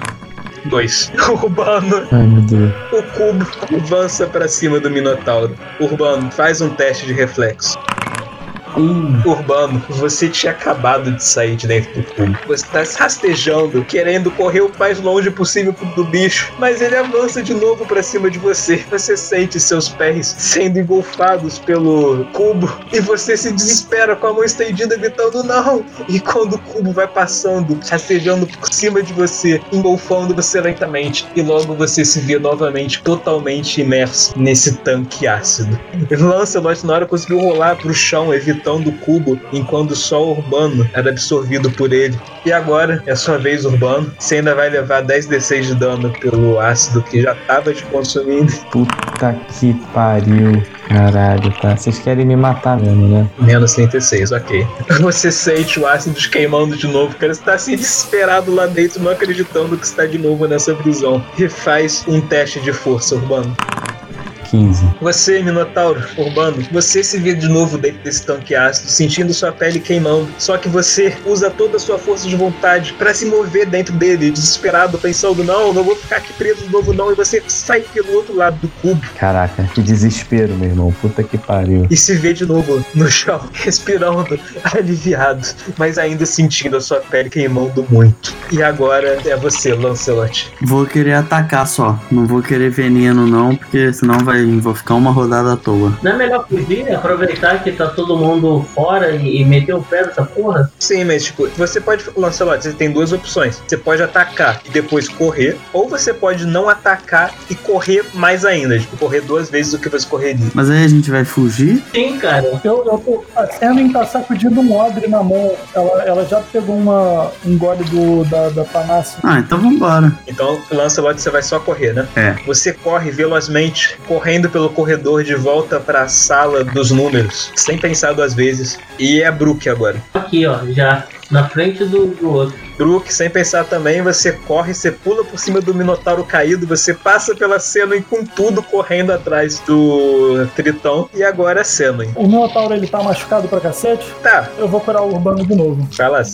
dois Urbano. Ai, meu Deus. O cubo avança pra cima do Minotauro. Urbano, faz um teste de reflexo. Hum. Urbano, você tinha acabado de sair de dentro do cubo. Você tá se rastejando, querendo correr o mais longe possível do bicho, mas ele avança de novo pra cima de você. Você sente seus pés sendo engolfados pelo cubo e você se desespera com a mão estendida gritando não. E quando o cubo vai passando, rastejando por cima de você, engolfando você lentamente, e logo você se vê novamente totalmente imerso nesse tanque ácido. Lancelot na hora conseguiu rolar pro chão, evitando o cubo, enquanto só o Urbano era absorvido por ele. E agora é sua vez, Urbano. Você ainda vai levar dez d seis de dano pelo ácido que já tava te consumindo. Puta que pariu. Caralho, tá. Vocês querem me matar mesmo, né? Menos trinta e seis, ok. Você sente o ácido queimando de novo, cara. Você tá assim desesperado lá dentro, não acreditando que está de novo nessa prisão. E faz um teste de força, Urbano. quinze. Você, Minotauro, Urbano, você se vê de novo dentro desse tanque ácido, sentindo sua pele queimando. Só que você usa toda a sua força de vontade pra se mover dentro dele, desesperado, pensando, não, não vou ficar aqui preso de novo não. E você sai pelo outro lado do cubo. Caraca, que desespero, meu irmão. Puta que pariu. E se vê de novo no chão, respirando, aliviado, mas ainda sentindo a sua pele queimando muito. E agora é você, Lancelot. Vou querer atacar só. Não vou querer veneno não, porque senão vai vou ficar uma rodada à toa. Não é melhor fugir, aproveitar que tá todo mundo fora e, e meter o pé nessa porra? Sim, mas tipo, você pode, Lancelot, você tem duas opções. Você pode atacar e depois correr, ou você pode não atacar e correr mais ainda, tipo, correr duas vezes o que você correria. Mas aí a gente vai fugir? Sim, cara. Eu, eu tô, a Semen tá sacudindo um odre na mão. Ela, ela já pegou uma, um gole do, da, da panácia. Ah, então vambora. Então, Lancelot, você vai só correr, né? É. Você corre velozmente, correndo pelo corredor de volta pra sala dos números, sem pensar duas vezes. E é a Brooke agora. Aqui, ó, já na frente do, do outro. Brooke, sem pensar também, você corre, você pula por cima do Minotauro caído, você passa pela Senuen com tudo correndo atrás do Tritão. E agora é Senuen. O Minotauro, ele tá machucado pra cacete. Tá, Eu vou curar o Urbano de novo. vai lá.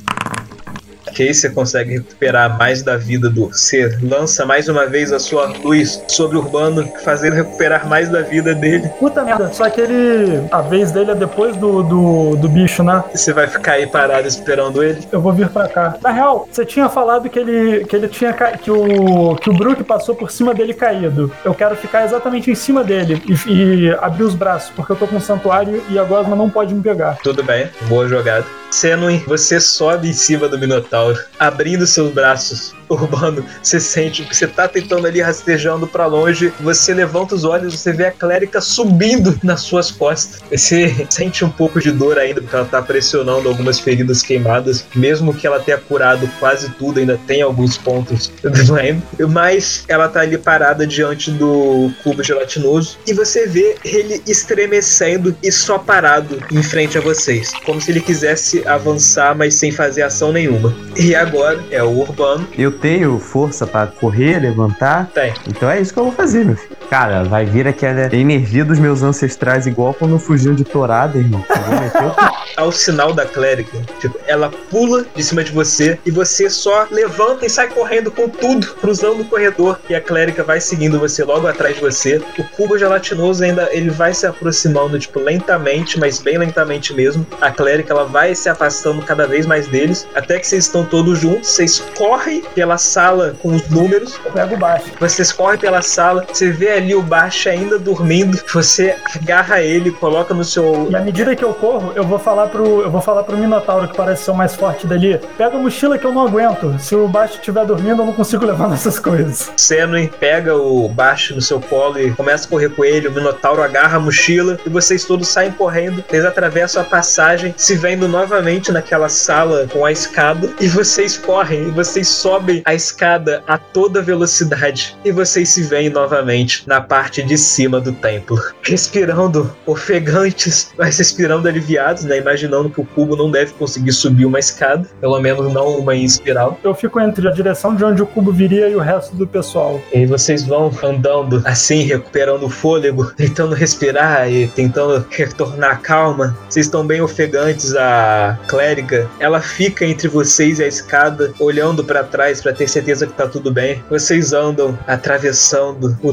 Que aí você consegue recuperar mais da vida do... Você lança mais uma vez a sua luz sobre o Urbano, fazendo recuperar mais da vida dele. Puta merda, só que ele... A vez dele é depois do, do, do bicho, né? Você vai ficar aí parado esperando ele. Eu vou vir pra cá. Na real, você tinha falado que ele, que ele tinha... Ca... Que o, que o Brook passou por cima dele caído. Eu quero ficar exatamente em cima dele e, e abrir os braços, porque eu tô com um santuário e a Gosma não pode me pegar. Tudo bem, boa jogada. Senuen, você sobe em cima do Minotauro, abrindo seus braços. Urbano, você sente que você tá tentando ali rastejando pra longe, você levanta os olhos, você vê a clérica subindo nas suas costas. Você sente um pouco de dor ainda, porque ela tá pressionando algumas feridas queimadas, mesmo que ela tenha curado quase tudo, ainda tem alguns pontos doendo, mas ela tá ali parada diante do cubo gelatinoso, e você vê ele estremecendo e só parado em frente a vocês, como se ele quisesse avançar, mas sem fazer ação nenhuma. E agora é o Urbano. Eu tenho força pra correr, levantar? Tem. Então é isso que eu vou fazer, meu filho. Cara, vai vir aquela energia dos meus ancestrais, igual quando fugiam de tourada, irmão. Eu vou meter o... Ao sinal da clérica, tipo, ela pula de cima de você e você só levanta e sai correndo com tudo, cruzando o corredor, e a clérica vai seguindo você logo atrás de você. O cubo gelatinoso ainda, ele vai se aproximando, tipo, lentamente, mas bem lentamente mesmo. A clérica, ela vai se afastando cada vez mais deles, até que vocês estão todos juntos, vocês correm pela sala com os números. Eu pego baixo. Vocês correm pela sala, você vê ali o Baixo ainda dormindo, você agarra ele, coloca no seu... E à medida que eu corro, eu vou falar pro, eu vou falar pro Minotauro, que parece ser o mais forte dali, pega a mochila que eu não aguento. Se o Baixo estiver dormindo, eu não consigo levar nessas coisas. Senuen pega o Baixo no seu colo e começa a correr com ele, o Minotauro agarra a mochila e vocês todos saem correndo, eles atravessam a passagem, se vendo novamente naquela sala com a escada, e vocês correm, e vocês sobem a escada a toda velocidade, e vocês se veem novamente na parte de cima do templo, respirando ofegantes, mas respirando aliviados, né, imaginando que o cubo não deve conseguir subir uma escada, pelo menos não uma em espiral. Eu fico entre a direção de onde o cubo viria e o resto do pessoal. E aí vocês vão andando assim, recuperando o fôlego, tentando respirar e tentando retornar a calma. Vocês estão bem ofegantes. A clériga, ela fica entre vocês e a escada, olhando pra trás pra ter certeza que tá tudo bem. Vocês andam atravessando o templo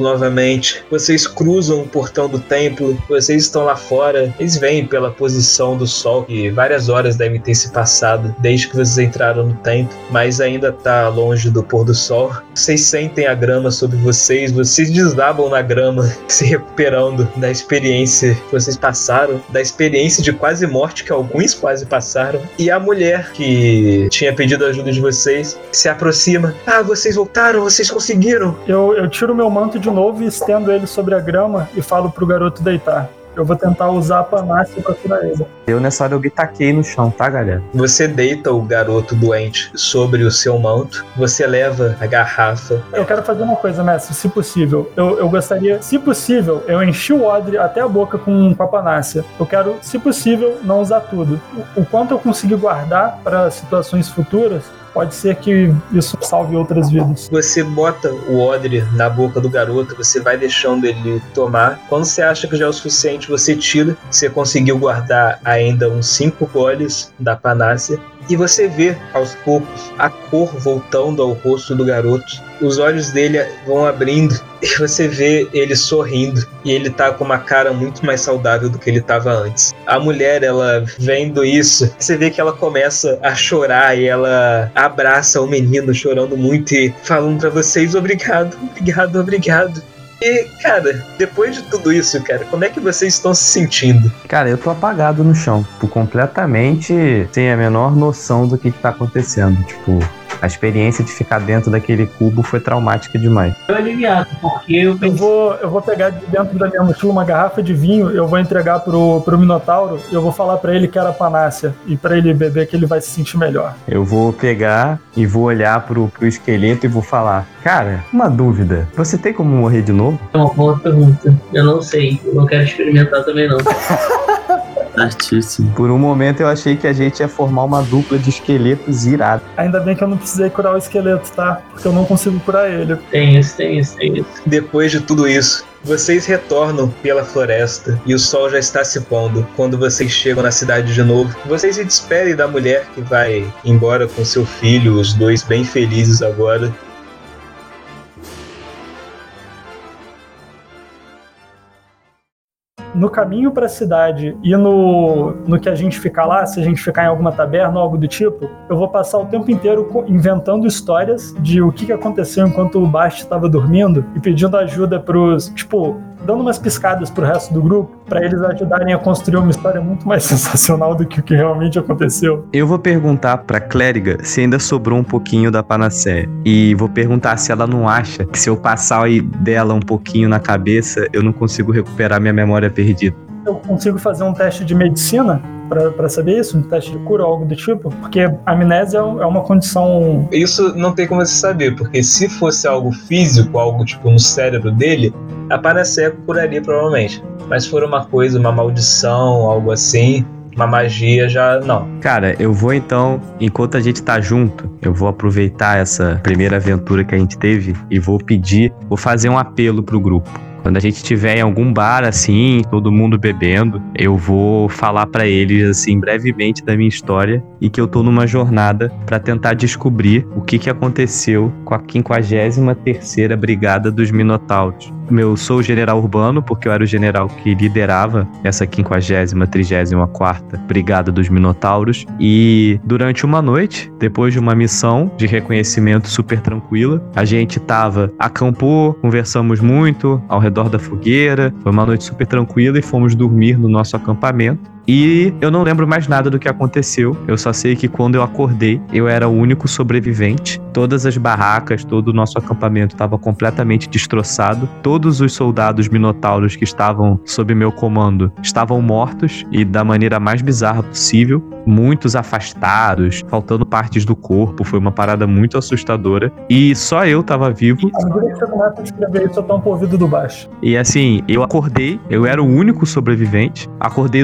novamente. Vocês cruzam o portão do templo, vocês estão lá fora. Eles veem pela posição do sol que várias horas devem ter se passado desde que vocês entraram no templo, mas ainda está longe do pôr do sol. Vocês sentem a grama sobre vocês, vocês desabam na grama, se recuperando da experiência que vocês passaram, da experiência de quase morte que alguns quase passaram. E a mulher que tinha pedido a ajuda de vocês se aproxima. Ah, vocês voltaram, vocês conseguiram. Eu, eu tiro meu manto de novo e estendo ele sobre a grama e falo pro garoto deitar. Eu vou tentar usar a panácia pra tirar ele. Eu nessa hora eu me taquei no chão, tá, galera? Você deita o garoto doente sobre o seu manto, você leva a garrafa. Eu quero fazer uma coisa, mestre, se possível. Eu, eu gostaria, se possível, eu enchi o odre até a boca com, com a panácia. Eu quero, se possível, não usar tudo. O, o quanto eu conseguir guardar para situações futuras, pode ser que isso salve outras vidas. Você bota o odre na boca do garoto, você vai deixando ele tomar. Quando você acha que já é o suficiente, você tira. Você conseguiu guardar ainda uns cinco goles da panácia. E você vê, aos poucos, a cor voltando ao rosto do garoto. Os olhos dele vão abrindo e você vê ele sorrindo. E ele tá com uma cara muito mais saudável do que ele tava antes. A mulher, ela vendo isso, você vê que ela começa a chorar e ela abraça o menino chorando muito e falando pra vocês: obrigado, obrigado, obrigado. E, cara, depois de tudo isso, cara, como é que vocês estão se sentindo? Cara, eu tô apagado no chão, tipo, completamente sem a menor noção do que que tá acontecendo. Tipo, a experiência de ficar dentro daquele cubo foi traumática demais. Eu aliviado, porque eu Eu pensei... vou, eu vou pegar de dentro da minha mochila uma garrafa de vinho, eu vou entregar pro, pro Minotauro e eu vou falar pra ele que era panácia. E pra ele beber que ele vai se sentir melhor. Eu vou pegar e vou olhar pro, pro esqueleto e vou falar: cara, uma dúvida, você tem como morrer de novo? É uma boa pergunta. Eu não sei. Eu não quero experimentar também, não. Certíssimo. Por um momento eu achei que a gente ia formar uma dupla de esqueletos irada. Ainda bem que eu não precisei curar o esqueleto, tá? Porque eu não consigo curar ele. Tem isso, tem isso, tem isso. Depois de tudo isso, vocês retornam pela floresta e o sol já está se pondo quando vocês chegam na cidade de novo. Vocês se despedem da mulher que vai embora com seu filho, os dois bem felizes agora. No caminho pra cidade e no, no que a gente ficar lá, se a gente ficar em alguma taberna ou algo do tipo, eu vou passar o tempo inteiro co- inventando histórias de o que, que aconteceu enquanto o Bast estava dormindo e pedindo ajuda pros, tipo, dando umas piscadas pro resto do grupo pra eles ajudarem a construir uma história muito mais sensacional do que o que realmente aconteceu. Eu vou perguntar pra clériga se ainda sobrou um pouquinho da panaceia. E vou perguntar se ela não acha que se eu passar aí dela um pouquinho na cabeça, eu não consigo recuperar minha memória perdida. Eu consigo fazer um teste de medicina pra, pra saber isso? Um teste de cura ou algo do tipo? Porque a amnésia é uma condição... Isso não tem como você saber, porque se fosse algo físico, algo tipo no cérebro dele, a panaceia curaria provavelmente. Mas se for uma coisa, uma maldição, algo assim, uma magia, já não. Cara, eu vou então, enquanto a gente tá junto, eu vou aproveitar essa primeira aventura que a gente teve e vou pedir, vou fazer um apelo pro grupo. Quando a gente estiver em algum bar, assim, todo mundo bebendo, eu vou falar pra eles, assim, brevemente da minha história e que eu tô numa jornada pra tentar descobrir o que que aconteceu com a quinquagésima terceira Brigada dos Minotauros. Eu sou o general Urbano, porque eu era o general que liderava essa quinquagésima, trigésima quarta Brigada dos Minotauros. E durante uma noite, depois de uma missão de reconhecimento super tranquila, a gente tava, acampou, conversamos muito ao redor da fogueira, foi uma noite super tranquila e fomos dormir no nosso acampamento. E eu não lembro mais nada do que aconteceu. Eu só sei que quando eu acordei, eu era o único sobrevivente. Todas as barracas, todo o nosso acampamento estava completamente destroçado. Todos os soldados minotauros que estavam sob meu comando estavam mortos e da maneira mais bizarra possível. Muitos afastados, faltando partes do corpo. Foi uma parada muito assustadora. E só eu tava vivo. À medida que você começa a escrever isso, eu tampo o ouvido do baixo. E assim, eu acordei, eu era o único sobrevivente. Acordei no meio desse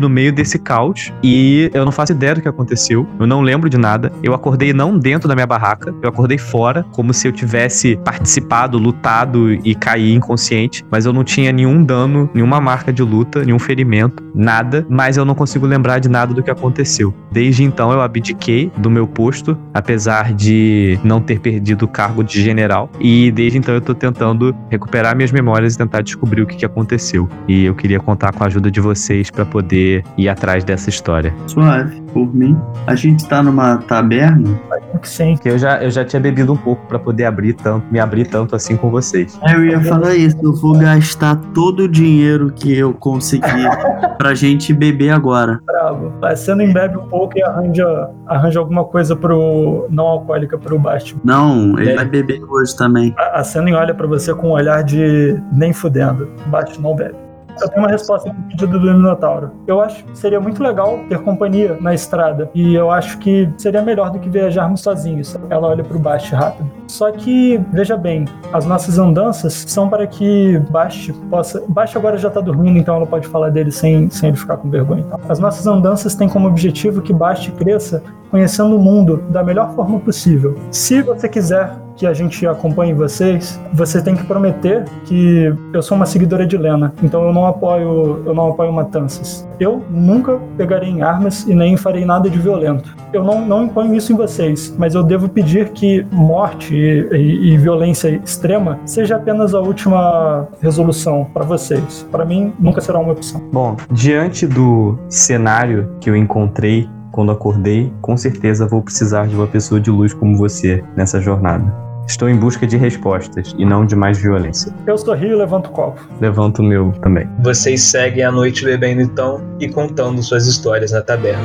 esse caos e eu não faço ideia do que aconteceu. Eu não lembro de nada. Eu acordei não dentro da minha barraca, eu acordei fora, como se eu tivesse participado, lutado e caí inconsciente, mas eu não tinha nenhum dano, nenhuma marca de luta, nenhum ferimento, nada, mas eu não consigo lembrar de nada do que aconteceu. Desde então eu abdiquei do meu posto, apesar de não ter perdido o cargo de general, e desde então eu tô tentando recuperar minhas memórias e tentar descobrir o que, que aconteceu. E eu queria contar com a ajuda de vocês pra poder ir atrás dessa história. Suave, por mim. A gente tá numa taberna. Que sim. Porque eu já, eu já tinha bebido um pouco pra poder abrir tanto, me abrir tanto assim com vocês. Eu ia falar isso, eu vou gastar todo o dinheiro que eu conseguir pra gente beber agora. Bravo. A Sena embebe um pouco e arranja, arranja alguma coisa pro não alcoólica pro Basti. Não, ele É. vai beber hoje também. A, a Sena olha pra você com um olhar de nem fudendo. Basti não bebe. Eu tenho uma resposta pro pedido do Minotauro. Eu acho que seria muito legal ter companhia na estrada. E eu acho que seria melhor do que viajarmos sozinhos. Ela olha pro Basti rápido. Só que, veja bem, as nossas andanças são para que Basti possa... Basti agora já tá dormindo, então ela pode falar dele sem, sem ele ficar com vergonha. Então. As nossas andanças têm como objetivo que Basti cresça conhecendo o mundo da melhor forma possível. Se você quiser que a gente acompanhe vocês, você tem que prometer que eu sou uma seguidora de Lena, então eu não apoio, eu não apoio matanças. Eu nunca pegarei em armas e nem farei nada de violento. Eu não, não imponho isso em vocês, mas eu devo pedir que morte e, e, e violência extrema seja apenas a última resolução para vocês. Para mim, nunca será uma opção. Bom, diante do cenário que eu encontrei quando acordei, com certeza vou precisar de uma pessoa de luz como você nessa jornada. Estou em busca de respostas e não de mais violência. Eu sorrio e levanto o copo. Levanto o meu também. Vocês seguem a noite bebendo então e contando suas histórias na taberna.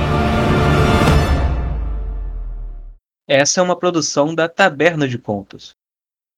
Essa é uma produção da Taberna de Contos.